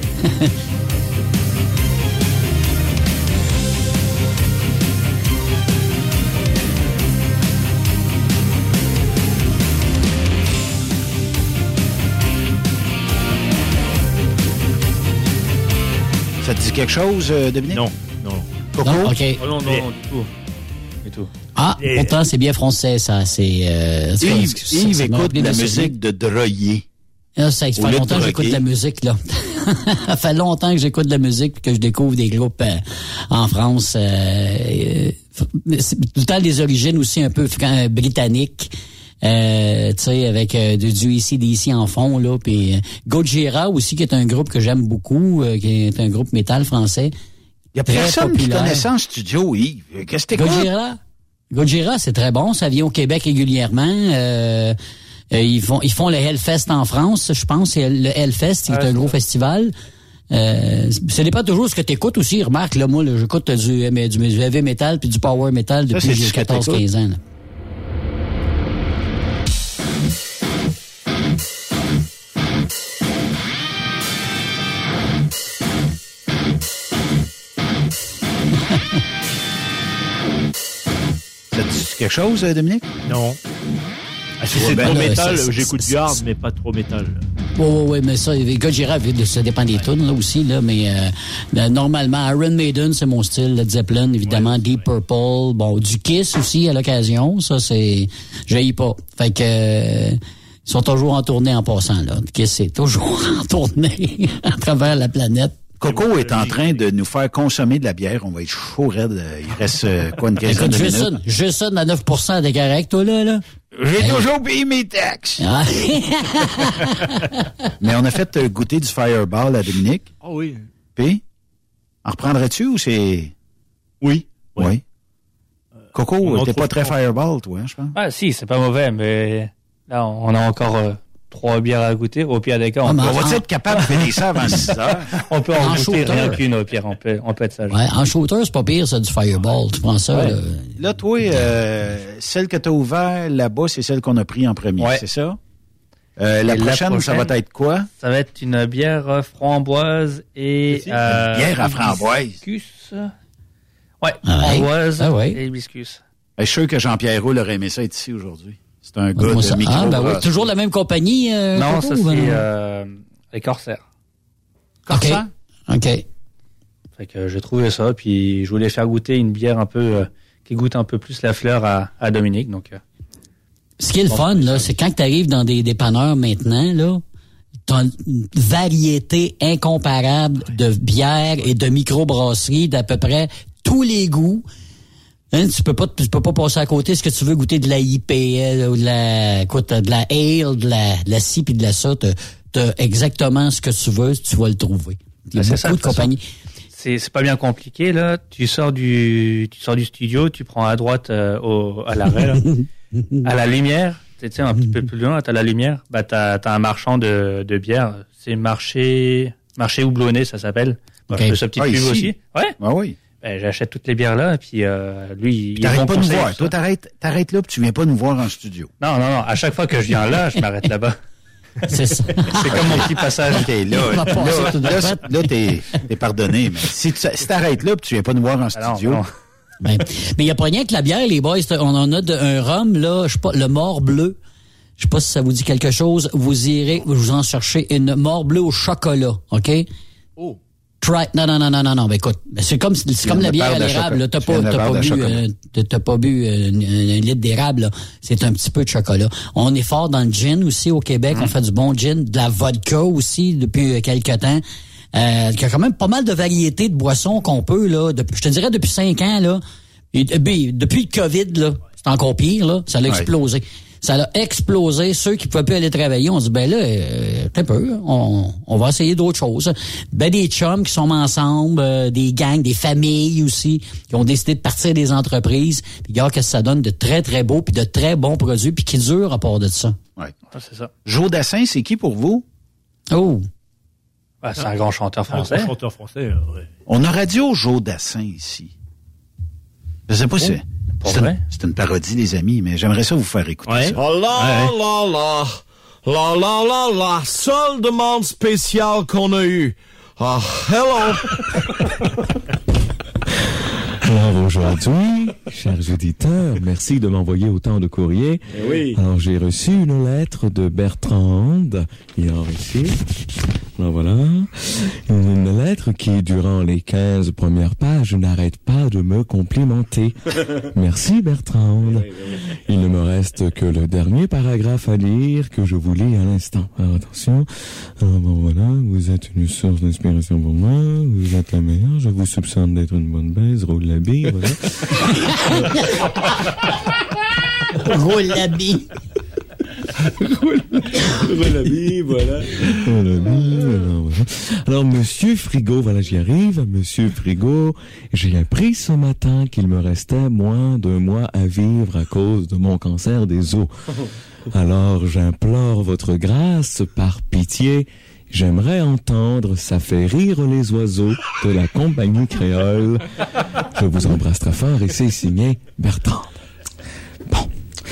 Ça te dit quelque chose, Dominique? Non. Coco? Non, OK. Oh, non, du tout. Et tout. Ah, pourtant, c'est bien français, ça. C'est... Yves écoute la musique de Droyer. Là, ça fait longtemps que j'écoute de la musique, là. Ça fait longtemps que j'écoute de la musique et que je découvre des groupes en France. C'est tout le temps des origines aussi un peu britanniques. Tu sais, avec du AC/DC en fond, là. Puis Gojira aussi, qui est un groupe que j'aime beaucoup, qui est un groupe métal français. Il y a personne qui connaît ça en studio, Yves. Qu'est-ce que t'écoutes? Gojira, c'est très bon. Ça vient au Québec régulièrement. Ils font le Hellfest en France, je pense. C'est le Hellfest, qui est un gros festival. Ce n'est pas toujours ce que tu écoutes aussi. Remarque, là, moi, j'écoute du heavy metal puis du power metal depuis j'ai 14-15 ans. Là. Ça te dit quelque chose, Dominique? Non. C'est trop métal, j'écoute du hard, mais pas trop métal. Oui, mais ça, Gojira, ça dépend des tunes, là, aussi, là, mais normalement, Iron Maiden, c'est mon style, Led Zeppelin, évidemment, Deep Purple, bon, du Kiss aussi, à l'occasion, ça, c'est... J'haïs pas. Fait que... ils sont toujours en tournée en passant, là. Kiss, c'est toujours en tournée à travers la planète. Coco est en train de nous faire consommer de la bière. On va être chaud raide. Il reste une quinzaine de minutes. Juste ça, à 9%, t'es correct, toi, là? J'ai toujours payé mes taxes. Ah. Mais on a fait goûter du Fireball à Dominique. Ah oui. Puis, en reprendrais-tu ou c'est... Oui. Oui. Coco, t'es pas très Fireball, toi, je pense. Ah, si, c'est pas mauvais, mais là, on a encore 3 bières à goûter. Au pire des cas, on va être capable de finir ça avant 6 heures? On peut en goûter rien qu'une, au pire. On peut être sage. Ouais, en shooter, c'est pas pire, ça, du Fireball. Tu prends ça, ouais. Là, toi, celle que t'as ouvert là-bas, c'est celle qu'on a pris en premier, c'est ça? La prochaine, ça va être quoi? Ça va être une bière framboise et... une bière à framboise? Hibiscus. Ouais, framboise et hibiscus. Je suis sûr que Jean-Pierre Roux aurait aimé ça être ici aujourd'hui. C'est un gars de micro. Ah, ben oui, toujours la même compagnie? Non, Coco, ça c'est les Corsaires. Corsaires? OK. Fait que j'ai trouvé ça, puis je voulais faire goûter une bière un peu... qui goûte un peu plus la fleur à Dominique, donc... Ce qui est le fun, là, c'est quand tu arrives dans des dépanneurs maintenant, là, t'as une variété incomparable de bières et de microbrasseries d'à peu près tous les goûts. Hein, tu peux pas passer à côté. Est-ce que tu veux goûter de la IPA ou de la ale, de la ci puis de la ça, t'as exactement ce que tu veux, tu vas le trouver. Il y a beaucoup de compagnies. C'est pas bien compliqué, là. Tu sors du studio, tu prends à droite, à l'arrêt, là. À la lumière, tu sais, un petit peu plus loin, t'as la lumière, bah, t'as un marchand de bière. C'est marché houblonné, ça s'appelle. Okay. Je fais sa petite pub aussi. Ouais. Ah oui. Ben, j'achète toutes les bières là, puis lui, il t'arrêtes pas de nous voir. Toi, t'arrêtes là, puis tu viens pas nous voir en studio. Non. À chaque fois que je viens là, je m'arrête là-bas. C'est ça. C'est comme mon petit passage. OK, là, t'es pardonné, mais si t'arrêtes là, puis tu viens pas nous voir en studio. Non. Ben, mais il n'y a pas rien que la bière, les boys. On en a un rhum, là, je sais pas, le Mort Bleu. Je sais pas si ça vous dit quelque chose. Vous irez vous en chercher une Mort Bleu au chocolat, OK? Oh. Non. Ben, écoute, c'est comme la bière à l'érable. T'as pas bu un litre d'érable, là. C'est un petit peu de chocolat. On est fort dans le gin aussi au Québec. On fait du bon gin, de la vodka aussi depuis quelque temps. Il y a quand même pas mal de variétés de boissons qu'on peut, là. Je te dirais depuis 5 ans, là. Et, depuis le COVID, là, c'est encore pire, là. Ça a explosé. Ça a explosé. Ceux qui pouvaient plus aller travailler, on dit, ben là, un peu, on va essayer d'autres choses. Ben, des chums qui sont ensemble, des gangs, des familles aussi, qui ont décidé de partir des entreprises. Puis, regarde que ça donne de très, très beaux puis de très bons produits puis qui durent à part de ça. Ouais. C'est ça. Joe Dassin, c'est qui pour vous? Oh! Ah, c'est un grand chanteur français. Un grand chanteur français, ouais. On a radio Joe Dassin ici. Je sais pas si c'est une parodie, les amis, mais j'aimerais ça vous faire écouter ça. Oh la, seule demande spéciale qu'on a eue. Ah, hello! Alors aujourd'hui, chers auditeurs, merci de m'envoyer autant de courriers. Oui. Alors j'ai reçu une lettre de Bertrande, il est ici. Alors voilà, une lettre qui, durant les 15 premières pages, n'arrête pas de me complimenter. Merci Bertrande. Il ne me reste que le dernier paragraphe à lire que je vous lis à l'instant. Alors attention, bon voilà, vous êtes une source d'inspiration pour moi, vous êtes la meilleure, je vous soupçonne d'être une bonne baise, roule la bille, voilà. Roule la bille. Voilà. Alors, Monsieur Frigo, voilà, j'y arrive. Monsieur Frigo, j'ai appris ce matin qu'il me restait moins d'1 mois à vivre à cause de mon cancer des os. Alors, j'implore votre grâce, par pitié. J'aimerais entendre « Ça fait rire les oiseaux » de la compagnie créole. Je vous embrasse très fort et c'est signé Bertrand. Bon.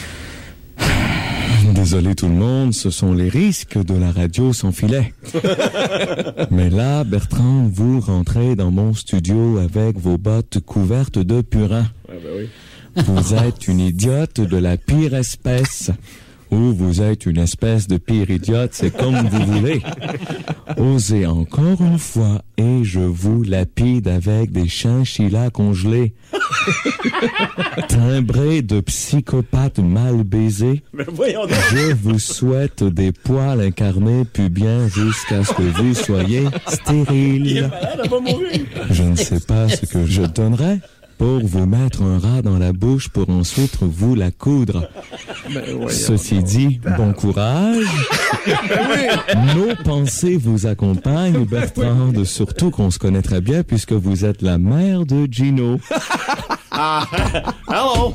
Désolé tout le monde, ce sont les risques de la radio sans filet. Mais là, Bertrand, vous rentrez dans mon studio avec vos bottes couvertes de purin. Ouais, ben oui. Vous êtes une idiote de la pire espèce. Ou vous êtes une espèce de pire idiote, c'est comme vous voulez. Osez encore une fois et je vous lapide avec des chinchillas congelés. Timbré de psychopathes mal baisés. Mais voyons donc. Je vous souhaite des poils incarnés pubiens jusqu'à ce que vous soyez stériles. Il est malade, elle va mourir. Je ne sais pas ce que je donnerais pour vous mettre un rat dans la bouche pour ensuite vous la coudre. Ceci dit, bon courage. Nos pensées vous accompagnent, Bertrande, surtout qu'on se connaît très bien puisque vous êtes la mère de Gino. Hello!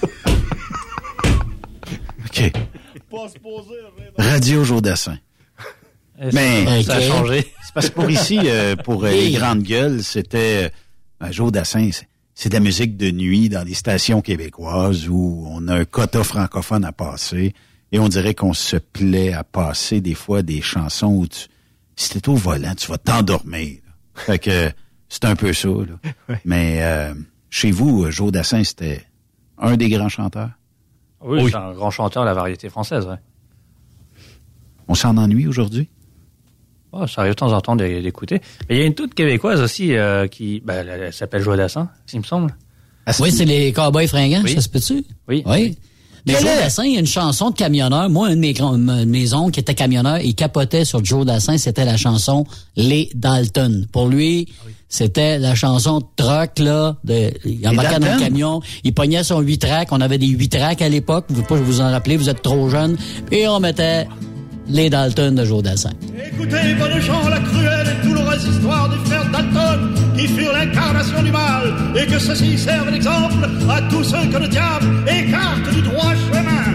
OK. Radio Jodassin. Mais ça a changé. C'est parce que pour ici, pour les grandes gueules, c'était Jodassin, c'est de la musique de nuit dans les stations québécoises où on a un quota francophone à passer et on dirait qu'on se plaît à passer des fois des chansons où si t'es au volant, tu vas t'endormir. Là. Fait que c'est un peu ça. Là. Ouais. Mais chez vous, Jodassin, c'était un des grands chanteurs? Oui, c'est un grand chanteur de la variété française. Ouais. On s'en ennuie aujourd'hui? Oh, ça arrive de temps en temps d'écouter. Mais il y a une toute québécoise aussi qui elle s'appelle Jodassin, il me semble. Oui, c'est les Cowboys fringants, ça se peut-tu? Oui. Mais Jodassin, il y a une chanson de camionneur. Moi, un de mes oncles qui était camionneur, il capotait sur Jodassin, c'était la chanson Les Dalton. Pour lui, c'était la chanson de truck, là. Il embarquait dans le camion, il pognait son 8-track. On avait des 8-tracks à l'époque. Vous pouvez pas vous en rappeler, vous êtes trop jeune. Et on mettait Les Dalton de Jodassin. Écoutez, bonnes gens, la cruelle et douloureuse histoire des frères Dalton qui furent l'incarnation du mal et que ceci serve d'exemple à tous ceux que le diable écarte du droit chemin.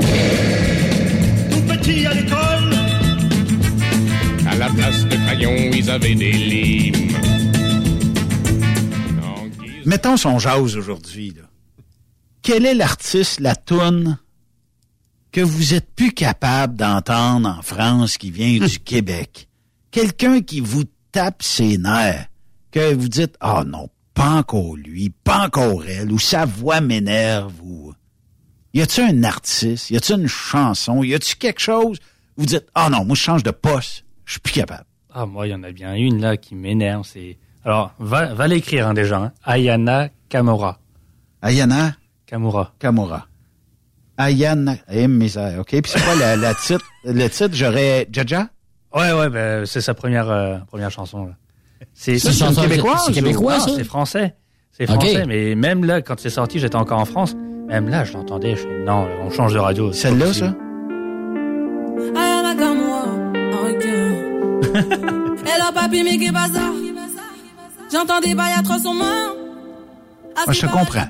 Tout petit à l'école, à la place de crayons, ils avaient des limes. Mettons son jase aujourd'hui, là. Quel est l'artiste, la toune que vous êtes plus capable d'entendre en France qui vient du Québec? Quelqu'un qui vous tape ses nerfs, que vous dites, ah non, pas encore lui, pas encore elle, ou sa voix m'énerve, ou... Y a-tu un artiste, y a-tu une chanson, y a-tu quelque chose, vous dites, ah non, moi je change de poste, je suis plus capable. Ah, moi, il y en a bien une là qui m'énerve, c'est... Alors, va l'écrire déjà, hein. Ayana Kamura. Ayana? Kamura. Ayana, misère, OK. Puis c'est quoi le titre, j'aurais Jaja? Ouais, c'est sa première chanson, là. C'est québécois? C'est québécois, ça? C'est français. C'est français, okay. Mais même là, quand c'est sorti, j'étais encore en France. Même là, je l'entendais, je fais, non, on change de radio. Celle-là, ça? Ayana Kamura, hello papi, mais qu'est-ce que ça? J'entends des bails à 300 mains. Moi, je te comprends.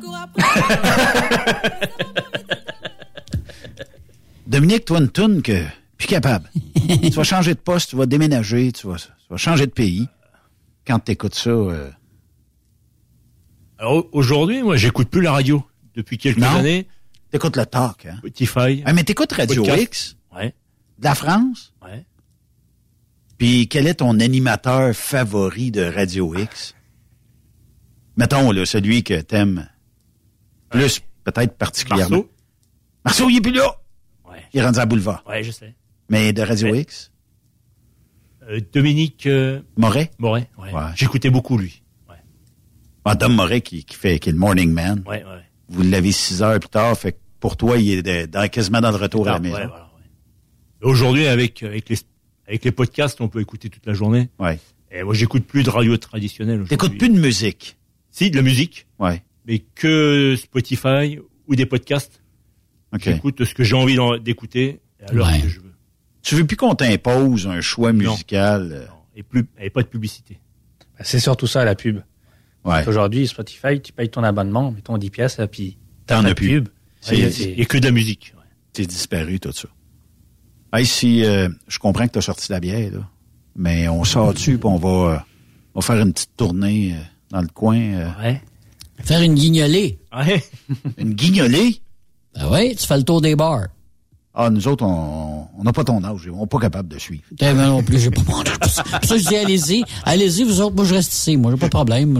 Dominique, toi, une toune que plus capable. Tu vas changer de poste, tu vas déménager, tu vas changer de pays. Quand tu écoutes ça... Alors, aujourd'hui, moi, j'écoute plus la radio depuis quelques années. T'écoutes le talk, hein? Spotify. Ah, mais t'écoutes Radio X? Ouais. De la France? Ouais. Puis, quel est ton animateur favori de Radio X? Mettons, là, celui que t'aimes plus, peut-être particulièrement. Marceau, il est plus là! Ouais. Il est rendu à Boulevard. Ouais, je sais. Mais de Radio X? Dominique... Moret? Ouais. J'écoutais beaucoup, lui. Ouais. Ah, Dom Moret qui est le morning man. Ouais. Vous l'avez 6 heures plus tard, fait que pour toi, il est quasiment dans le retour à la maison. Ouais. Aujourd'hui, avec les podcasts, on peut écouter toute la journée. Ouais. Et moi, j'écoute plus de radio traditionnelle. T'écoutes plus de musique? Si, de la musique. Ouais. Mais que Spotify ou des podcasts. Okay. J'écoute ce que j'ai envie d'écouter à l'heure que je veux. Tu veux plus qu'on t'impose un choix musical? Non. Et pas de publicité. C'est surtout ça, la pub. Ouais. Aujourd'hui, Spotify, tu payes ton abonnement, mettons 10 pièces, puis t'en as plus. Pub. Il y a que de la musique. Ouais. C'est disparu, tout ça. Hey, si, je comprends que t'as sorti la bière, là. Mais on sort dessus, puis on va faire une petite tournée dans le coin. Ouais. Faire une guignolée. Ouais. Une guignolée? Ben oui, tu fais le tour des bars. Ah, nous autres, on n'a pas ton âge. On n'est pas capable de suivre. Ben non plus, j'ai pas mon âge. Pour ça, je dis, allez-y, vous autres, moi, je reste ici. Moi, j'ai pas de problème.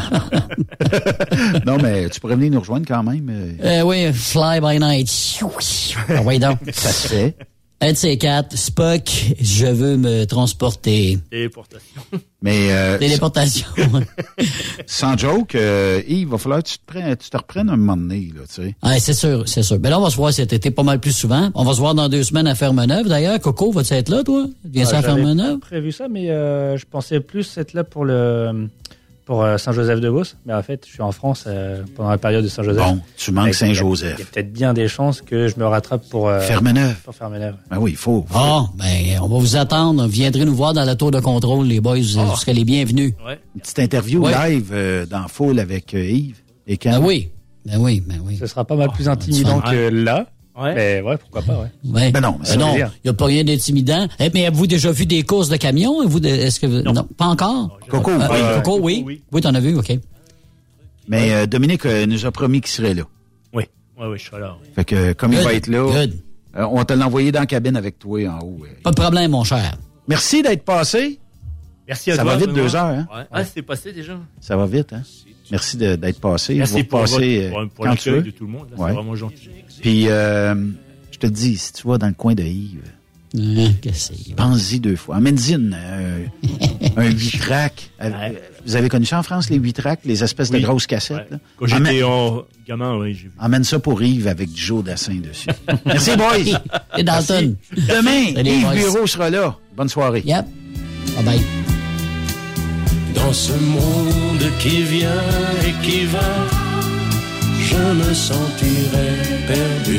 Non, mais tu pourrais venir nous rejoindre quand même. Oui, fly by night. Ah, ouais, donc. Ça se fait. Un de ces quatre, Spock, je veux me transporter. Téléportation. Mais téléportation. Sans joke, Yves, il va falloir que tu te reprennes un moment donné, là, tu sais. Ah, c'est sûr. Ben là, on va se voir cet été pas mal plus souvent. On va se voir dans 2 semaines à Ferme-Neuve, d'ailleurs. Coco, vas-tu être là, toi? Viens-tu à Ferme-Neuve? J'avais prévu ça, mais je pensais plus être là pour Saint-Joseph-de-Beauce. Mais en fait, je suis en France pendant la période de Saint-Joseph. Bon, tu manques Saint-Joseph. Il y a peut-être bien des chances que je me rattrape pour Ferme-Neuve. Pour Ferme-Neuve. Ben oui, il faut. Ah, ben, on va vous attendre. Vous viendrez nous voir dans la tour de contrôle, les boys. Vous serez les bienvenus. Ouais. Une petite interview live dans Foule avec Yves. Et quand? Ben oui. Ce sera pas mal plus intimidant que là. Ouais. Mais ouais, pourquoi pas, ouais. Ouais. Ben non, il n'y a pas rien d'intimidant. Mais avez-vous déjà vu des courses de camions? Est-ce que non, pas encore? Coco. Coco, oui. Oui, t'en as vu, OK. Mais Dominique nous a promis qu'il serait là. Oui, je serai là. Oui. Fait que comme il va être là, on va te l'envoyer dans la cabine avec toi en haut. Pas de problème, mon cher. Merci d'être passé. Merci à toi. Ça va vite, 2 heures. Hein? Ouais. Ah, c'est passé déjà. Ça va vite, hein? Merci d'être passé. Merci pour passer pour l'accueil de tout le monde. Là, c'est vraiment gentil. Puis, je te dis, si tu vas dans le coin de Yves, pense-y 2 fois. Amène-y un 8-track. Vous avez connu ça en France, les 8-tracks, les espèces de grosses cassettes? Ouais. Quand j'étais gamin, oui, j'ai vu. Amène ça pour Yves avec du Joe Dassin dessus. Merci, boys. Et Dalton. Demain, Yves Bureau sera là. Bonne soirée. Yep. Bye-bye. Dans ce monde qui vient et qui va, je me sentirai perdu.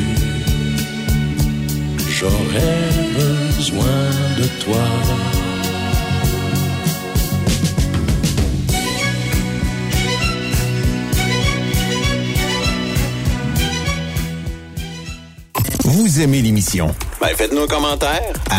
J'aurais besoin de toi. Vous aimez l'émission? Ben, faites-nous un commentaire à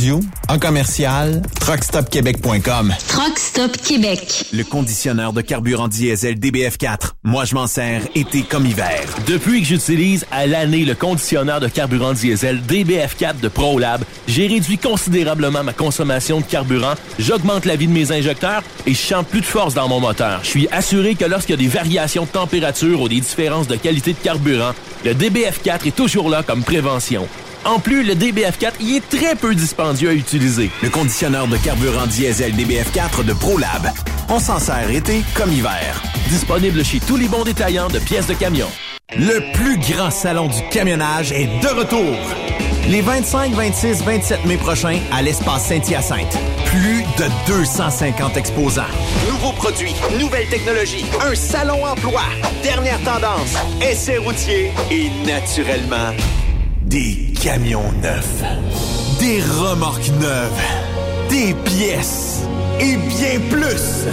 studio@truckstopquebec.com. Truck Stop Québec. Le conditionneur de carburant diesel DBF4. Moi, je m'en sers été comme hiver. Depuis que j'utilise à l'année le conditionneur de carburant diesel DBF4 de ProLab, j'ai réduit considérablement ma consommation de carburant, j'augmente la vie de mes injecteurs et je sens plus de force dans mon moteur. Je suis assuré que lorsqu'il y a des variations de température ou des différences de qualité de carburant, le DBF4 est toujours là comme prévention. En plus, le DBF4 y est très peu dispendieux à utiliser. Le conditionneur de carburant diesel DBF4 de ProLab. On s'en sert été comme hiver. Disponible chez tous les bons détaillants de pièces de camion. Le plus grand salon du camionnage est de retour. Les 25, 26, 27 mai prochains à l'espace Saint-Hyacinthe. Plus de 250 exposants. Nouveaux produits, nouvelles technologies, un salon emploi, dernière tendance, essais routiers et naturellement, des camions neufs. Des remorques neuves. Des pièces. Et bien plus.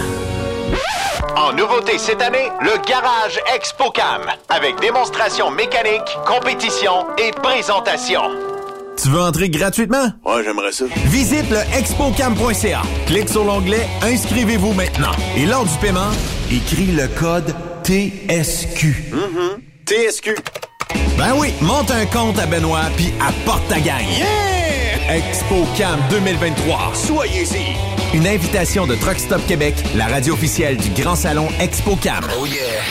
En nouveauté cette année, le Garage ExpoCam, avec démonstration mécanique, compétition et présentation. Tu veux entrer gratuitement? Ouais, j'aimerais ça. Visite le expocam.ca. Clique sur l'onglet « Inscrivez-vous maintenant ». Et lors du paiement, écris le code TSQ. TSQ. Ben oui, monte un compte à Benoît puis apporte ta gang. Yeah! ExpoCam 2023. Soyez-y. Une invitation de Truck Stop Québec, la radio officielle du Grand Salon ExpoCam. Oh yeah!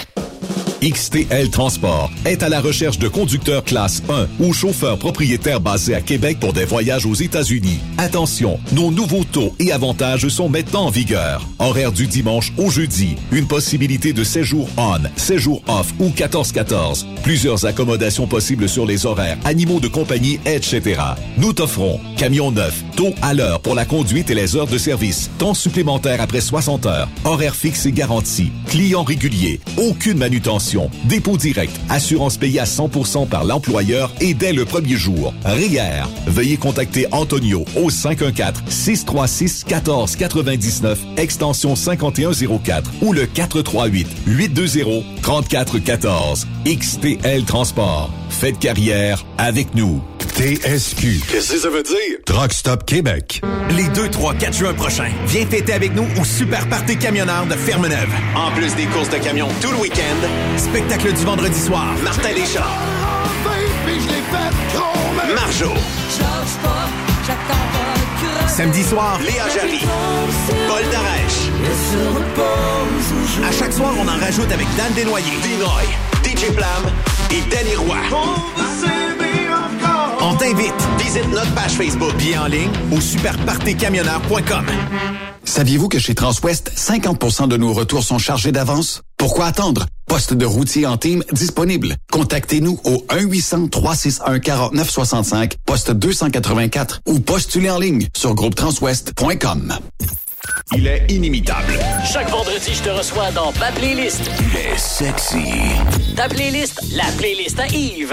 XTL Transport est à la recherche de conducteurs classe 1 ou chauffeurs propriétaires basés à Québec pour des voyages aux États-Unis. Attention, nos nouveaux taux et avantages sont maintenant en vigueur. Horaire du dimanche au jeudi. Une possibilité de séjour on, séjour off ou 14-14. Plusieurs accommodations possibles sur les horaires, animaux de compagnie, etc. Nous t'offrons camion neuf, taux à l'heure pour la conduite et les heures de service, temps supplémentaire après 60 heures, horaire fixe et garanti, client régulier, aucune manutention, dépôt direct, assurance payée à 100% par l'employeur et dès le premier jour. REER. Veuillez contacter Antonio au 514-636-1499, extension 5104 ou le 438-820-3414. XTL Transport. Faites carrière avec nous. TSQ. Qu'est-ce que ça veut dire? Truck Stop Québec. Les 2, 3, 4 juin prochains, viens fêter avec nous au Super Party Camionneur de Fermeneuve. En plus des courses de camions tout le week-end, spectacle du vendredi soir. Martin Deschamps. Marjo. Samedi soir, Léa Jarry. Paul Darèche. À chaque soir, on en rajoute avec Dan Desnoyers, Dinoy, DJ Plam et Danny Roy. On t'invite. Visite notre page Facebook. Billets en ligne au superpartycamionneur.com. Saviez-vous que chez Transwest, 50% de nos retours sont chargés d'avance? Pourquoi attendre? Poste de routier en team disponible. Contactez-nous au 1-800-361-4965, poste 284 ou postulez en ligne sur groupetranswest.com. Il est inimitable. Chaque vendredi, je te reçois dans ma playlist. Il est sexy. Ta playlist, la playlist à Yves.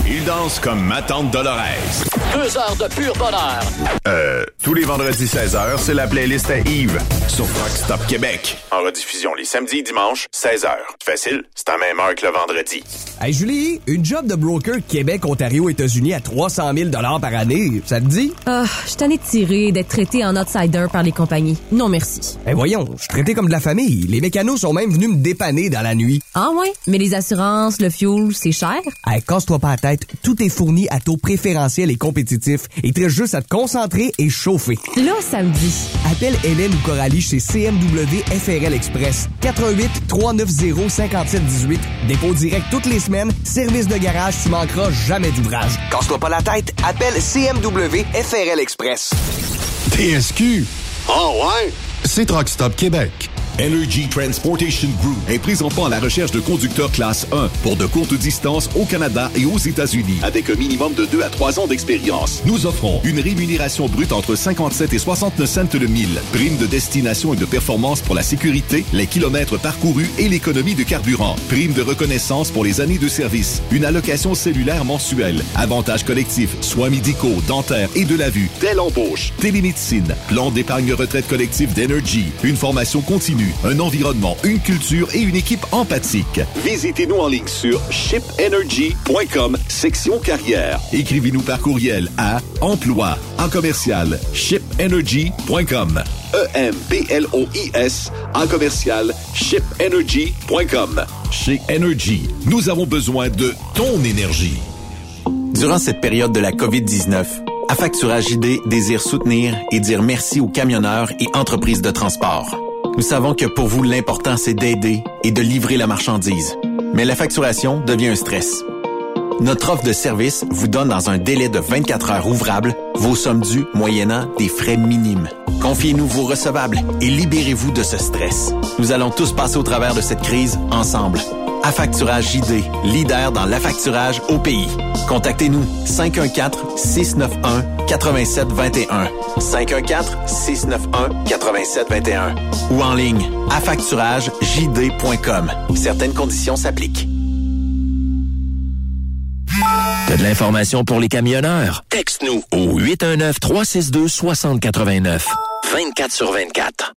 Il danse comme ma tante Dolores. 2 heures de pur bonheur. Tous les vendredis 16h, c'est la playlist à Yves sur Rock Stop Québec. En rediffusion les samedis et dimanches, 16h. Facile, c'est en même heure que le vendredi. Hey Julie, une job de broker Québec, Ontario, États-Unis à 300 000 $ par année, ça te dit? Ah, je suis tannée de tirer, d'être traité en outsider par les compagnies. Non merci. Eh voyons, je suis traité comme de la famille. Les mécanos sont même venus me dépanner dans la nuit. Ah ouais? Mais les assurances, le fuel, c'est cher? Hey, casse-toi pas la tête, tout est fourni à taux préférentiel et compétitif. Il te reste juste à te concentrer et chauffer. Là, ça me dit. Appelle Hélène ou Coralie chez CMW FRL Express. 88 390 5718. Dépôt direct toutes les semaines. Service de garage, tu manqueras jamais d'ouvrage. Casse-toi pas la tête, appelle CMW FRL Express. TSQ. Oh ouais? C'est Truck Stop Québec. Energy Transportation Group est présentement à la recherche de conducteurs classe 1 pour de courtes distances au Canada et aux États-Unis avec un minimum de 2 à 3 ans d'expérience. Nous offrons une rémunération brute entre 57 et 69 cents le mille, prime de destination et de performance pour la sécurité, les kilomètres parcourus et l'économie de carburant, prime de reconnaissance pour les années de service, une allocation cellulaire mensuelle, avantages collectifs, soins médicaux, dentaires et de la vue, telle embauche, télémédecine, plan d'épargne retraite collective d'Energy, une formation continue, un environnement, une culture et une équipe empathique. Visitez-nous en ligne sur shipenergy.com, section carrière. Écrivez-nous par courriel à emploi en commercial shipenergy.com. EMPLOIS en commercial shipenergy.com. Chez Energy, nous avons besoin de ton énergie. Durant cette période de la COVID-19, Affacturage ID désire soutenir et dire merci aux camionneurs et entreprises de transport. Nous savons que pour vous, l'important, c'est d'aider et de livrer la marchandise. Mais la facturation devient un stress. Notre offre de service vous donne dans un délai de 24 heures ouvrables vos sommes dues moyennant des frais minimes. Confiez-nous vos recevables et libérez-vous de ce stress. Nous allons tous passer au travers de cette crise ensemble. Affacturage JD, leader dans l'affacturage au pays. Contactez-nous 514-691-8721. 514-691-8721. Ou en ligne, affacturagejd.com. Certaines conditions s'appliquent. T'as de l'information pour les camionneurs? Texte-nous au 819-362-6089. 24/24.